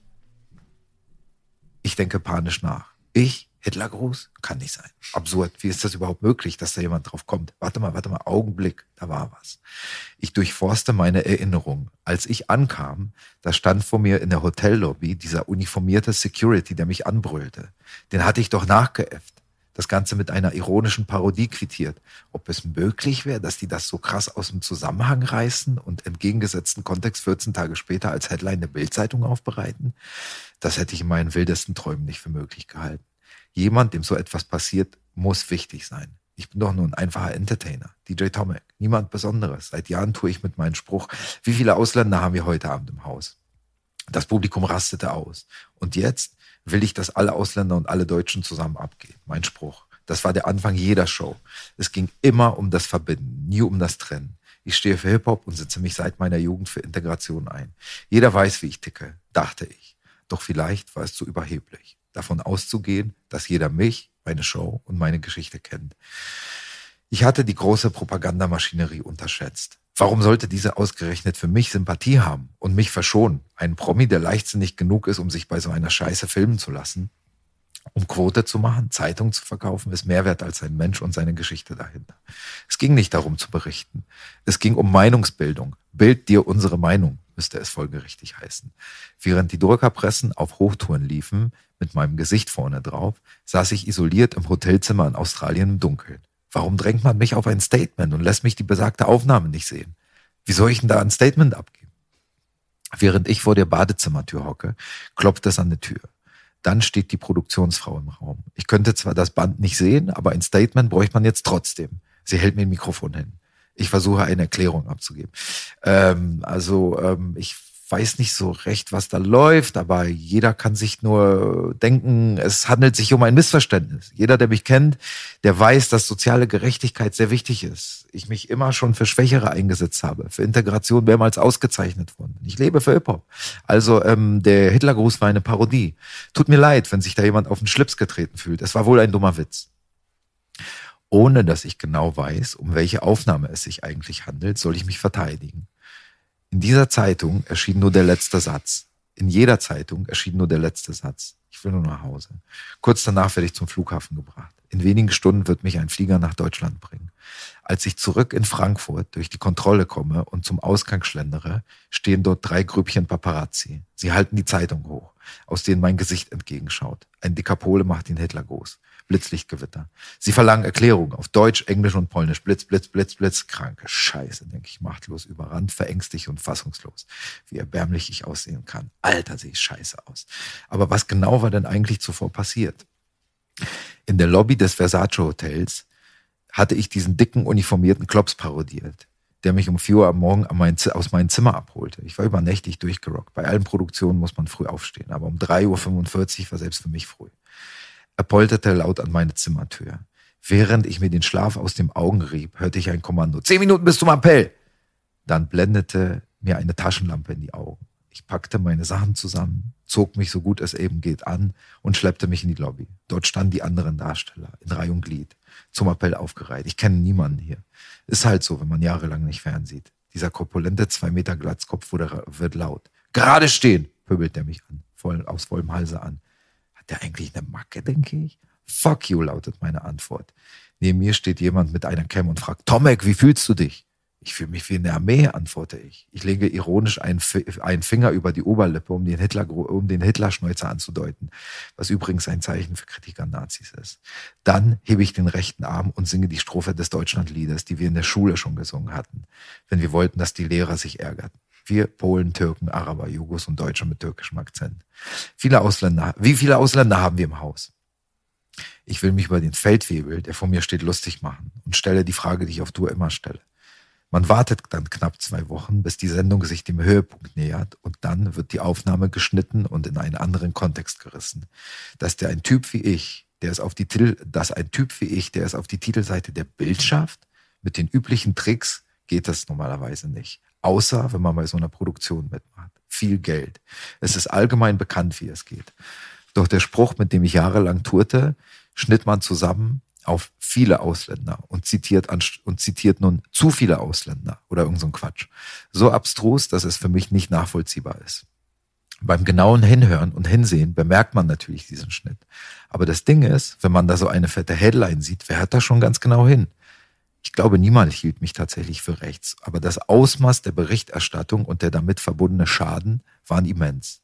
Ich denke panisch nach. Ich? Hitlergruß? Kann nicht sein. Absurd. Wie ist das überhaupt möglich, dass da jemand drauf kommt? Warte mal, warte mal. Augenblick. Da war was. Ich durchforste meine Erinnerung. Als ich ankam, da stand vor mir in der Hotellobby dieser uniformierte Security, der mich anbrüllte. Den hatte ich doch nachgeäfft. Das Ganze mit einer ironischen Parodie quittiert. Ob es möglich wäre, dass die das so krass aus dem Zusammenhang reißen und entgegengesetzten Kontext vierzehn Tage später als Headline eine Bildzeitung aufbereiten? Das hätte ich in meinen wildesten Träumen nicht für möglich gehalten. Jemand, dem so etwas passiert, muss wichtig sein. Ich bin doch nur ein einfacher Entertainer. D J Tomek. Niemand Besonderes. Seit Jahren tue ich mit meinem Spruch: Wie viele Ausländer haben wir heute Abend im Haus? Das Publikum rastete aus. Und jetzt will ich, dass alle Ausländer und alle Deutschen zusammen abgehen. Mein Spruch. Das war der Anfang jeder Show. Es ging immer um das Verbinden, nie um das Trennen. Ich stehe für Hip-Hop und setze mich seit meiner Jugend für Integration ein. Jeder weiß, wie ich ticke, dachte ich. Doch vielleicht war es zu überheblich, davon auszugehen, dass jeder mich, meine Show und meine Geschichte kennt. Ich hatte die große Propagandamaschinerie unterschätzt. Warum sollte diese ausgerechnet für mich Sympathie haben und mich verschonen? Ein Promi, der leichtsinnig genug ist, um sich bei so einer Scheiße filmen zu lassen? Um Quote zu machen, Zeitung zu verkaufen, ist mehr wert als ein Mensch und seine Geschichte dahinter. Es ging nicht darum zu berichten. Es ging um Meinungsbildung. Bild dir unsere Meinung, müsste es folgerichtig heißen. Während die Druckerpressen auf Hochtouren liefen, mit meinem Gesicht vorne drauf, saß ich isoliert im Hotelzimmer in Australien im Dunkeln. Warum drängt man mich auf ein Statement und lässt mich die besagte Aufnahme nicht sehen? Wie soll ich denn da ein Statement abgeben? Während ich vor der Badezimmertür hocke, klopft es an die Tür. Dann steht die Produktionsfrau im Raum. Ich könnte zwar das Band nicht sehen, aber ein Statement bräuchte man jetzt trotzdem. Sie hält mir ein Mikrofon hin. Ich versuche eine Erklärung abzugeben. Ähm, also ähm, ich weiß nicht so recht, was da läuft, aber jeder kann sich nur denken, es handelt sich um ein Missverständnis. Jeder, der mich kennt, der weiß, dass soziale Gerechtigkeit sehr wichtig ist. Ich mich immer schon für Schwächere eingesetzt habe, für Integration mehrmals ausgezeichnet worden. Ich lebe für Hip-Hop. Also ähm, der Hitlergruß war eine Parodie. Tut mir leid, wenn sich da jemand auf den Schlips getreten fühlt. Es war wohl ein dummer Witz. Ohne dass ich genau weiß, um welche Aufnahme es sich eigentlich handelt, soll ich mich verteidigen. In dieser Zeitung erschien nur der letzte Satz. In jeder Zeitung erschien nur der letzte Satz. Ich will nur nach Hause. Kurz danach werde ich zum Flughafen gebracht. In wenigen Stunden wird mich ein Flieger nach Deutschland bringen. Als ich zurück in Frankfurt durch die Kontrolle komme und zum Ausgang schlendere, stehen dort drei Grüppchen Paparazzi. Sie halten die Zeitung hoch, aus denen mein Gesicht entgegenschaut. Ein dicker Pole macht den Hitlergruß. Blitzlichtgewitter. Sie verlangen Erklärung auf Deutsch, Englisch und Polnisch. Blitz, Blitz, Blitz, Blitz. Kranke Scheiße, denke ich, machtlos, überrannt, verängstigt und fassungslos. Wie erbärmlich ich aussehen kann. Alter, sehe ich scheiße aus. Aber was genau war denn eigentlich zuvor passiert? In der Lobby des Versace Hotels hatte ich diesen dicken, uniformierten Klops parodiert, der mich um vier Uhr am Morgen an mein, aus meinem Zimmer abholte. Ich war übernächtig durchgerockt. Bei allen Produktionen muss man früh aufstehen, aber um drei Uhr fünfundvierzig war selbst für mich früh. Er polterte laut an meine Zimmertür. Während ich mir den Schlaf aus den Augen rieb, hörte ich ein Kommando. Zehn Minuten bis zum Appell. Dann blendete mir eine Taschenlampe in die Augen. Ich packte meine Sachen zusammen, zog mich so gut es eben geht an und schleppte mich in die Lobby. Dort standen die anderen Darsteller in Reih und Glied, zum Appell aufgereiht. Ich kenne niemanden hier. Ist halt so, wenn man jahrelang nicht fernsieht. Dieser korpulente zwei Meter Glatzkopf wurde, wird laut. Gerade stehen, pöbelt er mich an, voll, aus vollem Halse an. Hat der eigentlich eine Macke, denke ich? Fuck you, lautet meine Antwort. Neben mir steht jemand mit einer Cam und fragt, Tomek, wie fühlst du dich? Ich fühle mich wie in der Armee, antworte ich. Ich lege ironisch einen, einen Finger über die Oberlippe, um den Hitler, um den Hitlerschnäuzer anzudeuten, was übrigens ein Zeichen für Kritik an Nazis ist. Dann hebe ich den rechten Arm und singe die Strophe des Deutschlandliedes, die wir in der Schule schon gesungen hatten, wenn wir wollten, dass die Lehrer sich ärgerten. Wir Polen, Türken, Araber, Jugos und Deutsche mit türkischem Akzent. Viele Ausländer, wie viele Ausländer haben wir im Haus? Ich will mich über den Feldwebel, der vor mir steht, lustig machen und stelle die Frage, die ich auf Tour immer stelle. Man wartet dann knapp zwei Wochen, bis die Sendung sich dem Höhepunkt nähert und dann wird die Aufnahme geschnitten und in einen anderen Kontext gerissen. Dass der ein Typ wie ich, der es auf die Titel, dass ein Typ wie ich, der es auf die Titelseite der Bild schafft, mit den üblichen Tricks geht das normalerweise nicht. Außer, wenn man bei so einer Produktion mitmacht. Viel Geld. Es ist allgemein bekannt, wie es geht. Doch der Spruch, mit dem ich jahrelang tourte, schnitt man zusammen auf viele Ausländer und zitiert, an, und zitiert nun zu viele Ausländer oder irgend so ein Quatsch. So abstrus, dass es für mich nicht nachvollziehbar ist. Beim genauen Hinhören und Hinsehen bemerkt man natürlich diesen Schnitt. Aber das Ding ist, wenn man da so eine fette Headline sieht, wer hört da schon ganz genau hin? Ich glaube, niemand hielt mich tatsächlich für rechts. Aber das Ausmaß der Berichterstattung und der damit verbundene Schaden waren immens.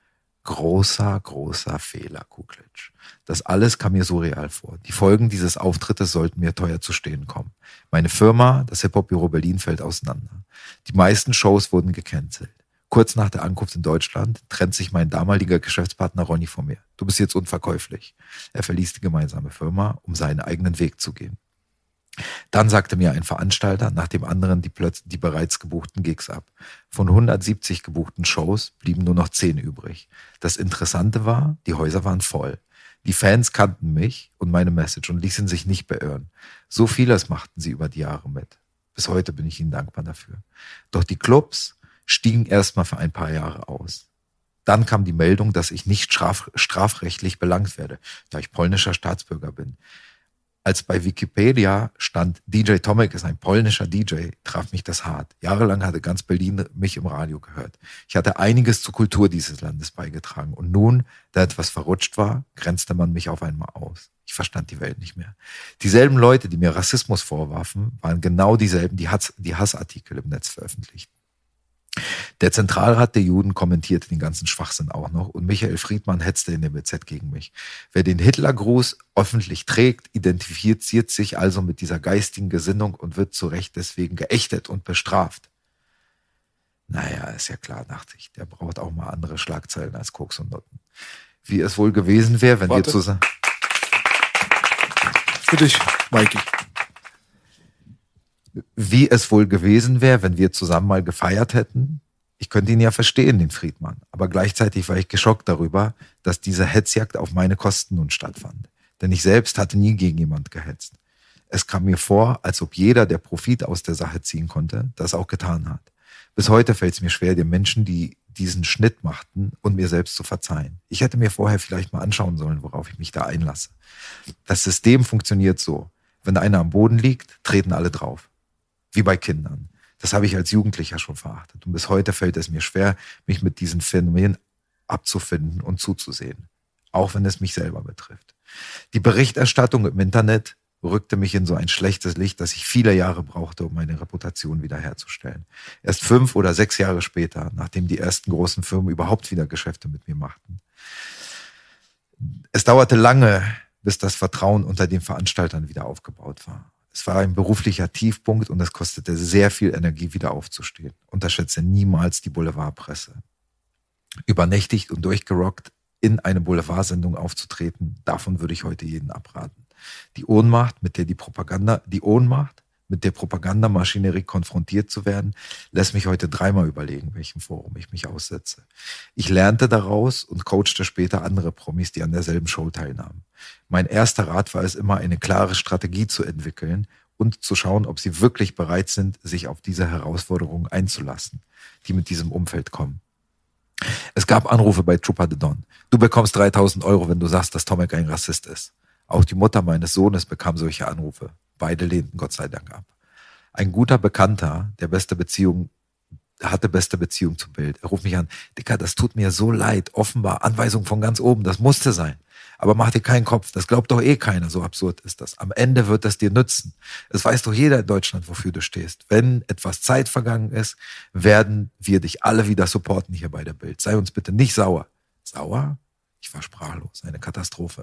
Großer, großer Fehler, Kuklitsch. Das alles kam mir surreal vor. Die Folgen dieses Auftrittes sollten mir teuer zu stehen kommen. Meine Firma, das Hip-Hop-Büro Berlin, fällt auseinander. Die meisten Shows wurden gecancelt. Kurz nach der Ankunft in Deutschland trennt sich mein damaliger Geschäftspartner Ronny von mir. Du bist jetzt unverkäuflich. Er verließ die gemeinsame Firma, um seinen eigenen Weg zu gehen. Dann sagte mir ein Veranstalter nach dem anderen die, plötz- die bereits gebuchten Gigs ab. Von hundertsiebzig gebuchten Shows blieben nur noch zehn übrig. Das Interessante war, die Häuser waren voll. Die Fans kannten mich und meine Message und ließen sich nicht beirren. So vieles machten sie über die Jahre mit. Bis heute bin ich ihnen dankbar dafür. Doch die Clubs stiegen erstmal für ein paar Jahre aus. Dann kam die Meldung, dass ich nicht straf- strafrechtlich belangt werde, da ich polnischer Staatsbürger bin. Als bei Wikipedia stand, D J Tomek ist ein polnischer D J, traf mich das hart. Jahrelang hatte ganz Berlin mich im Radio gehört. Ich hatte einiges zur Kultur dieses Landes beigetragen. Und nun, da etwas verrutscht war, grenzte man mich auf einmal aus. Ich verstand die Welt nicht mehr. Dieselben Leute, die mir Rassismus vorwarfen, waren genau dieselben, die, Hass, die Hassartikel im Netz veröffentlichten. Der Zentralrat der Juden kommentierte den ganzen Schwachsinn auch noch und Michael Friedmann hetzte in der B Z gegen mich. Wer den Hitlergruß öffentlich trägt, identifiziert sich also mit dieser geistigen Gesinnung und wird zu Recht deswegen geächtet und bestraft. Naja, ist ja klar, dachte ich. Der braucht auch mal andere Schlagzeilen als Koks und Nutten. Wie es wohl gewesen wäre, wenn Warte. wir zusammen... Für dich, Mikey. Wie es wohl gewesen wäre, wenn wir zusammen mal gefeiert hätten. Ich könnte ihn ja verstehen, den Friedmann. Aber gleichzeitig war ich geschockt darüber, dass diese Hetzjagd auf meine Kosten nun stattfand. Denn ich selbst hatte nie gegen jemand gehetzt. Es kam mir vor, als ob jeder, der Profit aus der Sache ziehen konnte, das auch getan hat. Bis heute fällt es mir schwer, den Menschen, die diesen Schnitt machten, und mir selbst zu verzeihen. Ich hätte mir vorher vielleicht mal anschauen sollen, worauf ich mich da einlasse. Das System funktioniert so. Wenn einer am Boden liegt, treten alle drauf. Wie bei Kindern. Das habe ich als Jugendlicher schon verachtet. Und bis heute fällt es mir schwer, mich mit diesen Phänomenen abzufinden und zuzusehen. Auch wenn es mich selber betrifft. Die Berichterstattung im Internet rückte mich in so ein schlechtes Licht, dass ich viele Jahre brauchte, um meine Reputation wiederherzustellen. Erst fünf oder sechs Jahre später, nachdem die ersten großen Firmen überhaupt wieder Geschäfte mit mir machten. Es dauerte lange, bis das Vertrauen unter den Veranstaltern wieder aufgebaut war. Es war ein beruflicher Tiefpunkt und es kostete sehr viel Energie, wieder aufzustehen. Unterschätze niemals die Boulevardpresse. Übernächtigt und durchgerockt in eine Boulevardsendung aufzutreten, davon würde ich heute jeden abraten. Die Ohnmacht, mit der die Propaganda, die Ohnmacht, mit der Propagandamaschinerie konfrontiert zu werden, lässt mich heute dreimal überlegen, welchem Forum ich mich aussetze. Ich lernte daraus und coachte später andere Promis, die an derselben Show teilnahmen. Mein erster Rat war es immer, eine klare Strategie zu entwickeln und zu schauen, ob sie wirklich bereit sind, sich auf diese Herausforderungen einzulassen, die mit diesem Umfeld kommen. Es gab Anrufe bei Trupa de Don. Du bekommst dreitausend Euro, wenn du sagst, dass Tomek ein Rassist ist. Auch die Mutter meines Sohnes bekam solche Anrufe. Beide lehnten Gott sei Dank ab. Ein guter Bekannter, der beste Beziehung, hatte beste Beziehung zum Bild. Er ruft mich an, Dicker, das tut mir so leid. Offenbar Anweisung von ganz oben, das musste sein. Aber mach dir keinen Kopf, das glaubt doch eh keiner, so absurd ist das. Am Ende wird das dir nützen. Es weiß doch jeder in Deutschland, wofür du stehst. Wenn etwas Zeit vergangen ist, werden wir dich alle wieder supporten hier bei der Bild. Sei uns bitte nicht sauer. Sauer? Ich war sprachlos, eine Katastrophe.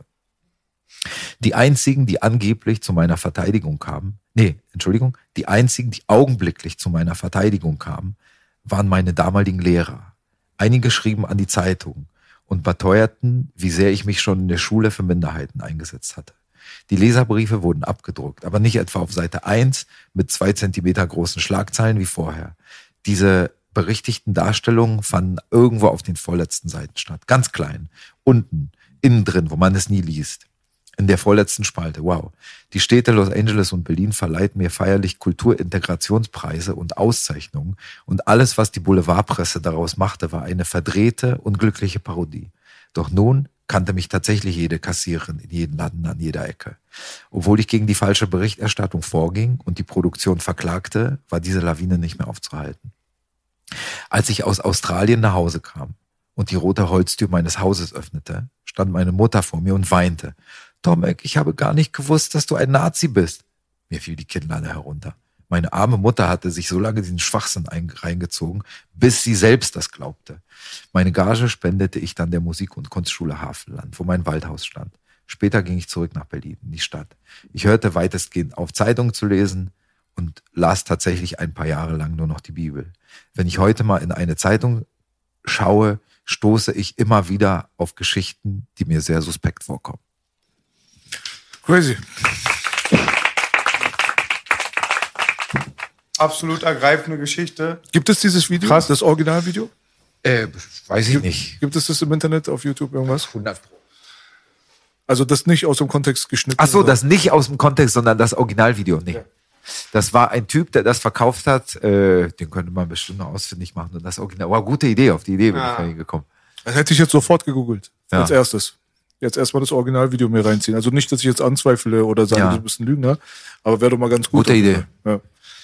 Die einzigen, die angeblich zu meiner Verteidigung kamen, nee, Entschuldigung, die einzigen, die augenblicklich zu meiner Verteidigung kamen, waren meine damaligen Lehrer. Einige schrieben an die Zeitung und beteuerten, wie sehr ich mich schon in der Schule für Minderheiten eingesetzt hatte. Die Leserbriefe wurden abgedruckt, aber nicht etwa auf Seite eins mit zwei Zentimeter großen Schlagzeilen wie vorher. Diese berichtigten Darstellungen fanden irgendwo auf den vorletzten Seiten statt. Ganz klein, unten, innen drin, wo man es nie liest. In der vorletzten Spalte, wow. Die Städte Los Angeles und Berlin verleihten mir feierlich Kulturintegrationspreise und Auszeichnungen und alles, was die Boulevardpresse daraus machte, war eine verdrehte, unglückliche Parodie. Doch nun kannte mich tatsächlich jede Kassiererin in jedem Laden an jeder Ecke. Obwohl ich gegen die falsche Berichterstattung vorging und die Produktion verklagte, war diese Lawine nicht mehr aufzuhalten. Als ich aus Australien nach Hause kam und die rote Holztür meines Hauses öffnete, stand meine Mutter vor mir und weinte. Tomek, ich habe gar nicht gewusst, dass du ein Nazi bist. Mir fiel die Kinnlade herunter. Meine arme Mutter hatte sich so lange diesen Schwachsinn reingezogen, bis sie selbst das glaubte. Meine Gage spendete ich dann der Musik- und Kunstschule Havelland, wo mein Waldhaus stand. Später ging ich zurück nach Berlin, in die Stadt. Ich hörte weitestgehend auf, Zeitungen zu lesen und las tatsächlich ein paar Jahre lang nur noch die Bibel. Wenn ich heute mal in eine Zeitung schaue, stoße ich immer wieder auf Geschichten, die mir sehr suspekt vorkommen. Crazy. Absolut ergreifende Geschichte. Gibt es dieses Video? Krass. Das Originalvideo? Äh, weiß ich nicht. Gibt es das im Internet, auf YouTube, irgendwas? hundert Pro. Also das nicht aus dem Kontext geschnitten? Ach so, oder? das nicht aus dem Kontext, sondern das Originalvideo. Nee. Ja. Das war ein Typ, der das verkauft hat. Äh, den könnte man bestimmt noch ausfindig machen. Und das Original. Wow, gute Idee. Auf die Idee bin ja. ich gekommen. Das hätte ich jetzt sofort gegoogelt. Ja. Als erstes. Jetzt erstmal das Originalvideo mir reinziehen. Also nicht, dass ich jetzt anzweifle oder sage, Ja. du bist ein Lügner, aber wäre doch mal ganz gut. Gute Idee. Ja.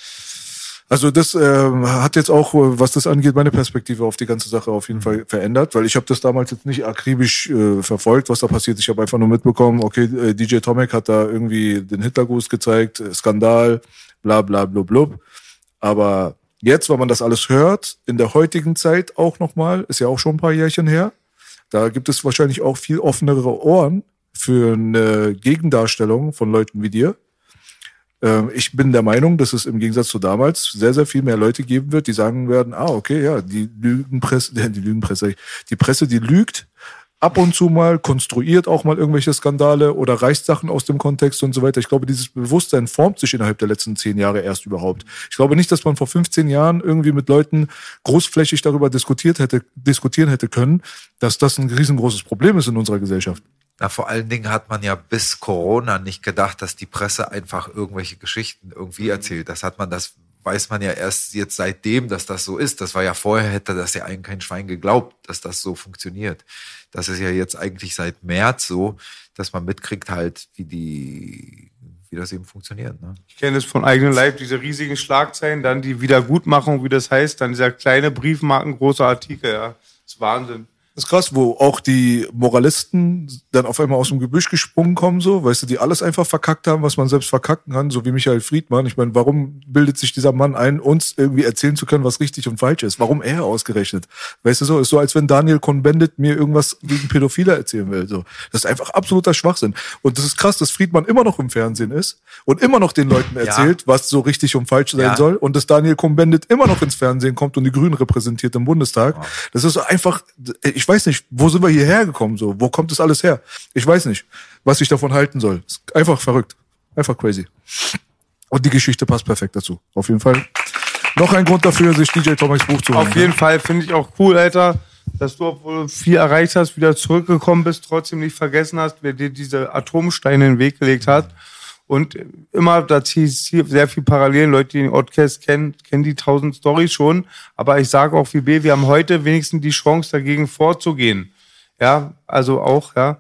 Also das äh, hat jetzt auch, was das angeht, meine Perspektive auf die ganze Sache auf jeden Fall verändert, weil ich habe das damals jetzt nicht akribisch äh, verfolgt, was da passiert. Ich habe einfach nur mitbekommen, okay, äh, D J Tomek hat da irgendwie den Hitlergruß gezeigt, äh, Skandal, bla bla bla blub. Aber jetzt, wenn man das alles hört, in der heutigen Zeit auch nochmal, ist ja auch schon ein paar Jährchen her, da gibt es wahrscheinlich auch viel offenere Ohren für eine Gegendarstellung von Leuten wie dir. Ähm, ich bin der Meinung, dass es im Gegensatz zu damals sehr, sehr viel mehr Leute geben wird, die sagen werden, ah, okay, ja, die Lügenpresse, die Lügenpresse, die Presse, die lügt, ab und zu mal, konstruiert auch mal irgendwelche Skandale oder reißt Sachen aus dem Kontext und so weiter. Ich glaube, dieses Bewusstsein formt sich innerhalb der letzten zehn Jahre erst überhaupt. Ich glaube nicht, dass man vor fünfzehn Jahren irgendwie mit Leuten großflächig darüber diskutiert hätte, diskutieren hätte können, dass das ein riesengroßes Problem ist in unserer Gesellschaft. Na, vor allen Dingen hat man ja bis Corona nicht gedacht, dass die Presse einfach irgendwelche Geschichten irgendwie erzählt. Das hat man, das weiß man ja erst jetzt seitdem, dass das so ist. Das war ja vorher, hätte das ja eigentlich kein Schwein geglaubt, dass das so funktioniert. Das ist ja jetzt eigentlich seit März so, dass man mitkriegt halt, wie die, wie das eben funktioniert. Ne? Ich kenne es von eigenem Leib, diese riesigen Schlagzeilen, dann die Wiedergutmachung, wie das heißt, dann dieser kleine Briefmarken, großer Artikel, ja. Das ist Wahnsinn. Das ist krass, wo auch die Moralisten dann auf einmal aus dem Gebüsch gesprungen kommen, so, weißt du, die alles einfach verkackt haben, was man selbst verkacken kann, so wie Michael Friedmann. Ich meine, warum bildet sich dieser Mann ein, uns irgendwie erzählen zu können, was richtig und falsch ist? Warum er ausgerechnet? Weißt du so, ist so, als wenn Daniel Cohn-Bendit mir irgendwas gegen Pädophile erzählen will, so. Das ist einfach absoluter Schwachsinn. Und das ist krass, dass Friedmann immer noch im Fernsehen ist und immer noch den Leuten erzählt, ja. was so richtig und falsch sein ja. soll, und dass Daniel Cohn-Bendit immer noch ins Fernsehen kommt und die Grünen repräsentiert im Bundestag. Wow. Das ist so einfach, ich weiß nicht, wo sind wir hierher gekommen, so? Wo kommt das alles her? Ich weiß nicht, was ich davon halten soll. Ist einfach verrückt. Einfach crazy. Und die Geschichte passt perfekt dazu. Auf jeden Fall. Noch ein Grund dafür, sich D J Tomex Buch zu holen. Auf jeden Fall finde ich auch cool, Alter, dass du, obwohl du viel erreicht hast, wieder zurückgekommen bist, trotzdem nicht vergessen hast, wer dir diese Atomsteine in den Weg gelegt hat. Und immer, da ziehe ich sehr viel Parallelen. Leute, die den Podcast kennen, kennen die tausend Storys schon. Aber ich sage auch wie B, wir haben heute wenigstens die Chance, dagegen vorzugehen. Ja, also auch, ja.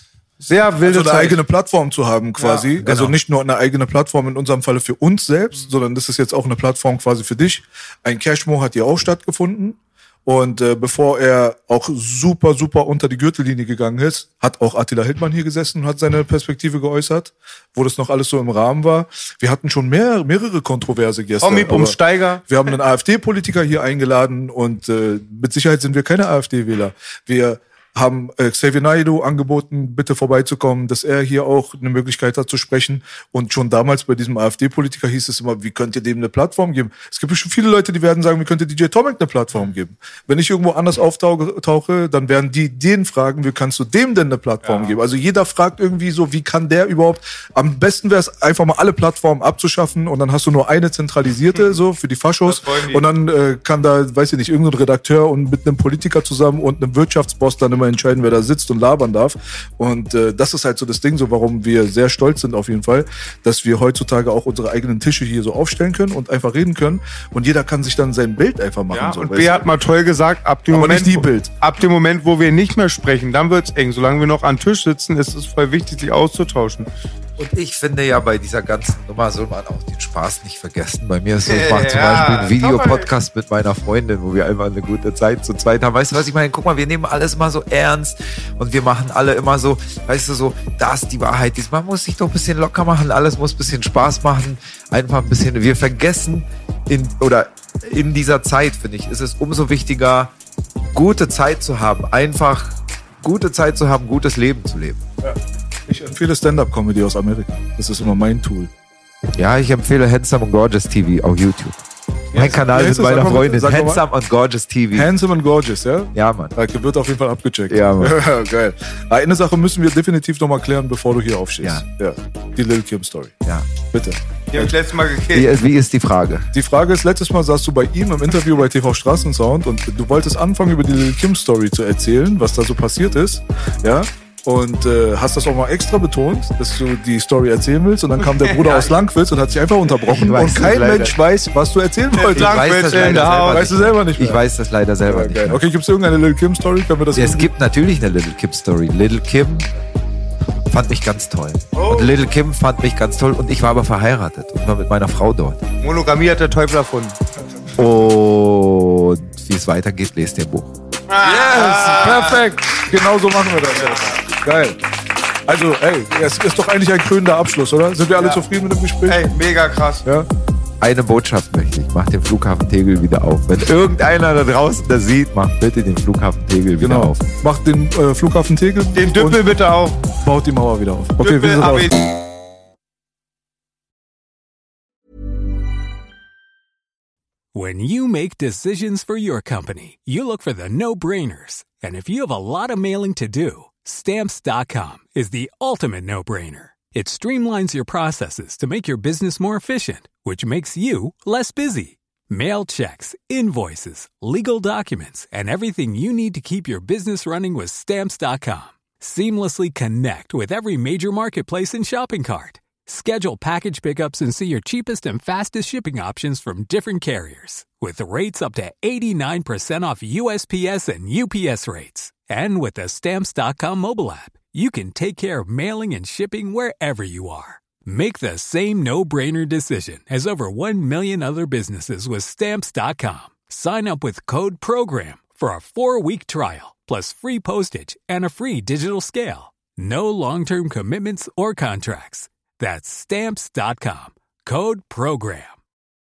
Sehr wilde also eine Zeit. eigene Plattform zu haben quasi. Ja, genau. Also nicht nur eine eigene Plattform in unserem Falle für uns selbst, mhm. sondern das ist jetzt auch eine Plattform quasi für dich. Ein Cashmo hat hier auch stattgefunden. Und äh, bevor er auch super, super unter die Gürtellinie gegangen ist, hat auch Attila Hildmann hier gesessen und hat seine Perspektive geäußert, wo das noch alles so im Rahmen war. Wir hatten schon mehr, mehrere Kontroverse gestern. Tommy Bumsteiger. Wir haben einen AfD-Politiker hier eingeladen und äh, mit Sicherheit sind wir keine AfD-Wähler. Wir haben äh, Xavier Naidoo angeboten, bitte vorbeizukommen, dass er hier auch eine Möglichkeit hat zu sprechen. Und schon damals bei diesem AfD-Politiker hieß es immer, wie könnt ihr dem eine Plattform geben? Es gibt schon viele Leute, die werden sagen, wie könnt ihr D J Tomek eine Plattform geben? Wenn ich irgendwo anders auftauche, dann werden die den fragen, wie kannst du dem denn eine Plattform ja. geben? Also jeder fragt irgendwie so, wie kann der überhaupt? Am besten wäre es einfach mal alle Plattformen abzuschaffen und dann hast du nur eine zentralisierte, mhm. so für die Faschos. Und dann äh, kann da, weiß ich nicht, irgendein Redakteur und mit einem Politiker zusammen und einem Wirtschaftsboss dann immer entscheiden, wer da sitzt und labern darf. Und äh, das ist halt so das Ding, so warum wir sehr stolz sind auf jeden Fall, dass wir heutzutage auch unsere eigenen Tische hier so aufstellen können und einfach reden können. Und jeder kann sich dann sein Bild einfach machen. Ja, so, und B hat mal toll gesagt, ab dem, Aber Moment, nicht die Bild. ab dem Moment, wo wir nicht mehr sprechen, dann wird's eng. Solange wir noch am Tisch sitzen, ist es voll wichtig, sich auszutauschen. Und ich finde ja, bei dieser ganzen Nummer soll man auch den Spaß nicht vergessen. Bei mir ist so, ich mache zum Ja, Beispiel einen Videopodcast mit meiner Freundin, wo wir einfach eine gute Zeit zu zweit haben. Weißt du, was ich meine? Guck mal, wir nehmen alles immer so ernst und wir machen alle immer so, weißt du, so, das ist die Wahrheit. Man muss sich doch ein bisschen locker machen, alles muss ein bisschen Spaß machen. Einfach ein bisschen, wir vergessen in, oder in dieser Zeit, finde ich, ist es umso wichtiger, gute Zeit zu haben. Einfach gute Zeit zu haben, gutes Leben zu leben. Ja. Ich empfehle Stand-Up-Comedy aus Amerika. Das ist immer mein Tool. Ja, ich empfehle Handsome and Gorgeous T V auf YouTube. Mein Yes. Kanal Yes, mit meiner sag mal, Freundin. sag mal. Handsome and Gorgeous T V. Handsome and Gorgeous, ja? Ja, Mann. Da wird auf jeden Fall abgecheckt. Ja, Mann. Geil. Eine Sache müssen wir definitiv nochmal klären, bevor du hier aufstehst. Ja. ja. Die Lil Kim Story. Ja. Bitte. Die hab ich letztes Mal gekillt. Wie, ist- wie ist die Frage? Die Frage ist, letztes Mal saßt du bei ihm im Interview bei T V Straßensound und du wolltest anfangen, über die Lil Kim Story zu erzählen, was da so passiert ist. Ja. Und äh, hast das auch mal extra betont, dass du die Story erzählen willst. Und dann kam der Bruder Ja. aus Langwitz und hat sich einfach unterbrochen. Ich weiß Und kein das leider. Mensch weiß, was du erzählen wolltest. Ich weiß das leider selber Weißt du selber nicht mehr? Ich weiß das leider selber Ja, nicht. geil. Mehr. Okay, gibt es irgendeine Lil Kim Story? Können wir das Es irgendwie- gibt natürlich eine Little Kim Story. Little Kim fand mich ganz toll. Oh. Und Little Kim fand mich ganz toll. Und ich war aber verheiratet und war mit meiner Frau dort. Monogamie hat der Teufel erfunden. Und wie es weitergeht, lest ihr Buch. Yes, perfekt. Genau so machen wir das. Geil. Also, ey, es ist doch eigentlich ein krönender Abschluss, oder? Sind wir alle Ja. zufrieden mit dem Gespräch? Ey, mega krass. Ja? Eine Botschaft möchte ich. Macht den Flughafen Tegel wieder auf. Wenn irgendeiner da draußen das sieht, macht bitte den Flughafen Tegel wieder Genau. auf. Macht den äh, Flughafen Tegel. Den Düppel und bitte auch. baut die Mauer wieder auf. Okay, wir Düppel, sind raus. aber When you make decisions for your company, you look for the no-brainers. And if you have a lot of mailing to do, Stamps dot com is the ultimate no-brainer. It streamlines your processes to make your business more efficient, which makes you less busy. Mail checks, invoices, legal documents, and everything you need to keep your business running with Stamps dot com. Seamlessly connect with every major marketplace and shopping cart. Schedule package pickups and see your cheapest and fastest shipping options from different carriers. With rates up to eighty-nine percent off U S P S and U P S rates. And with the Stamps dot com mobile app, you can take care of mailing and shipping wherever you are. Make the same no-brainer decision as over one million other businesses with Stamps dot com. Sign up with code PROGRAM for a four-week trial, plus free postage and a free digital scale. No long-term commitments or contracts. That's Stamps dot com. Code PROGRAM.